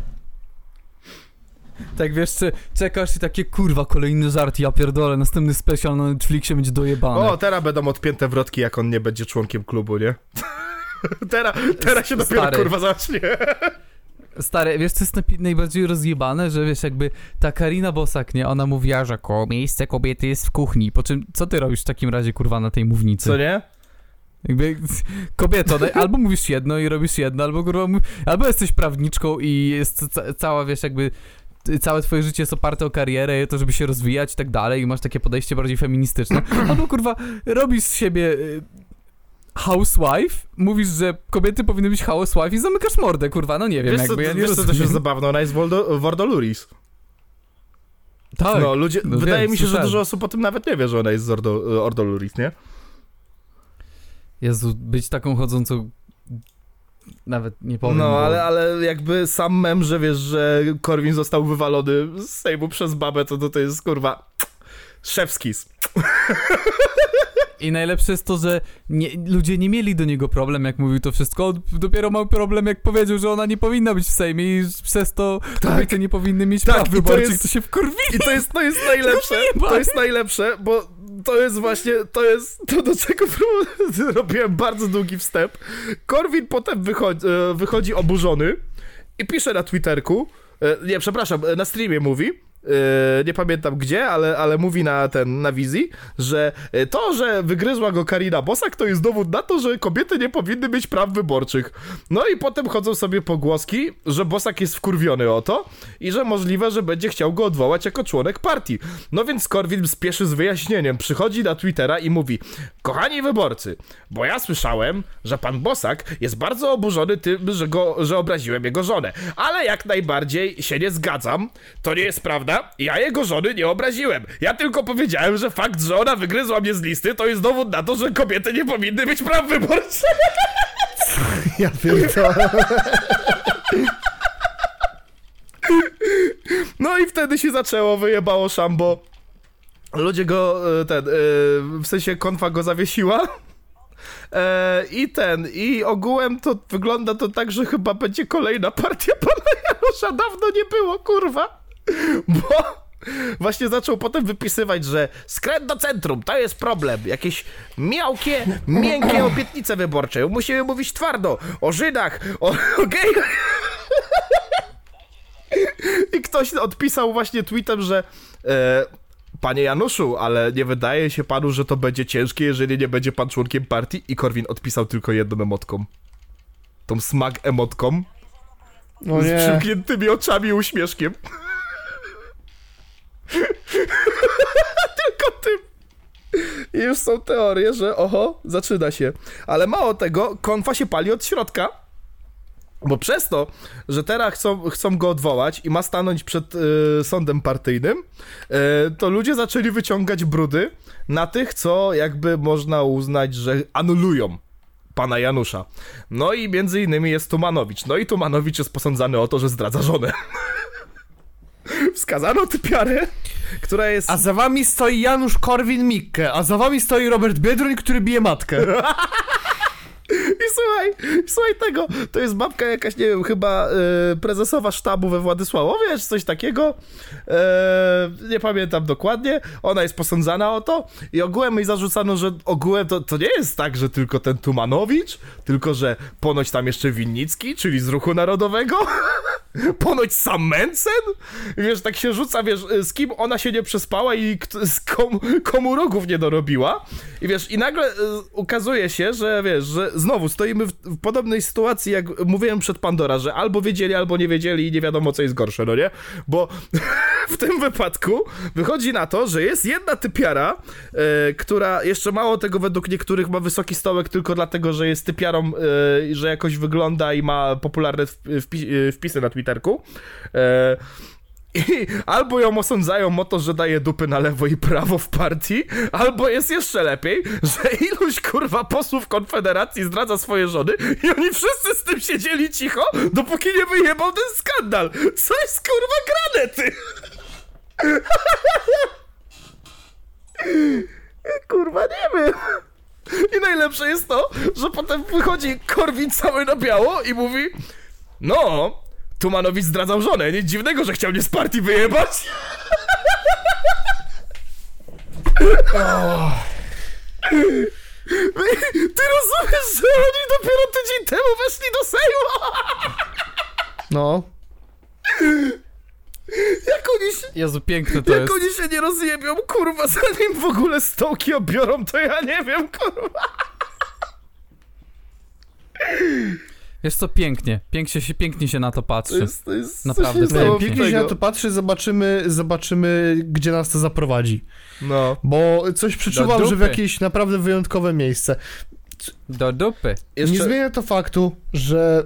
[SPEAKER 3] Tak wiesz, czekasz i takie kurwa, kolejny żart, ja pierdolę, następny special na Netflixie będzie dojebany.
[SPEAKER 2] O, teraz będą odpięte wrotki, jak on nie będzie członkiem klubu, nie? teraz się dopiero
[SPEAKER 3] Stary.
[SPEAKER 2] kurwa zacznie.
[SPEAKER 3] Stary, wiesz co jest najbardziej rozjebane, że wiesz jakby ta Karina Bosak, nie, ona mówiła, że miejsce kobiety jest w kuchni, po czym co ty robisz w takim razie kurwa na tej mównicy?
[SPEAKER 2] Co nie?
[SPEAKER 3] Jakby, kobieto, albo mówisz jedno i robisz jedno, albo kurwa, albo jesteś prawniczką i jest cała, wiesz, jakby całe twoje życie jest oparte o karierę, to żeby się rozwijać i tak dalej i masz takie podejście bardziej feministyczne, albo kurwa robisz z siebie housewife, mówisz, że kobiety powinny być housewife i zamykasz mordę, kurwa, no nie wiem,
[SPEAKER 2] Wiesz,
[SPEAKER 3] jakby ja nie
[SPEAKER 2] wiesz co
[SPEAKER 3] rozumiem.
[SPEAKER 2] też jest zabawne, ona jest Wordoluris.
[SPEAKER 3] Tak,
[SPEAKER 2] No, ludzie,
[SPEAKER 3] no
[SPEAKER 2] wydaje
[SPEAKER 3] wiem,
[SPEAKER 2] mi się, że
[SPEAKER 3] słyszałem.
[SPEAKER 2] dużo osób o tym nawet nie wie, że ona jest z Ordoluris, nie?
[SPEAKER 3] Jezu, być taką chodzącą... Nawet nie powiem.
[SPEAKER 2] No,
[SPEAKER 3] bo-
[SPEAKER 2] ale jakby sam mem, że wiesz, że Korwin został wywalony z Sejmu przez babę, to jest, kurwa, szewskis.
[SPEAKER 3] I najlepsze jest to, że ludzie nie mieli do niego problem, jak mówił to wszystko. On dopiero miał problem, jak powiedział, że ona nie powinna być w Sejmie i przez to kobiety nie powinny mieć
[SPEAKER 2] Tak,
[SPEAKER 3] praw
[SPEAKER 2] i to
[SPEAKER 3] wyborczych,
[SPEAKER 2] jest-
[SPEAKER 3] to się wkurwili.
[SPEAKER 2] I to jest najlepsze, to jest najlepsze, bo to jest właśnie, to jest to, do czego robiłem bardzo długi wstęp. Korwin potem wychodzi oburzony i pisze na Twitterku, nie, przepraszam, na streamie mówi, nie pamiętam gdzie, ale mówi na wizji, że to, że wygryzła go Karina Bosak, to jest dowód na to, że kobiety nie powinny mieć praw wyborczych. No i potem chodzą sobie pogłoski, że Bosak jest wkurwiony o to i że możliwe, że będzie chciał go odwołać jako członek partii. No więc Korwin spieszy z wyjaśnieniem, przychodzi na Twittera i mówi: kochani wyborcy, bo ja słyszałem, że pan Bosak jest bardzo oburzony tym, że obraziłem jego żonę, ale jak najbardziej się nie zgadzam, to nie jest prawda, ja jego żony nie obraziłem. Ja tylko powiedziałem, że fakt, że ona wygryzła mnie z listy, to jest dowód na to, że kobiety nie powinny mieć praw wyborczych.
[SPEAKER 1] Ja pierdolę.
[SPEAKER 2] No i wtedy się zaczęło, wyjebało szambo. Ludzie go, w sensie konfa go zawiesiła. I ogółem to wygląda to tak, że chyba będzie kolejna partia pana Janusza. Dawno nie było, kurwa. Bo właśnie zaczął potem wypisywać, że skręt do centrum, to jest problem. Jakieś miękkie obietnice wyborcze. Musimy mówić twardo o Żydach, o gejach. I ktoś odpisał właśnie tweetem, że panie Januszu, ale nie wydaje się panu, że to będzie ciężkie, jeżeli nie będzie pan członkiem partii? I Korwin odpisał tylko jedną emotką. Tą smag emotką.
[SPEAKER 1] O
[SPEAKER 2] Z
[SPEAKER 1] nie.
[SPEAKER 2] przymkniętymi oczami i uśmieszkiem. Tylko tym. I już są teorie, że oho, zaczyna się. Ale mało tego, konfa się pali od środka. Bo przez to, że teraz chcą go odwołać i ma stanąć przed sądem partyjnym, to ludzie zaczęli wyciągać brudy na tych, co jakby można uznać, że anulują pana Janusza. No i między innymi jest Tumanowicz. No i Tumanowicz jest posądzany o to, że zdradza żonę. Wskazano typiarę, która jest...
[SPEAKER 1] A za wami stoi Janusz Korwin-Mikke, a za wami stoi Robert Biedroń, który bije matkę.
[SPEAKER 2] I słuchaj tego, to jest babka jakaś, nie wiem, chyba prezesowa sztabu we Władysławowie, czy coś takiego, nie pamiętam dokładnie, ona jest posądzana o to i ogółem jej zarzucano, że ogółem to nie jest tak, że tylko ten Tumanowicz, tylko że ponoć tam jeszcze Winnicki, czyli z Ruchu Narodowego, ponoć sam Mencen, wiesz, tak się rzuca, wiesz, z kim ona się nie przespała i komu rogów nie dorobiła i wiesz, i nagle ukazuje się, że wiesz, że znowu stoimy w podobnej sytuacji, jak mówiłem przed Pandora, że albo wiedzieli, albo nie wiedzieli i nie wiadomo, co jest gorsze, no nie? Bo w tym wypadku wychodzi na to, że jest jedna typiara, która jeszcze mało tego według niektórych ma wysoki stołek tylko dlatego, że jest typiarą, że jakoś wygląda i ma popularne wpisy na Twitterku. I albo ją osądzają o to, że daje dupy na lewo i prawo w partii, albo jest jeszcze lepiej, że iluś kurwa posłów Konfederacji zdradza swoje żony i oni wszyscy z tym siedzieli cicho, dopóki nie wyjebał ten skandal. Co jest kurwa grane, ty? Kurwa, nie wiem. I najlepsze jest to, że potem wychodzi Korwin cały na biało i mówi: no, Tumanowicz zdradzał żonę, nic dziwnego, że chciał mnie z partii wyjebać. Ty rozumiesz, że oni dopiero tydzień temu weszli do Sejmu?
[SPEAKER 1] No.
[SPEAKER 2] Jak oni się...
[SPEAKER 3] Jezu, piękne to
[SPEAKER 2] Jak
[SPEAKER 3] jest.
[SPEAKER 2] oni się nie rozjebią, kurwa, zanim w ogóle stołki obiorą, to ja nie wiem, kurwa.
[SPEAKER 3] Wiesz co, pięknie się na to patrzy.
[SPEAKER 2] To jest
[SPEAKER 3] Naprawdę
[SPEAKER 2] coś niesamowitego.
[SPEAKER 1] Pięknie się na to patrzy, zobaczymy, gdzie nas to zaprowadzi.
[SPEAKER 2] No.
[SPEAKER 1] Bo coś przeczuwam,
[SPEAKER 3] Do
[SPEAKER 1] że w
[SPEAKER 3] dupy.
[SPEAKER 1] jakieś naprawdę wyjątkowe miejsce.
[SPEAKER 3] Do dupy.
[SPEAKER 1] Nie zmienia to faktu, że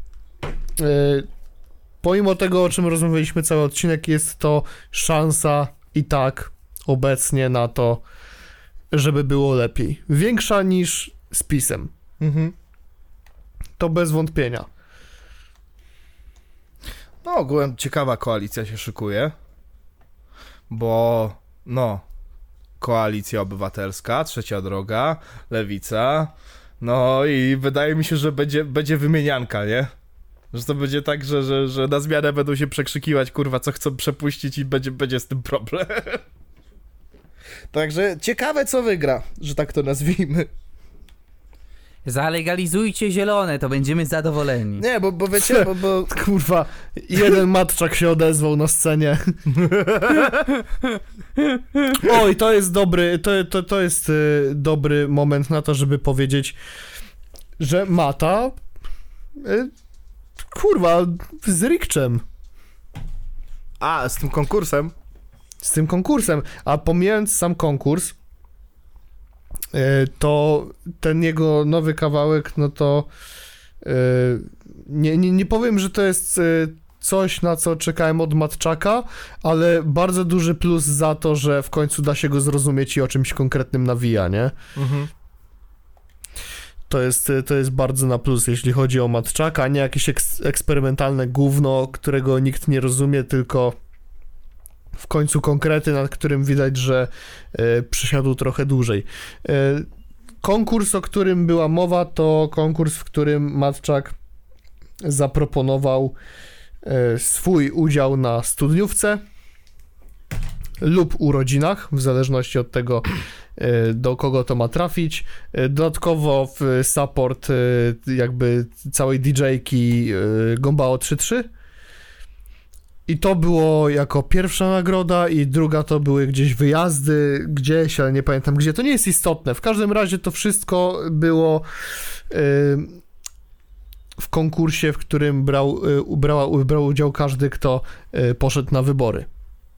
[SPEAKER 1] pomimo tego, o czym rozmawialiśmy cały odcinek, jest to szansa i tak obecnie na to, żeby było lepiej. Większa niż z PiS-em.
[SPEAKER 2] Mhm.
[SPEAKER 1] To bez wątpienia.
[SPEAKER 2] No ogółem ciekawa koalicja się szykuje, bo no, Koalicja Obywatelska, Trzecia Droga, Lewica, no i wydaje mi się, że będzie wymienianka, nie? Że to będzie tak, że na zmianę będą się przekrzykiwać, kurwa, co chcą przepuścić i będzie z tym problem. Także ciekawe, co wygra, że tak to nazwijmy.
[SPEAKER 3] Zalegalizujcie zielone, to będziemy zadowoleni.
[SPEAKER 2] Nie, bo wiecie, bo...
[SPEAKER 1] Kurwa, jeden matczak się odezwał na scenie. Oj, to jest dobry, to jest dobry moment na to, żeby powiedzieć, że Mata kurwa, z Rikczem.
[SPEAKER 2] A, z tym konkursem?
[SPEAKER 1] Z tym konkursem, a pomijając sam konkurs, to ten jego nowy kawałek, no to nie powiem, że to jest coś, na co czekałem od Matczaka, ale bardzo duży plus za to, że w końcu da się go zrozumieć i o czymś konkretnym nawija, nie?
[SPEAKER 2] Mhm.
[SPEAKER 1] To jest bardzo na plus, jeśli chodzi o Matczaka, a nie jakieś eksperymentalne gówno, którego nikt nie rozumie, tylko w końcu konkrety, nad którym widać, że przysiadł trochę dłużej. Konkurs, o którym była mowa, to konkurs, w którym Matczak zaproponował swój udział na studniówce lub urodzinach, w zależności od tego, do kogo to ma trafić. Dodatkowo w support jakby całej DJ-ki Gombao 3-3. I to było jako pierwsza nagroda i druga to były gdzieś wyjazdy, gdzieś, ale nie pamiętam gdzie. To nie jest istotne. W każdym razie to wszystko było w konkursie, w którym brał udział każdy, kto poszedł na wybory.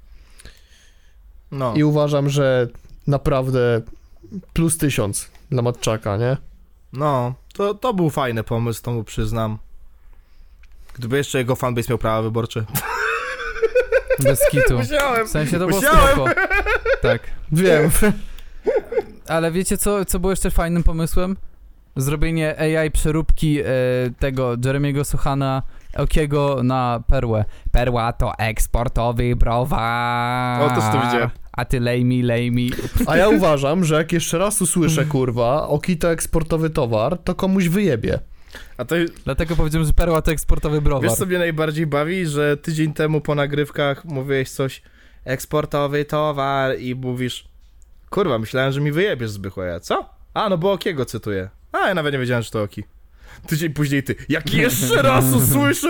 [SPEAKER 2] No.
[SPEAKER 1] I uważam, że naprawdę plus 1000 dla Matczaka, nie?
[SPEAKER 2] No, to był fajny pomysł, to mu przyznam. Gdyby jeszcze jego fanbase miał prawa wyborcze.
[SPEAKER 3] Bez kitu.
[SPEAKER 2] Musiałem.
[SPEAKER 3] W sensie to było
[SPEAKER 2] Musiałem.
[SPEAKER 3] spoko. Tak.
[SPEAKER 1] Wiem.
[SPEAKER 3] Ale wiecie co było jeszcze fajnym pomysłem? Zrobienie AI przeróbki tego Jeremiego Sochana Okiego na perłę. Perła to eksportowy browar.
[SPEAKER 2] O, też to widziałem.
[SPEAKER 3] A ty lej mi.
[SPEAKER 1] A ja uważam, że jak jeszcze raz usłyszę, kurwa, Oki to eksportowy towar, to komuś wyjebie.
[SPEAKER 2] A to
[SPEAKER 3] Dlatego powiedziałem, że perła to eksportowy browar.
[SPEAKER 2] wiesz, co mnie najbardziej bawi, że tydzień temu po nagrywkach mówiłeś coś eksportowy towar i mówisz kurwa, myślałem, że mi wyjebiesz Zbychu, ja co? A, no bo Okiego cytuję. A, ja nawet nie wiedziałem, że to Oki. Tydzień później ty, jak jeszcze raz usłyszę!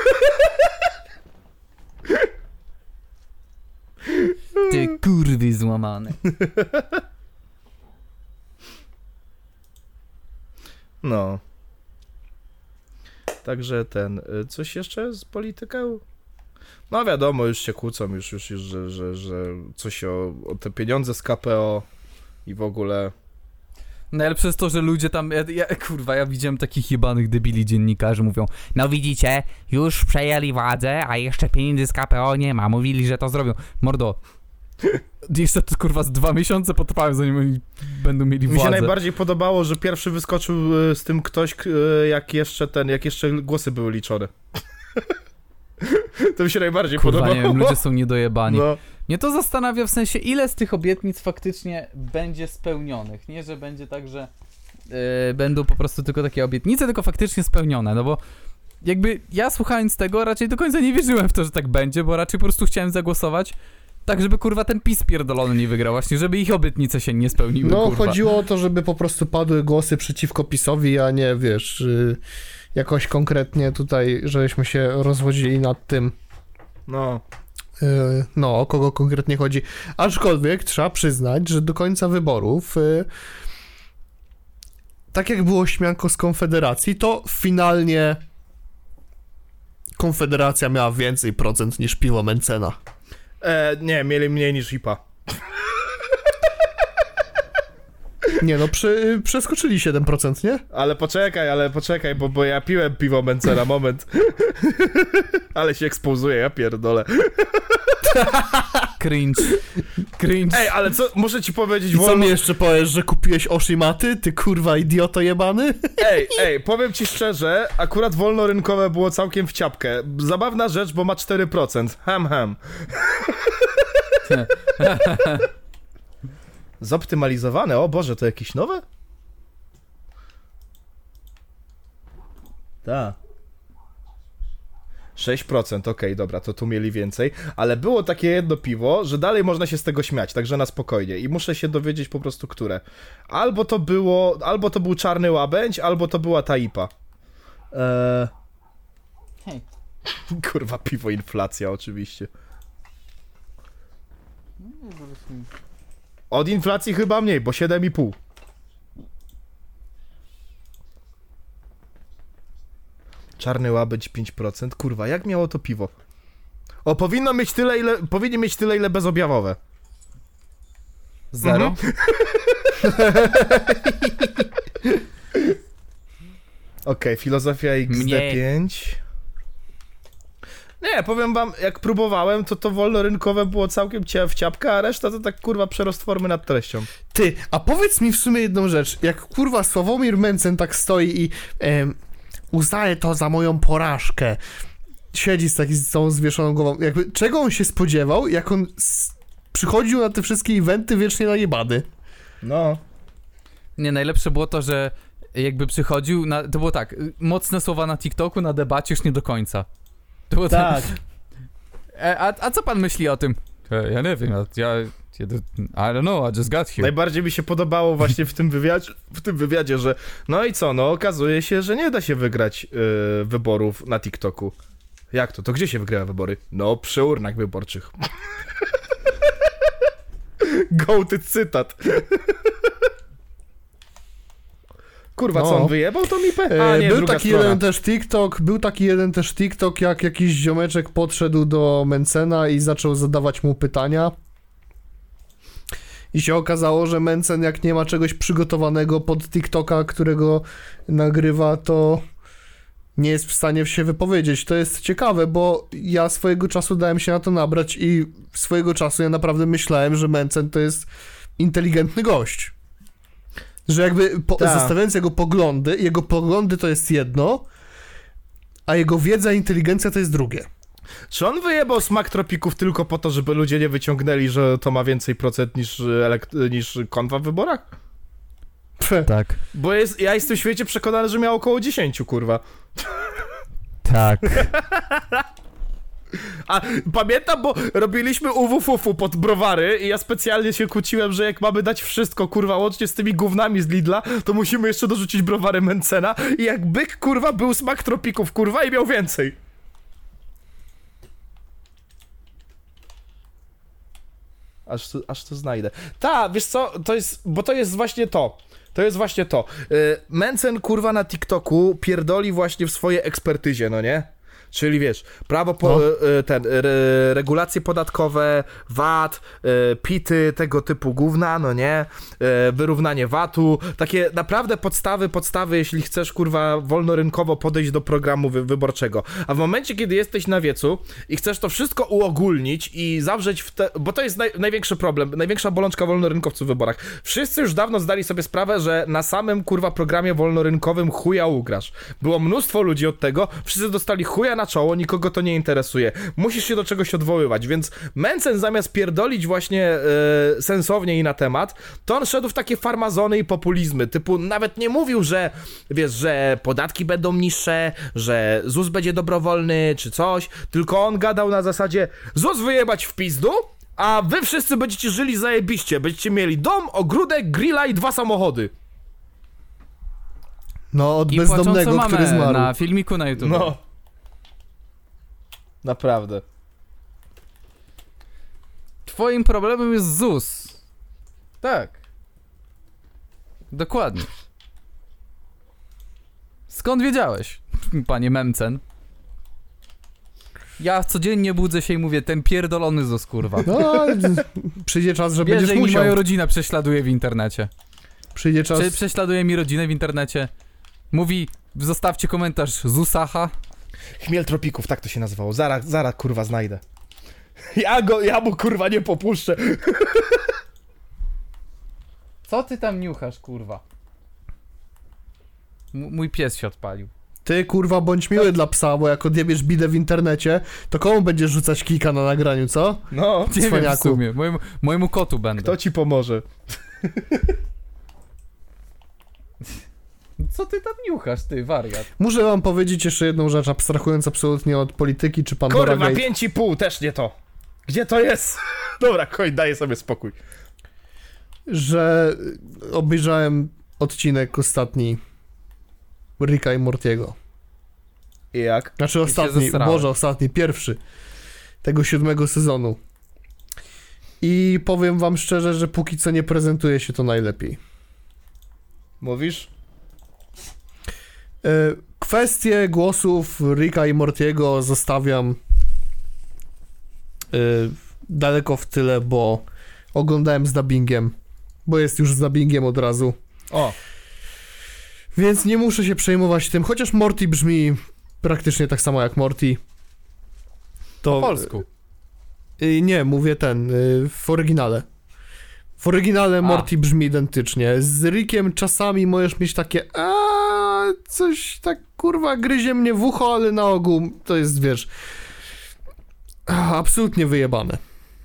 [SPEAKER 3] Ty kurwy złamane.
[SPEAKER 2] No. Także coś jeszcze z polityką? No wiadomo, już się kłócą, już że coś o te pieniądze z KPO i w ogóle...
[SPEAKER 3] Najlepsze jest to, że ludzie tam, ja widziałem takich jebanych debili dziennikarzy, mówią, no widzicie, już przejęli władzę, a jeszcze pieniędzy z KPO nie ma, mówili, że to zrobią. Mordo, jeszcze to kurwa z 2 miesiące potrwają, zanim oni będą mieli władzę.
[SPEAKER 2] Mi się najbardziej podobało, że pierwszy wyskoczył z tym ktoś, jak jeszcze głosy były liczone. To mi się najbardziej
[SPEAKER 3] Kurwa,
[SPEAKER 2] podobało.
[SPEAKER 3] nie wiem, ludzie są niedojebani.
[SPEAKER 2] No.
[SPEAKER 3] Mnie to zastanawia w sensie, ile z tych obietnic faktycznie będzie spełnionych. Nie, że będzie tak, że będą po prostu tylko takie obietnice, tylko faktycznie spełnione, no bo jakby ja słuchając tego raczej do końca nie wierzyłem w to, że tak będzie, bo raczej po prostu chciałem zagłosować tak, żeby kurwa ten PiS pierdolony nie wygrał, właśnie, żeby ich obietnice się nie spełniły,
[SPEAKER 1] No,
[SPEAKER 3] kurwa.
[SPEAKER 1] chodziło o to, żeby po prostu padły głosy przeciwko PiS-owi, a nie, wiesz, jakoś konkretnie tutaj, żeśmy się rozwodzili nad tym,
[SPEAKER 2] No.
[SPEAKER 1] o kogo konkretnie chodzi. Aczkolwiek trzeba przyznać, że do końca wyborów tak jak było śmianko z Konfederacji, to finalnie Konfederacja miała więcej procent niż piwo Mencena.
[SPEAKER 2] Nie, mieli mniej niż IPA.
[SPEAKER 1] Nie no, przeskoczyli 7%, nie?
[SPEAKER 2] Ale poczekaj, bo ja piłem piwo Mencena, moment. Ale się ekspozuje, ja pierdolę.
[SPEAKER 3] Cringe.
[SPEAKER 2] Ej, ale co, muszę ci powiedzieć...
[SPEAKER 1] I co mi jeszcze powiesz, że kupiłeś Oshimaty? Ty kurwa idioto jebany?
[SPEAKER 2] Ej, powiem ci szczerze, akurat wolnorynkowe było całkiem w ciapkę. Zabawna rzecz, bo ma 4%. Ham. Zoptymalizowane, o Boże, to jakieś nowe? Tak. 6%, okej, dobra, to tu mieli więcej, ale było takie jedno piwo, że dalej można się z tego śmiać, także na spokojnie i muszę się dowiedzieć po prostu, które. Albo to był czarny łabędź, albo to była ta IPA.
[SPEAKER 3] Hej.
[SPEAKER 2] Kurwa, piwo inflacja oczywiście. Od inflacji chyba mniej, bo 7,5. Czarny łabędź 5%. Kurwa, jak miało to piwo? O, powinien mieć tyle, ile bezobjawowe.
[SPEAKER 3] 0?
[SPEAKER 2] Okej, filozofia XD5. Nie, powiem wam, jak próbowałem, to wolnorynkowe było całkiem w ciapkę, a reszta to tak kurwa przerost formy nad treścią.
[SPEAKER 1] Ty, a powiedz mi w sumie jedną rzecz. Jak kurwa Sławomir Mencen tak stoi i uznaje to za moją porażkę. Siedzi z całą zwieszoną głową. Jakby, czego on się spodziewał, jak on przychodził na te wszystkie eventy wiecznie najebany?
[SPEAKER 2] No.
[SPEAKER 3] Nie, najlepsze było to, że jakby przychodził, to było tak, mocne słowa na TikToku, na debacie już nie do końca. To było
[SPEAKER 2] Tak.
[SPEAKER 3] A co pan myśli o tym? Ja nie wiem, I don't know, I just got here.
[SPEAKER 2] Najbardziej mi się podobało właśnie w tym wywiadzie, że no i co, no okazuje się, że nie da się wygrać wyborów na TikToku. Jak to? To gdzie się wygrywa wybory? No, przy urnach wyborczych. Gołty cytat. Kurwa, co on wyjebał, to mi
[SPEAKER 1] Był taki jeden też TikTok, jak jakiś ziomeczek podszedł do Mencena i zaczął zadawać mu pytania. I się okazało, że Mencen, jak nie ma czegoś przygotowanego pod TikToka, którego nagrywa, to nie jest w stanie się wypowiedzieć. To jest ciekawe, bo ja swojego czasu dałem się na to nabrać i swojego czasu ja naprawdę myślałem, że Mencen to jest inteligentny gość. Że jakby zestawiając jego poglądy to jest jedno, a jego wiedza i inteligencja to jest drugie.
[SPEAKER 2] Czy on wyjebał smak tropików tylko po to, żeby ludzie nie wyciągnęli, że to ma więcej procent niż konwa w wyborach?
[SPEAKER 3] Tak.
[SPEAKER 2] Bo ja jestem w tym świecie przekonany, że miał około 10, kurwa.
[SPEAKER 3] Tak.
[SPEAKER 2] A pamiętam, bo robiliśmy UWF-u pod browary i ja specjalnie się kłóciłem, że jak mamy dać wszystko, kurwa, łącznie z tymi gównami z Lidla, to musimy jeszcze dorzucić browary Mencena i jak byk, kurwa, był smak tropików, kurwa, i miał więcej. Aż to znajdę. Wiesz co, to jest właśnie to. To jest właśnie to. Mencen, kurwa, na TikToku pierdoli właśnie w swojej ekspertyzie, no nie? Czyli wiesz, regulacje podatkowe, VAT, PIT-y, tego typu gówna, no nie, wyrównanie VAT-u, takie naprawdę podstawy, jeśli chcesz, kurwa, wolnorynkowo podejść do programu wyborczego. A w momencie, kiedy jesteś na wiecu i chcesz to wszystko uogólnić i zawrzeć bo to jest największy problem, największa bolączka wolnorynkowców w wyborach. Wszyscy już dawno zdali sobie sprawę, że na samym, kurwa, programie wolnorynkowym chuja ugrasz. Było mnóstwo ludzi od tego, wszyscy dostali chuja na czoło, nikogo to nie interesuje. Musisz się do czegoś odwoływać, więc Mencen zamiast pierdolić właśnie sensownie i na temat, to on szedł w takie farmazony i populizmy, typu nawet nie mówił, że wiesz, że podatki będą niższe, że ZUS będzie dobrowolny, czy coś, tylko on gadał na zasadzie ZUS wyjebać w pizdu, a wy wszyscy będziecie żyli zajebiście, będziecie mieli dom, ogródek, grilla i 2 samochody.
[SPEAKER 1] No, od
[SPEAKER 3] I
[SPEAKER 1] bezdomnego, który zmarł.
[SPEAKER 3] Na filmiku na YouTube.
[SPEAKER 2] No. Naprawdę.
[SPEAKER 3] Twoim problemem jest ZUS. Tak. Dokładnie. skąd wiedziałeś, panie Memcen? Ja codziennie budzę się i mówię, ten pierdolony Zus, kurwa.
[SPEAKER 1] No, przyjdzie czas, że
[SPEAKER 3] Wiesz,
[SPEAKER 1] będziesz
[SPEAKER 3] że mi
[SPEAKER 1] musiał.
[SPEAKER 3] moja rodzina prześladuje w internecie.
[SPEAKER 1] Przyjdzie czas...
[SPEAKER 3] Prześladuje mi rodzinę w internecie. Mówi, zostawcie komentarz Zusacha.
[SPEAKER 2] Chmiel tropików, tak to się nazywało. Zaraz kurwa znajdę. Ja mu kurwa nie popuszczę.
[SPEAKER 3] Co ty tam niuchasz, kurwa? Mój pies się odpalił.
[SPEAKER 1] Ty, kurwa, bądź miły dla psa, bo jak odjebiesz bidę w internecie, to komu będziesz rzucać kika na nagraniu, co?
[SPEAKER 2] No,
[SPEAKER 3] Nie wiem w
[SPEAKER 1] Cwaniaku.
[SPEAKER 3] sumie, mojemu kotu będę.
[SPEAKER 2] kto ci pomoże?
[SPEAKER 3] Co ty tam niuchasz, ty wariat?
[SPEAKER 1] Muszę wam powiedzieć jeszcze jedną rzecz, abstrahując absolutnie od polityki czy Pandora
[SPEAKER 2] Kurwa,
[SPEAKER 1] Gate.
[SPEAKER 2] 5,5, też nie to. Gdzie to jest? Dobra, daję sobie spokój.
[SPEAKER 1] Że obejrzałem odcinek ostatni Ricka i Mortiego.
[SPEAKER 2] I jak?
[SPEAKER 1] Znaczy ostatni,
[SPEAKER 3] zesrałem.
[SPEAKER 1] Boże, ostatni, pierwszy tego 7 sezonu. I powiem wam szczerze, że póki co nie prezentuje się to najlepiej.
[SPEAKER 2] Mówisz?
[SPEAKER 1] Kwestię głosów Ricka i Mortiego zostawiam daleko w tyle, bo oglądałem z dubbingiem, bo jest już z dubbingiem od razu.
[SPEAKER 2] O,
[SPEAKER 1] Więc nie muszę się przejmować tym, chociaż Morty brzmi praktycznie tak samo jak Morty. To
[SPEAKER 3] Po polsku.
[SPEAKER 1] Nie, mówię w oryginale. W oryginale Morty brzmi identycznie. Z Rickiem czasami możesz mieć takie coś tak kurwa gryzie mnie w ucho, ale na ogół to jest, wiesz, absolutnie wyjebane.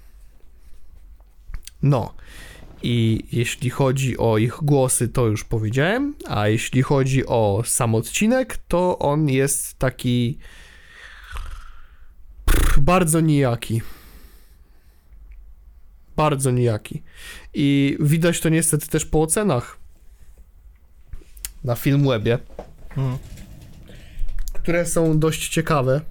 [SPEAKER 1] No. I jeśli chodzi o ich głosy, to już powiedziałem, a jeśli chodzi o sam odcinek, to on jest taki bardzo nijaki. Bardzo nijaki. I widać to niestety też po ocenach na Filmwebie, które są dość ciekawe.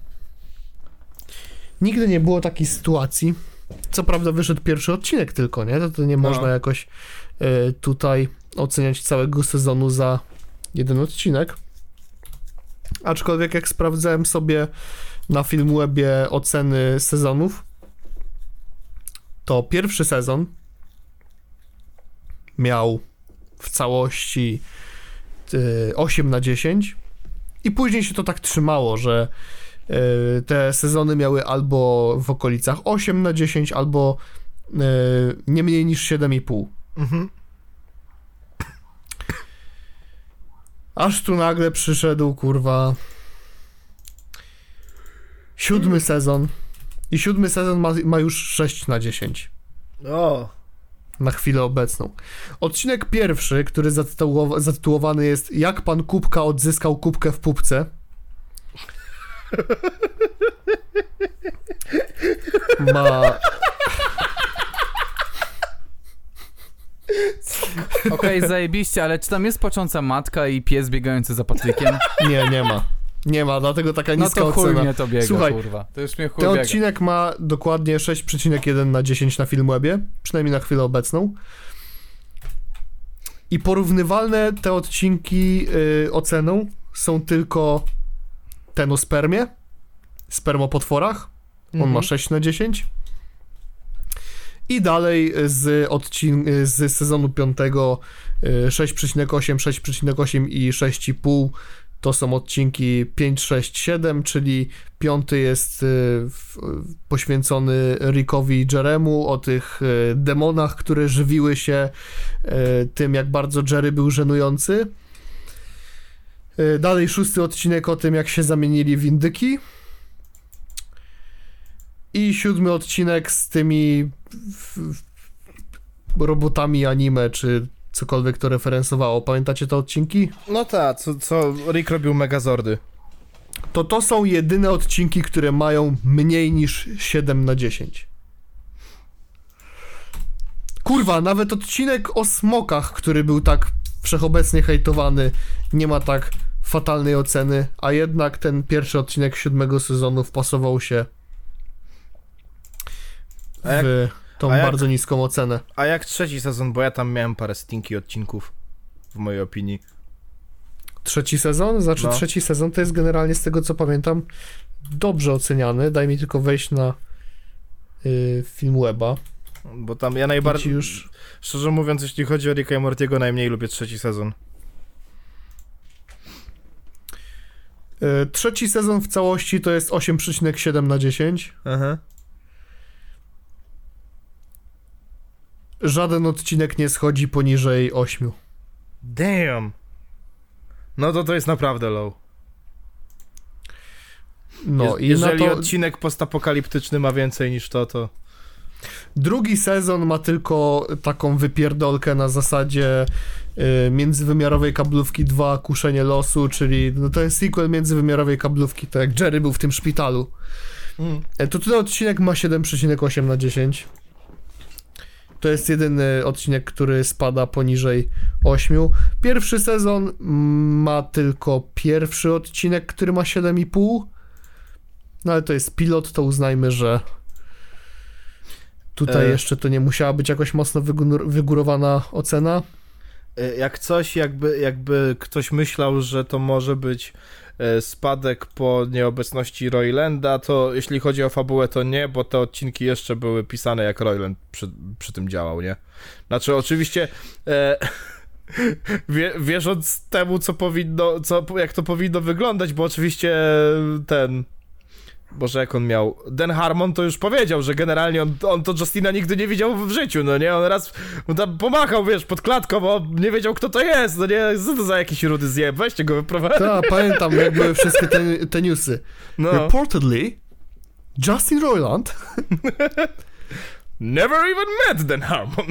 [SPEAKER 1] Nigdy nie było takiej sytuacji. Co prawda wyszedł pierwszy odcinek tylko, nie? To nie można jakoś tutaj oceniać całego sezonu za jeden odcinek. Aczkolwiek jak sprawdzałem sobie na Filmwebie oceny sezonów, to pierwszy sezon miał w całości 8/10 i później się to tak trzymało, że te sezony miały albo w okolicach 8/10, albo nie mniej niż 7,5. Aż tu nagle przyszedł, kurwa, 7 sezon i 7 sezon ma już 6/10.
[SPEAKER 2] o.
[SPEAKER 1] Na chwilę obecną. Odcinek pierwszy, który zatytułowany jest Jak pan Kubka odzyskał kubkę w pupce. Ma...
[SPEAKER 3] Okej, zajebiście, ale czy tam jest płacząca matka i pies biegający za Patrykiem?
[SPEAKER 1] Nie ma. Nie ma, dlatego taka
[SPEAKER 3] No
[SPEAKER 1] niska
[SPEAKER 3] to chuj
[SPEAKER 1] ocena.
[SPEAKER 3] mnie to biega,
[SPEAKER 1] Słuchaj,
[SPEAKER 3] kurwa. To już mnie chuj
[SPEAKER 1] Ten
[SPEAKER 3] biega.
[SPEAKER 1] odcinek ma dokładnie 6,1/10 na Filmwebie, przynajmniej na chwilę obecną. I porównywalne te odcinki oceną są tylko ten o spermie, spermopotworach. On ma 6/10. I dalej z sezonu 5 6,8, 6,8 i 6,5 to są odcinki 5, 6, 7, czyli 5 jest poświęcony Rickowi i Jeremu, o tych demonach, które żywiły się tym, jak bardzo Jerry był żenujący. Dalej 6 odcinek o tym, jak się zamienili w indyki. I 7 odcinek z tymi robotami anime, czy cokolwiek to referensowało. Pamiętacie te odcinki?
[SPEAKER 2] No tak, co Rick robił Megazordy.
[SPEAKER 1] To są jedyne odcinki, które mają mniej niż 7/10. Kurwa, nawet odcinek o smokach, który był tak wszechobecnie hejtowany, nie ma tak fatalnej oceny, a jednak ten pierwszy odcinek 7 sezonu wpasował się w tą bardzo niską ocenę.
[SPEAKER 2] A jak trzeci sezon, bo ja tam miałem parę stinki odcinków, w mojej opinii.
[SPEAKER 1] trzeci sezon? Znaczy
[SPEAKER 2] No.
[SPEAKER 1] trzeci sezon to jest generalnie z tego co pamiętam dobrze oceniany. Daj mi tylko wejść na Filmweba.
[SPEAKER 2] Bo tam ja najbardziej,
[SPEAKER 1] Już...
[SPEAKER 2] szczerze mówiąc, jeśli chodzi o Ricka i Mortiego, najmniej lubię trzeci sezon.
[SPEAKER 1] Trzeci sezon w całości to jest 8,7 na 10.
[SPEAKER 2] Aha.
[SPEAKER 1] Żaden odcinek nie schodzi poniżej 8.
[SPEAKER 2] Damn! No to jest naprawdę low.
[SPEAKER 1] No i
[SPEAKER 2] Jeżeli
[SPEAKER 1] na to...
[SPEAKER 2] odcinek postapokaliptyczny ma więcej niż to...
[SPEAKER 1] Drugi sezon ma tylko taką wypierdolkę na zasadzie międzywymiarowej kablówki 2 Kuszenie losu, czyli no to jest sequel międzywymiarowej kablówki, to jak Jerry był w tym szpitalu. To ten odcinek ma 7,8 na 10. To jest jedyny odcinek, który spada poniżej 8. Pierwszy sezon ma tylko pierwszy odcinek, który ma 7,5. No ale to jest pilot, to uznajmy, że tutaj jeszcze to nie musiała być jakoś mocno wygórowana ocena.
[SPEAKER 2] Jak coś, jakby ktoś myślał, że to może być spadek po nieobecności Roylanda, to jeśli chodzi o fabułę, to nie, bo te odcinki jeszcze były pisane jak Royland przy tym działał, nie? Znaczy oczywiście wierząc temu, jak to powinno wyglądać, bo oczywiście Boże, jak on miał... Dan Harmon to już powiedział, że generalnie on to Justina nigdy nie widział w życiu, no nie? On raz tam pomachał, wiesz, pod klatką, bo nie wiedział, kto to jest, no nie? Co to za jakiś rudy zjeb? Weźcie go, wyprowadź.
[SPEAKER 1] Tak, pamiętam, jak były wszystkie te newsy.
[SPEAKER 2] No.
[SPEAKER 1] Reportedly, Justin Roiland
[SPEAKER 2] never even met Dan Harmon.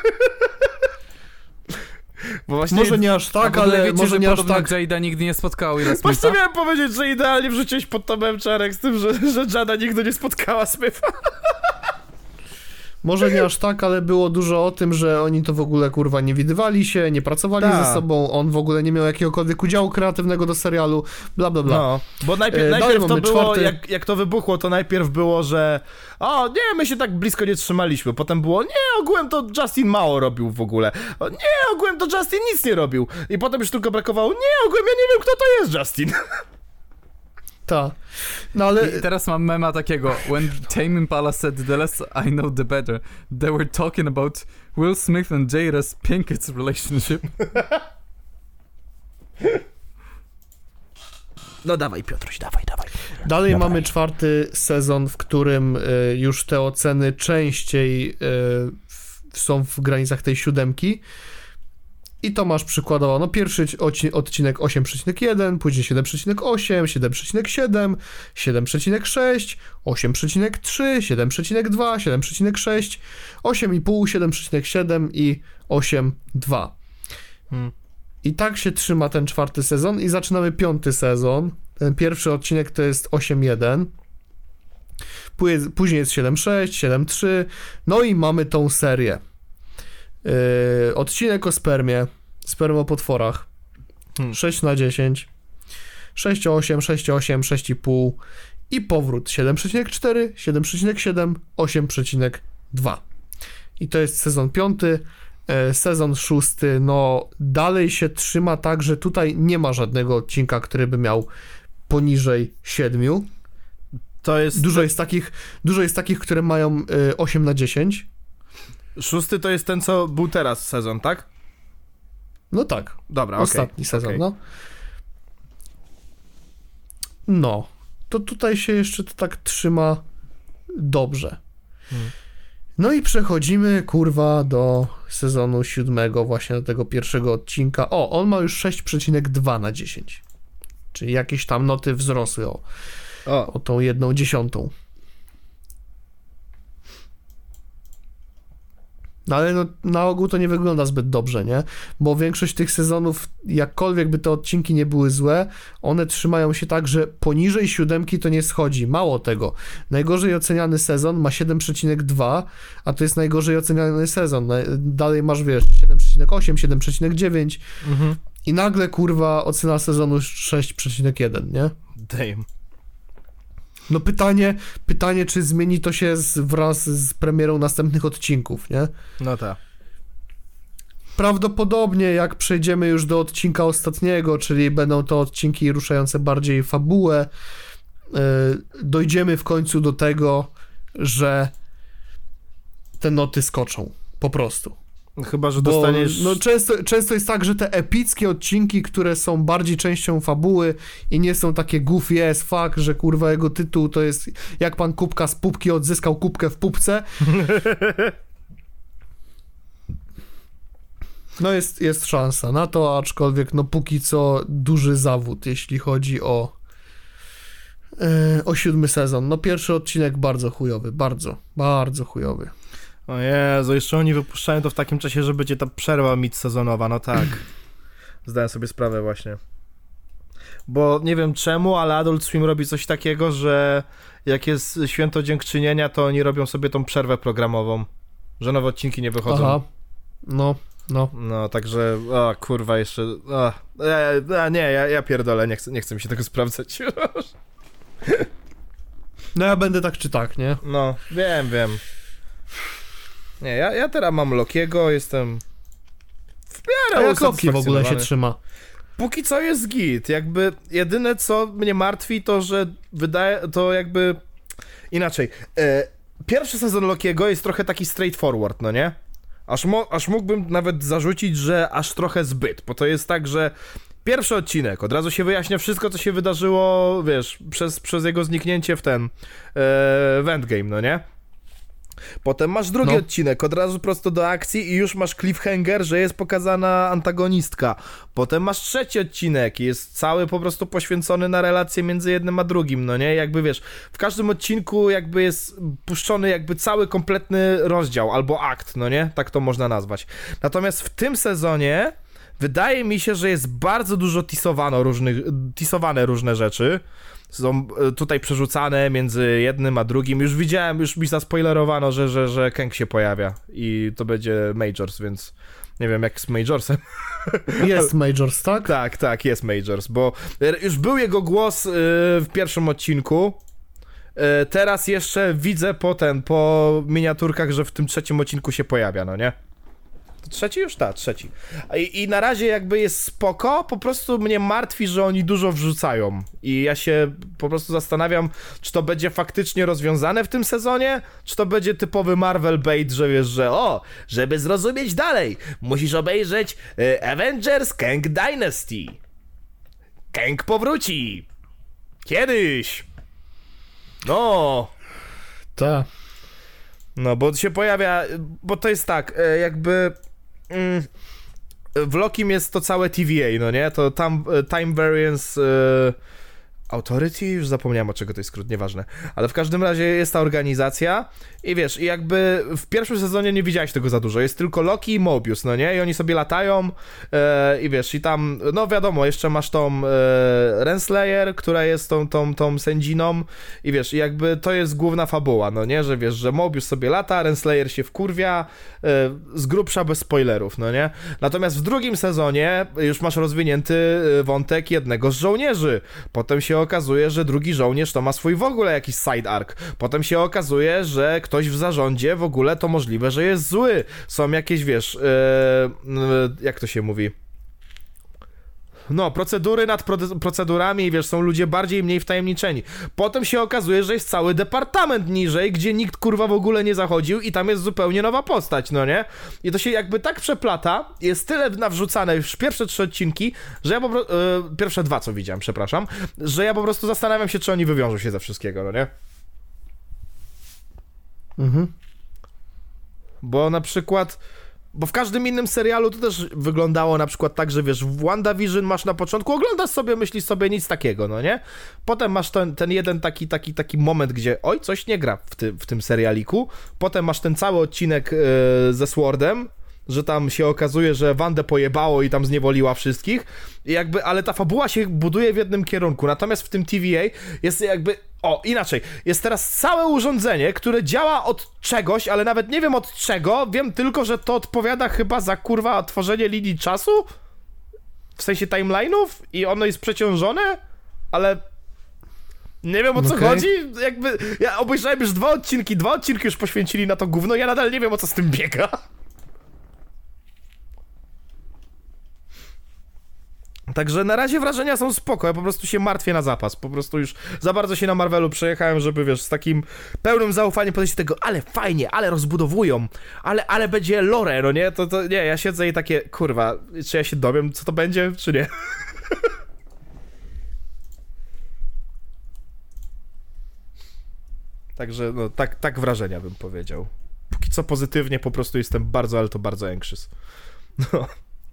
[SPEAKER 2] Bo właśnie...
[SPEAKER 1] może nie aż tak,
[SPEAKER 3] ale
[SPEAKER 1] ale
[SPEAKER 3] wiecie,
[SPEAKER 1] może
[SPEAKER 3] że
[SPEAKER 1] nie aż
[SPEAKER 3] podobno
[SPEAKER 1] tak.
[SPEAKER 3] Jada nigdy nie spotkał Willa
[SPEAKER 2] Właśnie
[SPEAKER 3] Smitha?
[SPEAKER 2] miałem powiedzieć, że idealnie wrzuciłeś pod tobą Czarek z tym, że Jada nigdy nie spotkała Smitha.
[SPEAKER 1] Może nie aż tak, ale było dużo o tym, że oni to w ogóle kurwa nie widywali się, nie pracowali
[SPEAKER 2] Ta.
[SPEAKER 1] ze sobą, on w ogóle nie miał jakiegokolwiek udziału kreatywnego do serialu, bla bla bla.
[SPEAKER 2] No, bo najpierw
[SPEAKER 1] dalej
[SPEAKER 2] to
[SPEAKER 1] mamy
[SPEAKER 2] było,
[SPEAKER 1] czwarty.
[SPEAKER 2] jak to wybuchło, to najpierw było, że o nie, my się tak blisko nie trzymaliśmy, potem było, nie, ogółem to Justin mało robił w ogóle, o, nie, ogółem to Justin nic nie robił i potem już tylko brakowało, nie, ogółem ja nie wiem, kto to jest Justin.
[SPEAKER 1] Tak. No ale
[SPEAKER 3] I teraz mam mema takiego. When Tame Impala said the less I know the better, they were talking about Will Smith and Jada's Pinkett's relationship.
[SPEAKER 2] No dawaj Piotruś, dawaj.
[SPEAKER 1] dalej mamy czwarty sezon, w którym już te oceny częściej są w granicach tej 7. I to masz przykładowo, no pierwszy odcinek 8,1, później 7,8, 7,7, 7,6, 8,3, 7,2, 7,6, 8,5, 7,7 i 8,2. I tak się trzyma ten czwarty sezon i zaczynamy piąty sezon. Ten pierwszy odcinek to jest 8,1. Później jest 7,6, 7,3. No i mamy tą serię. Odcinek o spermie, spermopotworach 6 na 10, 6,8, 6,8, 6,5 i powrót 7,4, 7,7, 8,2. I to jest sezon 5. Sezon 6, no dalej się trzyma tak, że tutaj nie ma żadnego odcinka, który by miał poniżej 7.
[SPEAKER 2] To jest...
[SPEAKER 1] Dużo jest takich, które mają 8 na 10.
[SPEAKER 2] 6 to jest ten, co był teraz sezon, tak?
[SPEAKER 1] No tak.
[SPEAKER 2] Dobra,
[SPEAKER 1] Ostatni sezon,
[SPEAKER 2] okej.
[SPEAKER 1] no. No. To tutaj się jeszcze to tak trzyma dobrze. No i przechodzimy, kurwa, do sezonu 7, właśnie do tego pierwszego odcinka. O, on ma już 6,2 na 10. Czyli jakieś tam noty wzrosły o tą 1/10. No ale no, na ogół to nie wygląda zbyt dobrze, nie? Bo większość tych sezonów, jakkolwiek by te odcinki nie były złe, one trzymają się tak, że poniżej 7 to nie schodzi. Mało tego. Najgorzej oceniany sezon ma 7,2, a to jest najgorzej oceniany sezon. Dalej masz, wiesz, 7,8, 7,9 i nagle, kurwa, ocena sezonu 6,1, nie?
[SPEAKER 2] Damn.
[SPEAKER 1] No pytanie, czy zmieni to się wraz z premierą następnych odcinków, nie?
[SPEAKER 2] No tak.
[SPEAKER 1] prawdopodobnie jak przejdziemy już do odcinka ostatniego, czyli będą to odcinki ruszające bardziej fabułę, dojdziemy w końcu do tego, że te noty skoczą. Po prostu.
[SPEAKER 2] Chyba, że
[SPEAKER 1] Bo,
[SPEAKER 2] dostaniesz...
[SPEAKER 1] no często jest tak, że te epickie odcinki, które są bardziej częścią fabuły i nie są takie goofy as fuck, że kurwa jego tytuł to jest jak pan Kubka z pupki odzyskał kubkę w pupce. No jest szansa na to, aczkolwiek no póki co duży zawód, jeśli chodzi o 7 sezon. No pierwszy odcinek bardzo chujowy, bardzo chujowy.
[SPEAKER 2] O Jezu, jeszcze oni wypuszczają to w takim czasie, że będzie ta przerwa mid-sezonowa, no tak. Zdałem sobie sprawę właśnie. Bo nie wiem czemu, ale Adult Swim robi coś takiego, że jak jest Święto Dziękczynienia, to oni robią sobie tą przerwę programową, że nowe odcinki nie wychodzą.
[SPEAKER 1] Aha, no.
[SPEAKER 2] No, także, kurwa, jeszcze, ja pierdolę, nie chcę mi się tego sprawdzać.
[SPEAKER 1] No ja będę tak czy tak, nie?
[SPEAKER 2] No, wiem. Nie, ja teraz mam Lokiego, jestem w
[SPEAKER 1] A
[SPEAKER 2] miarę
[SPEAKER 1] jak Loki w ogóle się trzyma?
[SPEAKER 2] Póki co jest git, jakby jedyne co mnie martwi to, że to jakby inaczej. Pierwszy sezon Lokiego jest trochę taki straightforward, no nie? Aż mógłbym nawet zarzucić, że aż trochę zbyt, bo to jest tak, że pierwszy odcinek, od razu się wyjaśnia wszystko, co się wydarzyło, wiesz, przez jego zniknięcie w Endgame, no nie? Potem masz drugi odcinek, od razu prosto do akcji i już masz cliffhanger, że jest pokazana antagonistka. Potem masz trzeci odcinek i jest cały po prostu poświęcony na relacje między jednym a drugim, no nie? Jakby wiesz, w każdym odcinku jakby jest puszczony jakby cały kompletny rozdział albo akt, no nie? Tak to można nazwać. Natomiast w tym sezonie wydaje mi się, że jest bardzo dużo tisowane różne rzeczy. Są tutaj przerzucane między jednym a drugim. Już widziałem, już mi zaspoilerowano, że Kang się pojawia i to będzie Majors, więc nie wiem jak z Majorsem.
[SPEAKER 1] Jest Majors, tak?
[SPEAKER 2] Tak, jest Majors, bo już był jego głos w pierwszym odcinku. Teraz jeszcze widzę po miniaturkach, że w tym trzecim odcinku się pojawia, no nie? To trzeci już? Tak, trzeci. I na razie jakby jest spoko, po prostu mnie martwi, że oni dużo wrzucają. I ja się po prostu zastanawiam, czy to będzie faktycznie rozwiązane w tym sezonie, czy to będzie typowy Marvel bait, że wiesz, że żeby zrozumieć dalej, musisz obejrzeć Avengers Kang Dynasty. Kang powróci. Kiedyś. No.
[SPEAKER 1] Tak.
[SPEAKER 2] No, bo się pojawia, bo to jest tak, jakby w Lokim jest to całe TVA, no nie? To tam Time Variance Authority? Już zapomniałem, od czego to jest skrót, nieważne. Ale w każdym razie jest ta organizacja i wiesz, i jakby w pierwszym sezonie nie widziałeś tego za dużo. Jest tylko Loki i Mobius, no nie? I oni sobie latają i wiesz, i tam, no wiadomo, jeszcze masz tą Renslayer, która jest tą sędziną i wiesz, i jakby to jest główna fabuła, no nie? Że wiesz, że Mobius sobie lata, Renslayer się wkurwia, z grubsza bez spoilerów, no nie? Natomiast w drugim sezonie już masz rozwinięty wątek jednego z żołnierzy. Potem się okazuje, że drugi żołnierz to ma swój w ogóle jakiś side arc. Potem się okazuje, że ktoś w zarządzie w ogóle to możliwe, że jest zły. Są jakieś, wiesz, jak to się mówi? No, procedury nad procedurami, wiesz, są ludzie bardziej mniej wtajemniczeni. Potem się okazuje, że jest cały departament niżej, gdzie nikt kurwa w ogóle nie zachodził i tam jest zupełnie nowa postać, no nie? I to się jakby tak przeplata, jest tyle nawrzucane już pierwsze 3 odcinki, że ja po prostu, pierwsze 2 co widziałem, przepraszam, że ja po prostu zastanawiam się, czy oni wywiążą się ze wszystkiego, no nie?
[SPEAKER 1] Mhm.
[SPEAKER 2] Bo na przykład... Bo w każdym innym serialu to też wyglądało na przykład tak, że wiesz, w WandaVision masz na początku, oglądasz sobie, myślisz sobie nic takiego, no nie? Potem masz ten jeden taki moment, gdzie oj, coś nie gra w tym serialiku. Potem masz ten cały odcinek ze Swordem, że tam się okazuje, że Wandę pojebało i tam zniewoliła wszystkich. I jakby, ale ta fabuła się buduje w jednym kierunku. Natomiast w tym TVA jest jakby... inaczej. Jest teraz całe urządzenie, które działa od czegoś, ale nawet nie wiem od czego. Wiem tylko, że to odpowiada chyba za kurwa tworzenie linii czasu? W sensie timeline'ów? I ono jest przeciążone? Ale... Nie wiem o co chodzi. Jakby... Ja obejrzałem już 2 odcinki już poświęcili na to gówno. Ja nadal nie wiem o co z tym biega. Także na razie wrażenia są spoko, ja po prostu się martwię na zapas, po prostu już za bardzo się na Marvelu przejechałem, żeby wiesz, z takim pełnym zaufaniem podejść do tego, ale fajnie, ale rozbudowują, ale będzie lore, no nie, to nie, ja siedzę i takie, kurwa, czy ja się dowiem, co to będzie, czy nie? Także no, tak wrażenia bym powiedział. Póki co pozytywnie, po prostu jestem bardzo, ale to bardzo anxious. No.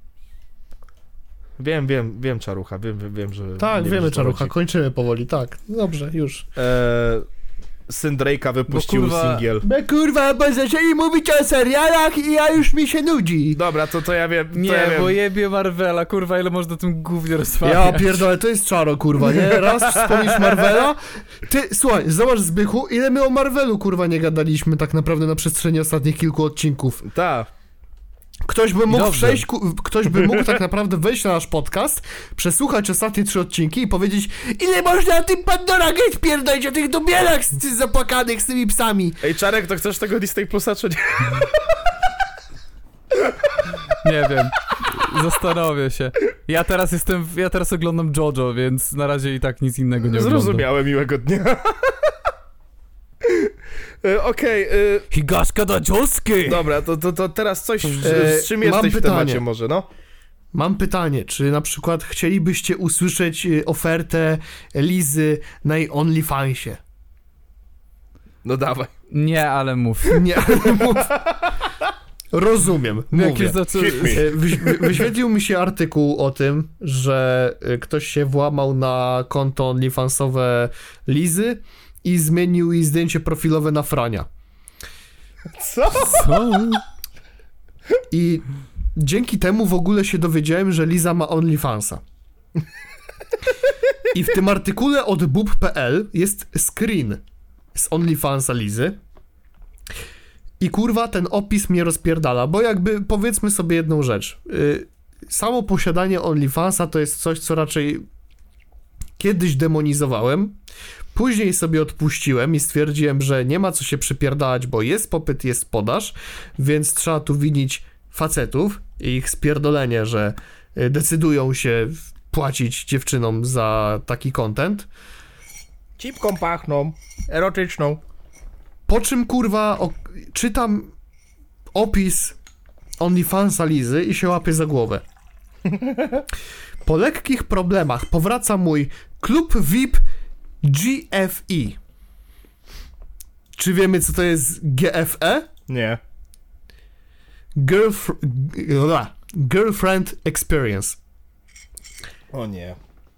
[SPEAKER 2] Wiem, Czarucha, wiem, że...
[SPEAKER 1] Tak,
[SPEAKER 2] nie
[SPEAKER 1] wiemy,
[SPEAKER 2] wiesz,
[SPEAKER 1] Czarucha,
[SPEAKER 2] chodzi.
[SPEAKER 1] kończymy powoli, tak. Dobrze, już.
[SPEAKER 2] Syn Drake'a wypuścił singiel.
[SPEAKER 1] Kurwa, bo zaczęli mówić o serialach i już mi się nudzi.
[SPEAKER 2] Dobra, to ja wiem,
[SPEAKER 3] Nie,
[SPEAKER 2] to ja wiem.
[SPEAKER 3] bo jebie Marvela, kurwa, ile można o tym gównie rozmawiać.
[SPEAKER 1] Ja pierdolę, to jest czaro, kurwa, nie? Raz wspomnisz Marvela, ty, słuchaj, zobacz Zbychu, ile my o Marvelu, kurwa, nie gadaliśmy tak naprawdę na przestrzeni ostatnich kilku odcinków.
[SPEAKER 2] Tak.
[SPEAKER 1] Ktoś by mógł
[SPEAKER 3] Dobrze.
[SPEAKER 1] ktoś by mógł tak naprawdę wejść na nasz podcast, przesłuchać ostatnie 3 odcinki i powiedzieć, ile można o tym Pandora Gate pierdolić, o tych dubielach zapłakanych z tymi psami.
[SPEAKER 2] Ej, Czarek, to chcesz tego Disney Plusa, czy nie?
[SPEAKER 3] Nie wiem. Zastanowię się. Ja teraz oglądam JoJo, więc na razie i tak nic innego nie oglądam.
[SPEAKER 2] Zrozumiałem, miłego dnia. Okej,
[SPEAKER 3] Higashka da Josuke!
[SPEAKER 2] dobra, to teraz coś, z czym
[SPEAKER 1] mam
[SPEAKER 2] jesteś w
[SPEAKER 1] pytanie.
[SPEAKER 2] temacie może, no?
[SPEAKER 1] Mam pytanie, czy na przykład chcielibyście usłyszeć ofertę Lizy na jej OnlyFansie?
[SPEAKER 2] No dawaj.
[SPEAKER 3] Nie, ale mów.
[SPEAKER 1] Nie, ale mów. Rozumiem,
[SPEAKER 3] Jak
[SPEAKER 1] mówię.
[SPEAKER 3] już
[SPEAKER 1] Wyświetlił mi się artykuł o tym, że ktoś się włamał na konto OnlyFansowe Lizy i zmienił jej zdjęcie profilowe na Frania.
[SPEAKER 2] Co?
[SPEAKER 1] I dzięki temu w ogóle się dowiedziałem, że Liza ma OnlyFansa. I w tym artykule od bub.pl jest screen z OnlyFansa Lizy. I kurwa, ten opis mnie rozpierdala, bo jakby powiedzmy sobie jedną rzecz. Samo posiadanie OnlyFansa to jest coś, co raczej kiedyś demonizowałem. Później sobie odpuściłem i stwierdziłem, że nie ma co się przypierdalać, bo jest popyt, jest podaż, więc trzeba tu winić facetów i ich spierdolenie, że decydują się płacić dziewczynom za taki content.
[SPEAKER 2] Cipką pachną, erotyczną.
[SPEAKER 1] Po czym kurwa czytam opis OnlyFansa Lizy i się łapię za głowę. Po lekkich problemach powraca mój klub VIP GFE. Czy wiemy, co to jest GFE?
[SPEAKER 2] Nie.
[SPEAKER 1] Girlfriend Experience.
[SPEAKER 2] O nie.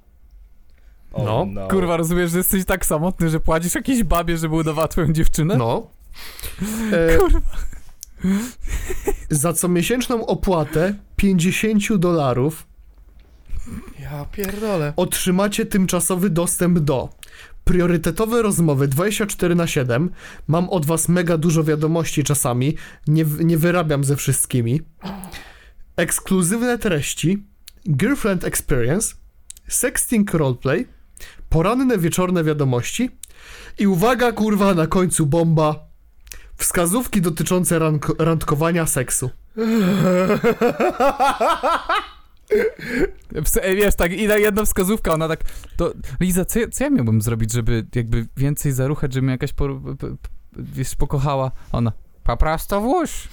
[SPEAKER 1] No.
[SPEAKER 3] Kurwa, rozumiesz, że jesteś tak samotny, że płacisz jakiejś babie, żeby udawała twoją dziewczynę?
[SPEAKER 1] No.
[SPEAKER 3] Kurwa.
[SPEAKER 1] Za comiesięczną opłatę $50
[SPEAKER 2] Ja pierdolę.
[SPEAKER 1] otrzymacie tymczasowy dostęp do priorytetowe rozmowy 24/7. Mam od was mega dużo wiadomości czasami. Nie wyrabiam ze wszystkimi. Ekskluzywne treści. Girlfriend Experience. Sexting Roleplay. Poranne wieczorne wiadomości. I uwaga, kurwa, na końcu bomba. Wskazówki dotyczące randkowania seksu.
[SPEAKER 3] Wiesz, tak, i jedna wskazówka, ona tak, to Liza, co ja miałbym zrobić, żeby jakby więcej zaruchać, żeby mnie jakaś wiesz, pokochała? Ona, po prostu włóż.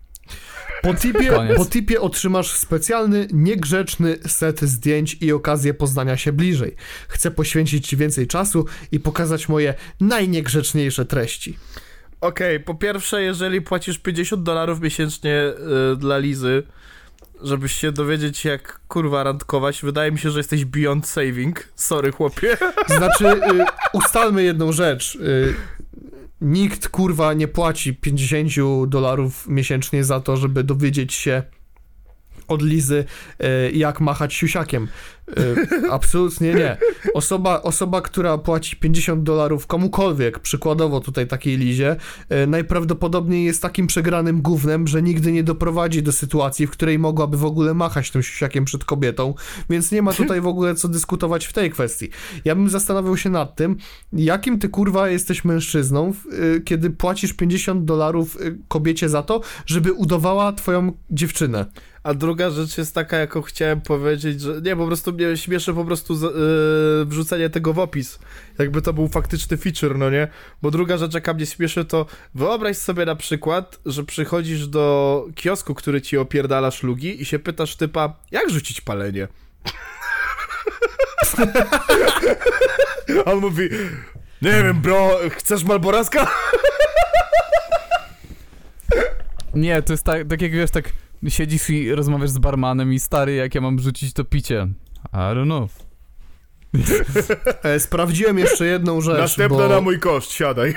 [SPEAKER 1] Po tipie otrzymasz specjalny, niegrzeczny set zdjęć i okazję poznania się bliżej. Chcę poświęcić ci więcej czasu i pokazać moje najniegrzeczniejsze treści.
[SPEAKER 2] Okej, po pierwsze, jeżeli płacisz $50 miesięcznie dla Lizy, żebyś się dowiedzieć, jak kurwa randkować, wydaje mi się, że jesteś beyond saving. Sorry, chłopie.
[SPEAKER 1] Znaczy, ustalmy jedną rzecz. Nikt, kurwa, nie płaci $50 miesięcznie za to, żeby dowiedzieć się od Lizy, jak machać siusiakiem. Absolutnie nie. Osoba, która płaci $50 komukolwiek, przykładowo tutaj takiej Lizie, najprawdopodobniej jest takim przegranym gównem, że nigdy nie doprowadzi do sytuacji, w której mogłaby w ogóle machać tym siusiakiem przed kobietą, więc nie ma tutaj w ogóle co dyskutować w tej kwestii. Ja bym zastanawiał się nad tym, jakim ty, kurwa, jesteś mężczyzną, kiedy płacisz $50 kobiecie za to, żeby udawała twoją dziewczynę.
[SPEAKER 2] A druga rzecz jest taka, jaką chciałem powiedzieć, że nie, po prostu mnie śmieszy po prostu wrzucenie tego w opis. Jakby to był faktyczny feature, no nie? Bo druga rzecz, jaka mnie śmieszy, to wyobraź sobie na przykład, że przychodzisz do kiosku, który ci opierdala szlugi i się pytasz typa, jak rzucić palenie? A on mówi, nie wiem bro, chcesz Malboraska?
[SPEAKER 3] Nie, to jest tak jak wiesz, tak siedzisz i rozmawiasz z barmanem i stary, jak ja mam rzucić to picie? I don't know.
[SPEAKER 1] Sprawdziłem jeszcze jedną rzecz,
[SPEAKER 2] Następna
[SPEAKER 1] bo
[SPEAKER 2] na mój koszt, siadaj.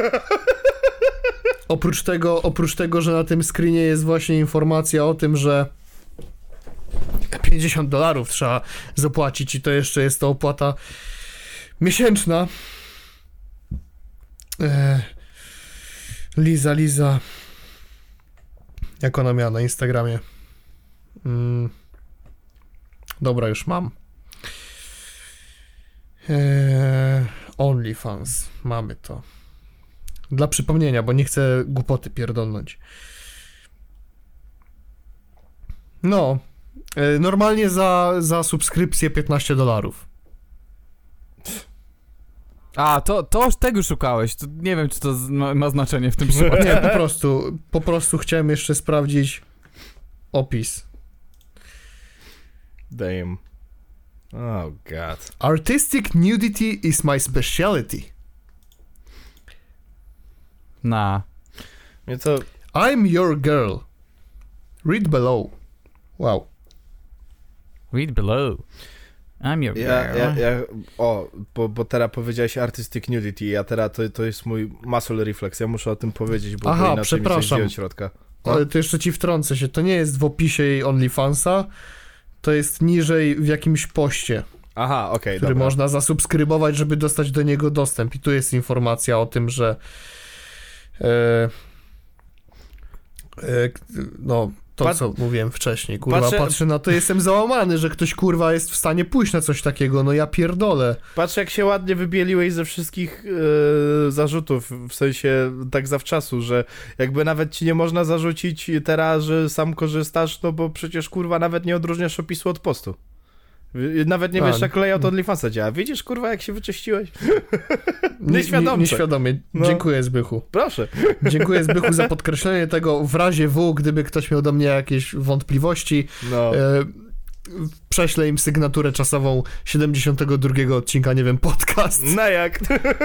[SPEAKER 1] oprócz tego, że na tym screenie jest właśnie informacja o tym, że $50 trzeba zapłacić i to jeszcze jest to opłata miesięczna. Liza. Jak ona miała na Instagramie? Dobra, już mam. OnlyFans. Mamy to. Dla przypomnienia, bo nie chcę głupoty pierdolnąć. No. Normalnie za subskrypcję $15.
[SPEAKER 3] A, to tego szukałeś. To nie wiem, czy to ma znaczenie w tym przypadku.
[SPEAKER 1] Nie, po prostu chciałem jeszcze sprawdzić opis.
[SPEAKER 2] Damn. Oh god.
[SPEAKER 1] Artistic nudity is my specialty.
[SPEAKER 2] Mnie to...
[SPEAKER 1] I'm your girl. Read below. Wow.
[SPEAKER 3] Read below. I'm your girl.
[SPEAKER 2] Bo teraz powiedziałeś artistic nudity, a teraz to jest mój muscle reflex, ja muszę o tym powiedzieć, bo
[SPEAKER 1] Aha,
[SPEAKER 2] inaczej mi coś
[SPEAKER 1] przepraszam.
[SPEAKER 2] dzieje od środka.
[SPEAKER 1] Ale to jeszcze ci wtrącę się, to nie jest w opisie jej OnlyFansa, to jest niżej w jakimś poście,
[SPEAKER 2] Aha, okej,
[SPEAKER 1] który
[SPEAKER 2] dobra.
[SPEAKER 1] można zasubskrybować, żeby dostać do niego dostęp. I tu jest informacja o tym, że no, to co mówiłem wcześniej, kurwa, patrzę na to, jestem załamany, że ktoś, kurwa, jest w stanie pójść na coś takiego, no ja pierdolę.
[SPEAKER 2] Patrz, jak się ładnie wybieliłeś ze wszystkich zarzutów, w sensie tak zawczasu, że jakby nawet ci nie można zarzucić teraz, że sam korzystasz, no bo przecież, kurwa, nawet nie odróżniasz opisu od postu. Nawet nie wiesz, jak layout OnlyFansa działa. Widzisz, kurwa, jak się wyczyściłeś?
[SPEAKER 1] Nieświadomie.
[SPEAKER 2] No.
[SPEAKER 1] Dziękuję, Zbychu.
[SPEAKER 2] Proszę.
[SPEAKER 1] Dziękuję, Zbychu, za podkreślenie tego w razie W, gdyby ktoś miał do mnie jakieś wątpliwości.
[SPEAKER 2] No.
[SPEAKER 1] Prześlę im sygnaturę czasową 72 odcinka, nie wiem, podcast.
[SPEAKER 2] No jak?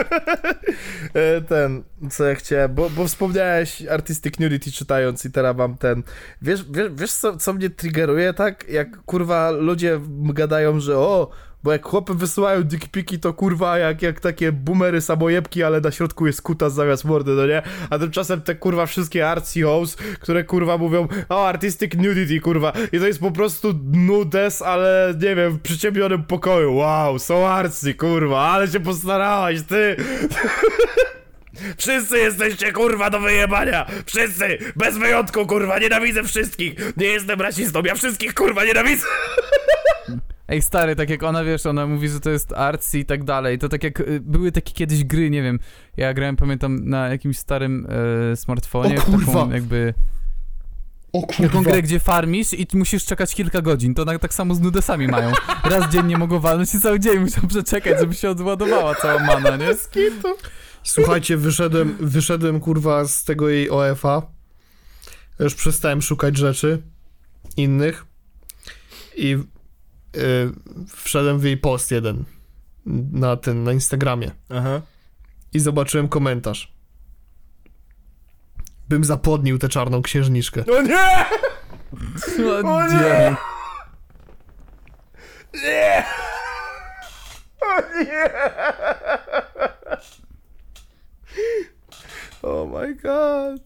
[SPEAKER 2] Co ja chciałem, bo wspomniałeś Artistic Nudity czytając i teraz mam ten... Wiesz co mnie triggeruje, tak? Jak, kurwa, ludzie gadają, że bo jak chłopy wysyłają dickpiki, to kurwa jak takie boomery samojebki, ale na środku jest kutas zamiast mordy, no nie? A tymczasem te kurwa wszystkie artsy hoes, które kurwa mówią, artistic nudity, kurwa, i to jest po prostu nudes, ale nie wiem, w przyciemnionym pokoju, wow, są artsy, kurwa, ale się postarałaś, ty! Wszyscy jesteście, kurwa, do wyjebania! Wszyscy! Bez wyjątku, kurwa, nienawidzę wszystkich! Nie jestem rasistą, ja wszystkich, kurwa, nienawidzę!
[SPEAKER 3] Ej, stary, tak jak ona, wiesz, ona mówi, że to jest artsy i tak dalej, to tak jak były takie kiedyś gry, nie wiem, ja grałem, pamiętam, na jakimś starym smartfonie,
[SPEAKER 1] O kurwa!
[SPEAKER 3] taką jakby...
[SPEAKER 1] O
[SPEAKER 3] Taką grę, gdzie farmisz i musisz czekać kilka godzin, to tak samo z nudesami mają. Raz dziennie mogą walnąć i cały dzień muszą przeczekać, żeby się odładowała cała mana, nie?
[SPEAKER 1] Słuchajcie, wyszedłem, kurwa, z tego jej OF-a. Już przestałem szukać rzeczy innych i wszedłem w jej post jeden na Instagramie.
[SPEAKER 2] Aha.
[SPEAKER 1] I zobaczyłem komentarz. Bym zapłodnił tę czarną księżniczkę.
[SPEAKER 2] No nie!
[SPEAKER 3] O nie!
[SPEAKER 2] Nie! O nie! Oh my god.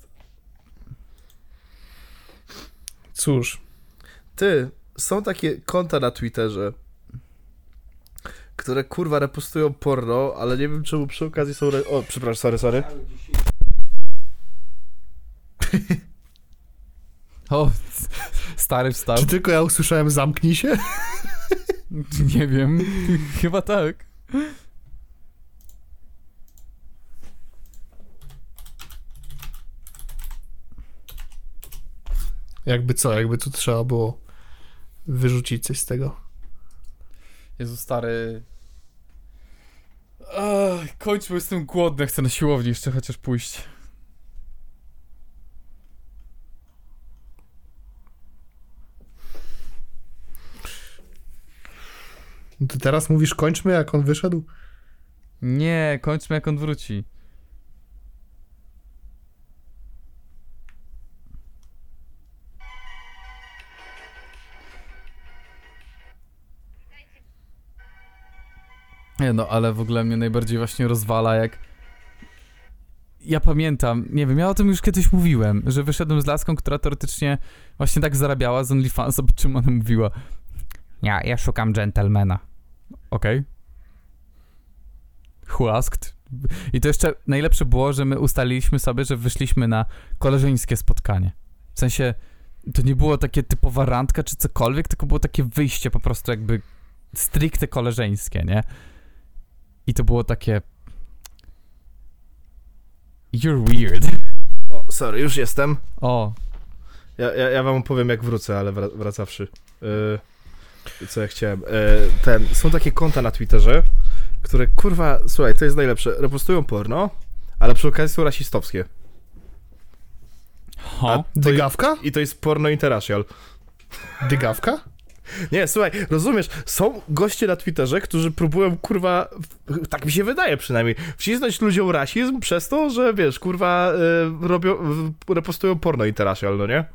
[SPEAKER 1] Cóż.
[SPEAKER 2] Ty, są takie konta na Twitterze, które kurwa repostują porno, ale nie wiem czemu przy okazji są... O, przepraszam, sorry.
[SPEAKER 3] O, stary wstał.
[SPEAKER 1] Czy tylko ja usłyszałem zamknij się?
[SPEAKER 3] Nie wiem, chyba tak.
[SPEAKER 1] Jakby co, jakby tu trzeba było wyrzucić coś z tego.
[SPEAKER 3] Jezu, stary... Kończmy, jestem głodny, chcę na siłowni jeszcze chociaż pójść.
[SPEAKER 1] No ty teraz mówisz kończmy, jak on wyszedł?
[SPEAKER 3] Nie, kończmy jak on wróci. Nie no, ale w ogóle mnie najbardziej właśnie rozwala, jak... Ja pamiętam, nie wiem, ja o tym już kiedyś mówiłem, że wyszedłem z laską, która teoretycznie właśnie tak zarabiała z OnlyFans, o czym ona mówiła. Ja szukam gentlemana. Okej. Who asked? I to jeszcze najlepsze było, że my ustaliliśmy sobie, że wyszliśmy na koleżeńskie spotkanie. W sensie, to nie było takie typowa randka czy cokolwiek, tylko było takie wyjście po prostu jakby stricte koleżeńskie, nie? I to było takie... You're weird.
[SPEAKER 2] O, sorry, już jestem.
[SPEAKER 3] O.
[SPEAKER 2] Ja wam opowiem jak wrócę, ale wracawszy. Co ja chciałem. Są takie konta na Twitterze, które kurwa, słuchaj, to jest najlepsze. Repostują porno, ale przy okazji są rasistowskie.
[SPEAKER 1] Dygawka?
[SPEAKER 2] I to jest porno interracial.
[SPEAKER 1] Dygawka?
[SPEAKER 2] Nie, słuchaj, rozumiesz, są goście na Twitterze, którzy próbują, kurwa, tak mi się wydaje przynajmniej, wcisnąć ludziom rasizm przez to, że, wiesz, kurwa, repostują porno interracial, no nie?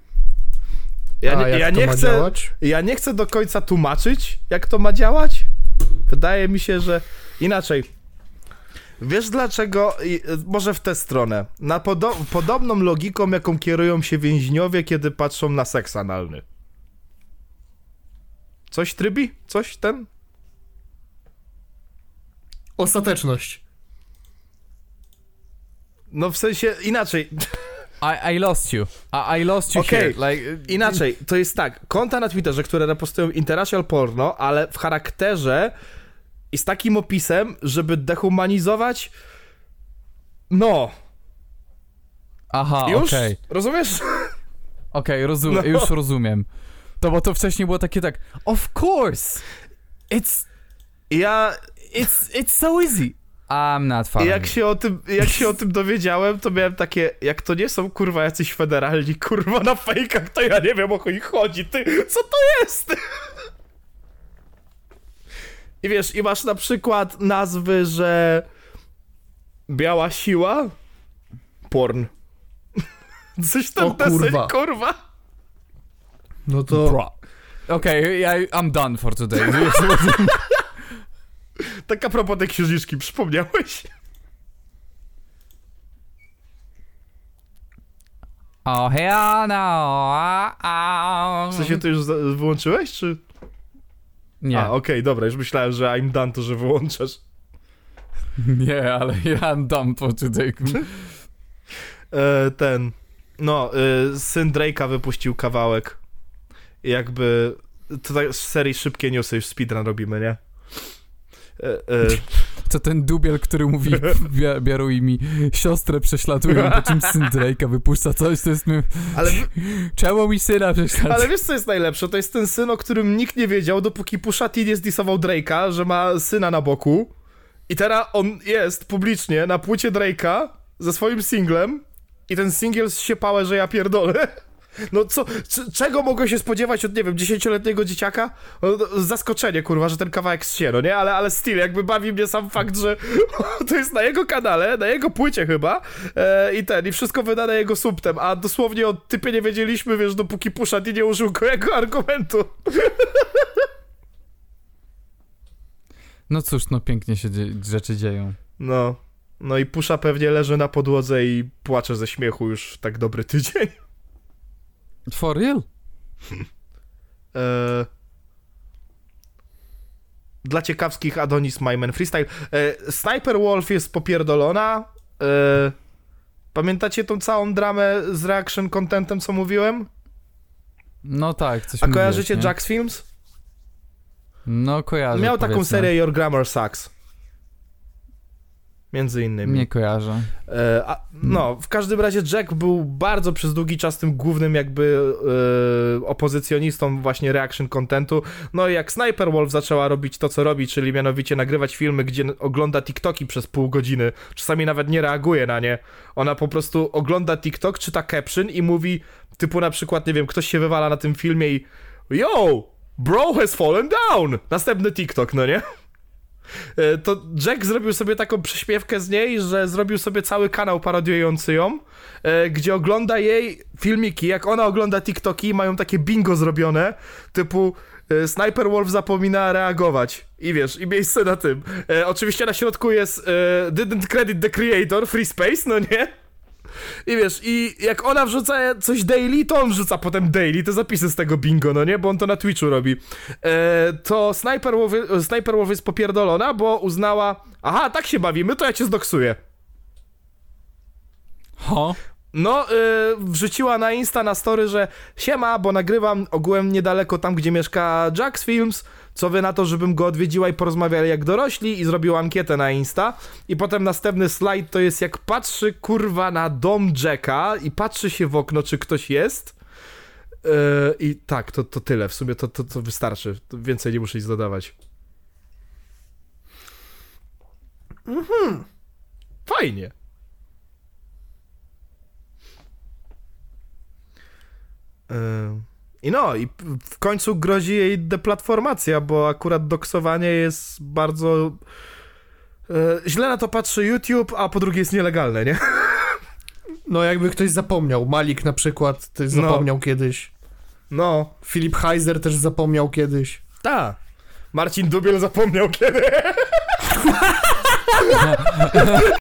[SPEAKER 2] Ja nie chcę do końca tłumaczyć, jak to ma działać. Wydaje mi się, że inaczej. Wiesz dlaczego? Może w tę stronę. Na podobną logiką, jaką kierują się więźniowie, kiedy patrzą na seks analny. Coś trybi? Coś ten?
[SPEAKER 1] Ostateczność.
[SPEAKER 2] No w sensie inaczej.
[SPEAKER 3] I lost you. I lost you
[SPEAKER 2] Okej,
[SPEAKER 3] here. Like,
[SPEAKER 2] inaczej. To jest tak. Konta na Twitterze, które repostują interracial porno, ale w charakterze i z takim opisem, żeby dehumanizować. No.
[SPEAKER 3] Aha,
[SPEAKER 2] Już?
[SPEAKER 3] okej.
[SPEAKER 2] Rozumiesz?
[SPEAKER 3] Okej,
[SPEAKER 2] No.
[SPEAKER 3] już rozumiem. To bo to wcześniej było takie tak, of course, it's so easy. I'm not
[SPEAKER 2] I
[SPEAKER 3] following.
[SPEAKER 2] jak się o tym dowiedziałem, to miałem takie, jak to nie są kurwa jacyś federalni, kurwa na fejkach, to ja nie wiem o co ich chodzi, ty, co to jest? I wiesz, i masz na przykład nazwy, że biała siła, porn. Coś tam
[SPEAKER 1] kurwa.
[SPEAKER 2] Kurwa.
[SPEAKER 1] No to...
[SPEAKER 3] Okej, I'm done for today.
[SPEAKER 2] Tak a propos tej księżniczki, przypomniałeś?
[SPEAKER 3] Oh hell no.
[SPEAKER 2] W sensie ty już wyłączyłeś, czy?
[SPEAKER 3] Nie,
[SPEAKER 2] A, okej, dobra, już myślałem, że I'm done to, że wyłączasz.
[SPEAKER 3] nie, ale I'm done for today.
[SPEAKER 2] Syn Drake'a wypuścił kawałek. I jakby, to tak z serii szybkie newsy, już speedrun robimy, nie?
[SPEAKER 3] Co ten dubiel, który mówi, biorą mi siostrę prześladują, po czym syn Drake'a wypuszcza coś, to jest... Czemu mi syna prześladuje?
[SPEAKER 2] Ale wiesz co jest najlepsze? To jest ten syn, o którym nikt nie wiedział, dopóki Pusha T nie zdisował Drake'a, że ma syna na boku. I teraz on jest publicznie na płycie Drake'a ze swoim singlem i ten singiel się pałe, że ja pierdolę. No co, czego mogę się spodziewać od, nie wiem, 10-letniego dzieciaka? No, zaskoczenie, kurwa, że ten kawałek zsie, no nie? Ale styl, jakby bawi mnie sam fakt, że to jest na jego kanale, na jego płycie chyba i wszystko wydane jego subtem, a dosłownie o typie nie wiedzieliśmy, wiesz, dopóki Pusha T nie użył jego argumentu.
[SPEAKER 3] No cóż, no pięknie się rzeczy dzieją.
[SPEAKER 2] No i Pusha pewnie leży na podłodze i płacze ze śmiechu już tak dobry tydzień.
[SPEAKER 3] For real?
[SPEAKER 2] Dla ciekawskich Adonis Myman Freestyle. Sniper Wolf jest popierdolona. Pamiętacie tą całą dramę z reaction contentem, co mówiłem?
[SPEAKER 3] No tak, coś
[SPEAKER 2] A kojarzycie
[SPEAKER 3] mówiłeś, nie?
[SPEAKER 2] Jax Films?
[SPEAKER 3] No kojarzę.
[SPEAKER 2] Miał taką serię Your Grammar Sucks. Między innymi.
[SPEAKER 3] Nie kojarzę.
[SPEAKER 2] No, w każdym razie Jack był bardzo przez długi czas tym głównym jakby opozycjonistą właśnie reaction contentu. No i jak Sniper Wolf zaczęła robić to, co robi, czyli mianowicie nagrywać filmy, gdzie ogląda TikToki przez pół godziny, czasami nawet nie reaguje na nie. Ona po prostu ogląda TikTok, czyta caption i mówi typu na przykład, nie wiem, ktoś się wywala na tym filmie i yo, bro has fallen down! Następny TikTok, no nie? To Jack zrobił sobie taką przyśpiewkę z niej, że zrobił sobie cały kanał parodiujący ją, gdzie ogląda jej filmiki, jak ona ogląda TikToki, mają takie bingo zrobione, typu Sniper Wolf zapomina reagować i wiesz, i miejsce na tym. Oczywiście na środku jest didn't credit the creator, free space, no nie? I wiesz, i jak ona wrzuca coś daily, to on wrzuca potem daily te zapisy z tego bingo, no nie? Bo on to na Twitchu robi. To Sniper Wolf jest popierdolona, bo uznała, aha, tak się bawimy, to ja cię zdoksuję. No, wrzuciła na Insta, na story, że siema, bo nagrywam ogółem niedaleko tam, gdzie mieszka Jack's Films, co wy na to, żebym go odwiedziła i porozmawiali jak dorośli, i zrobił ankietę na Insta. I potem następny slajd to jest jak patrzy kurwa na dom Jacka i patrzy się w okno, czy ktoś jest. I tak, to tyle, w sumie to wystarczy, to więcej nie muszę nic dodawać. Fajnie. I no, i w końcu grozi jej deplatformacja, bo akurat doksowanie jest bardzo... źle na to patrzy YouTube, a po drugie jest nielegalne, nie?
[SPEAKER 1] No jakby ktoś zapomniał. Malik na przykład też zapomniał kiedyś.
[SPEAKER 2] No.
[SPEAKER 1] Filip Heiser też zapomniał kiedyś.
[SPEAKER 2] Tak. Marcin Dubiel zapomniał kiedy.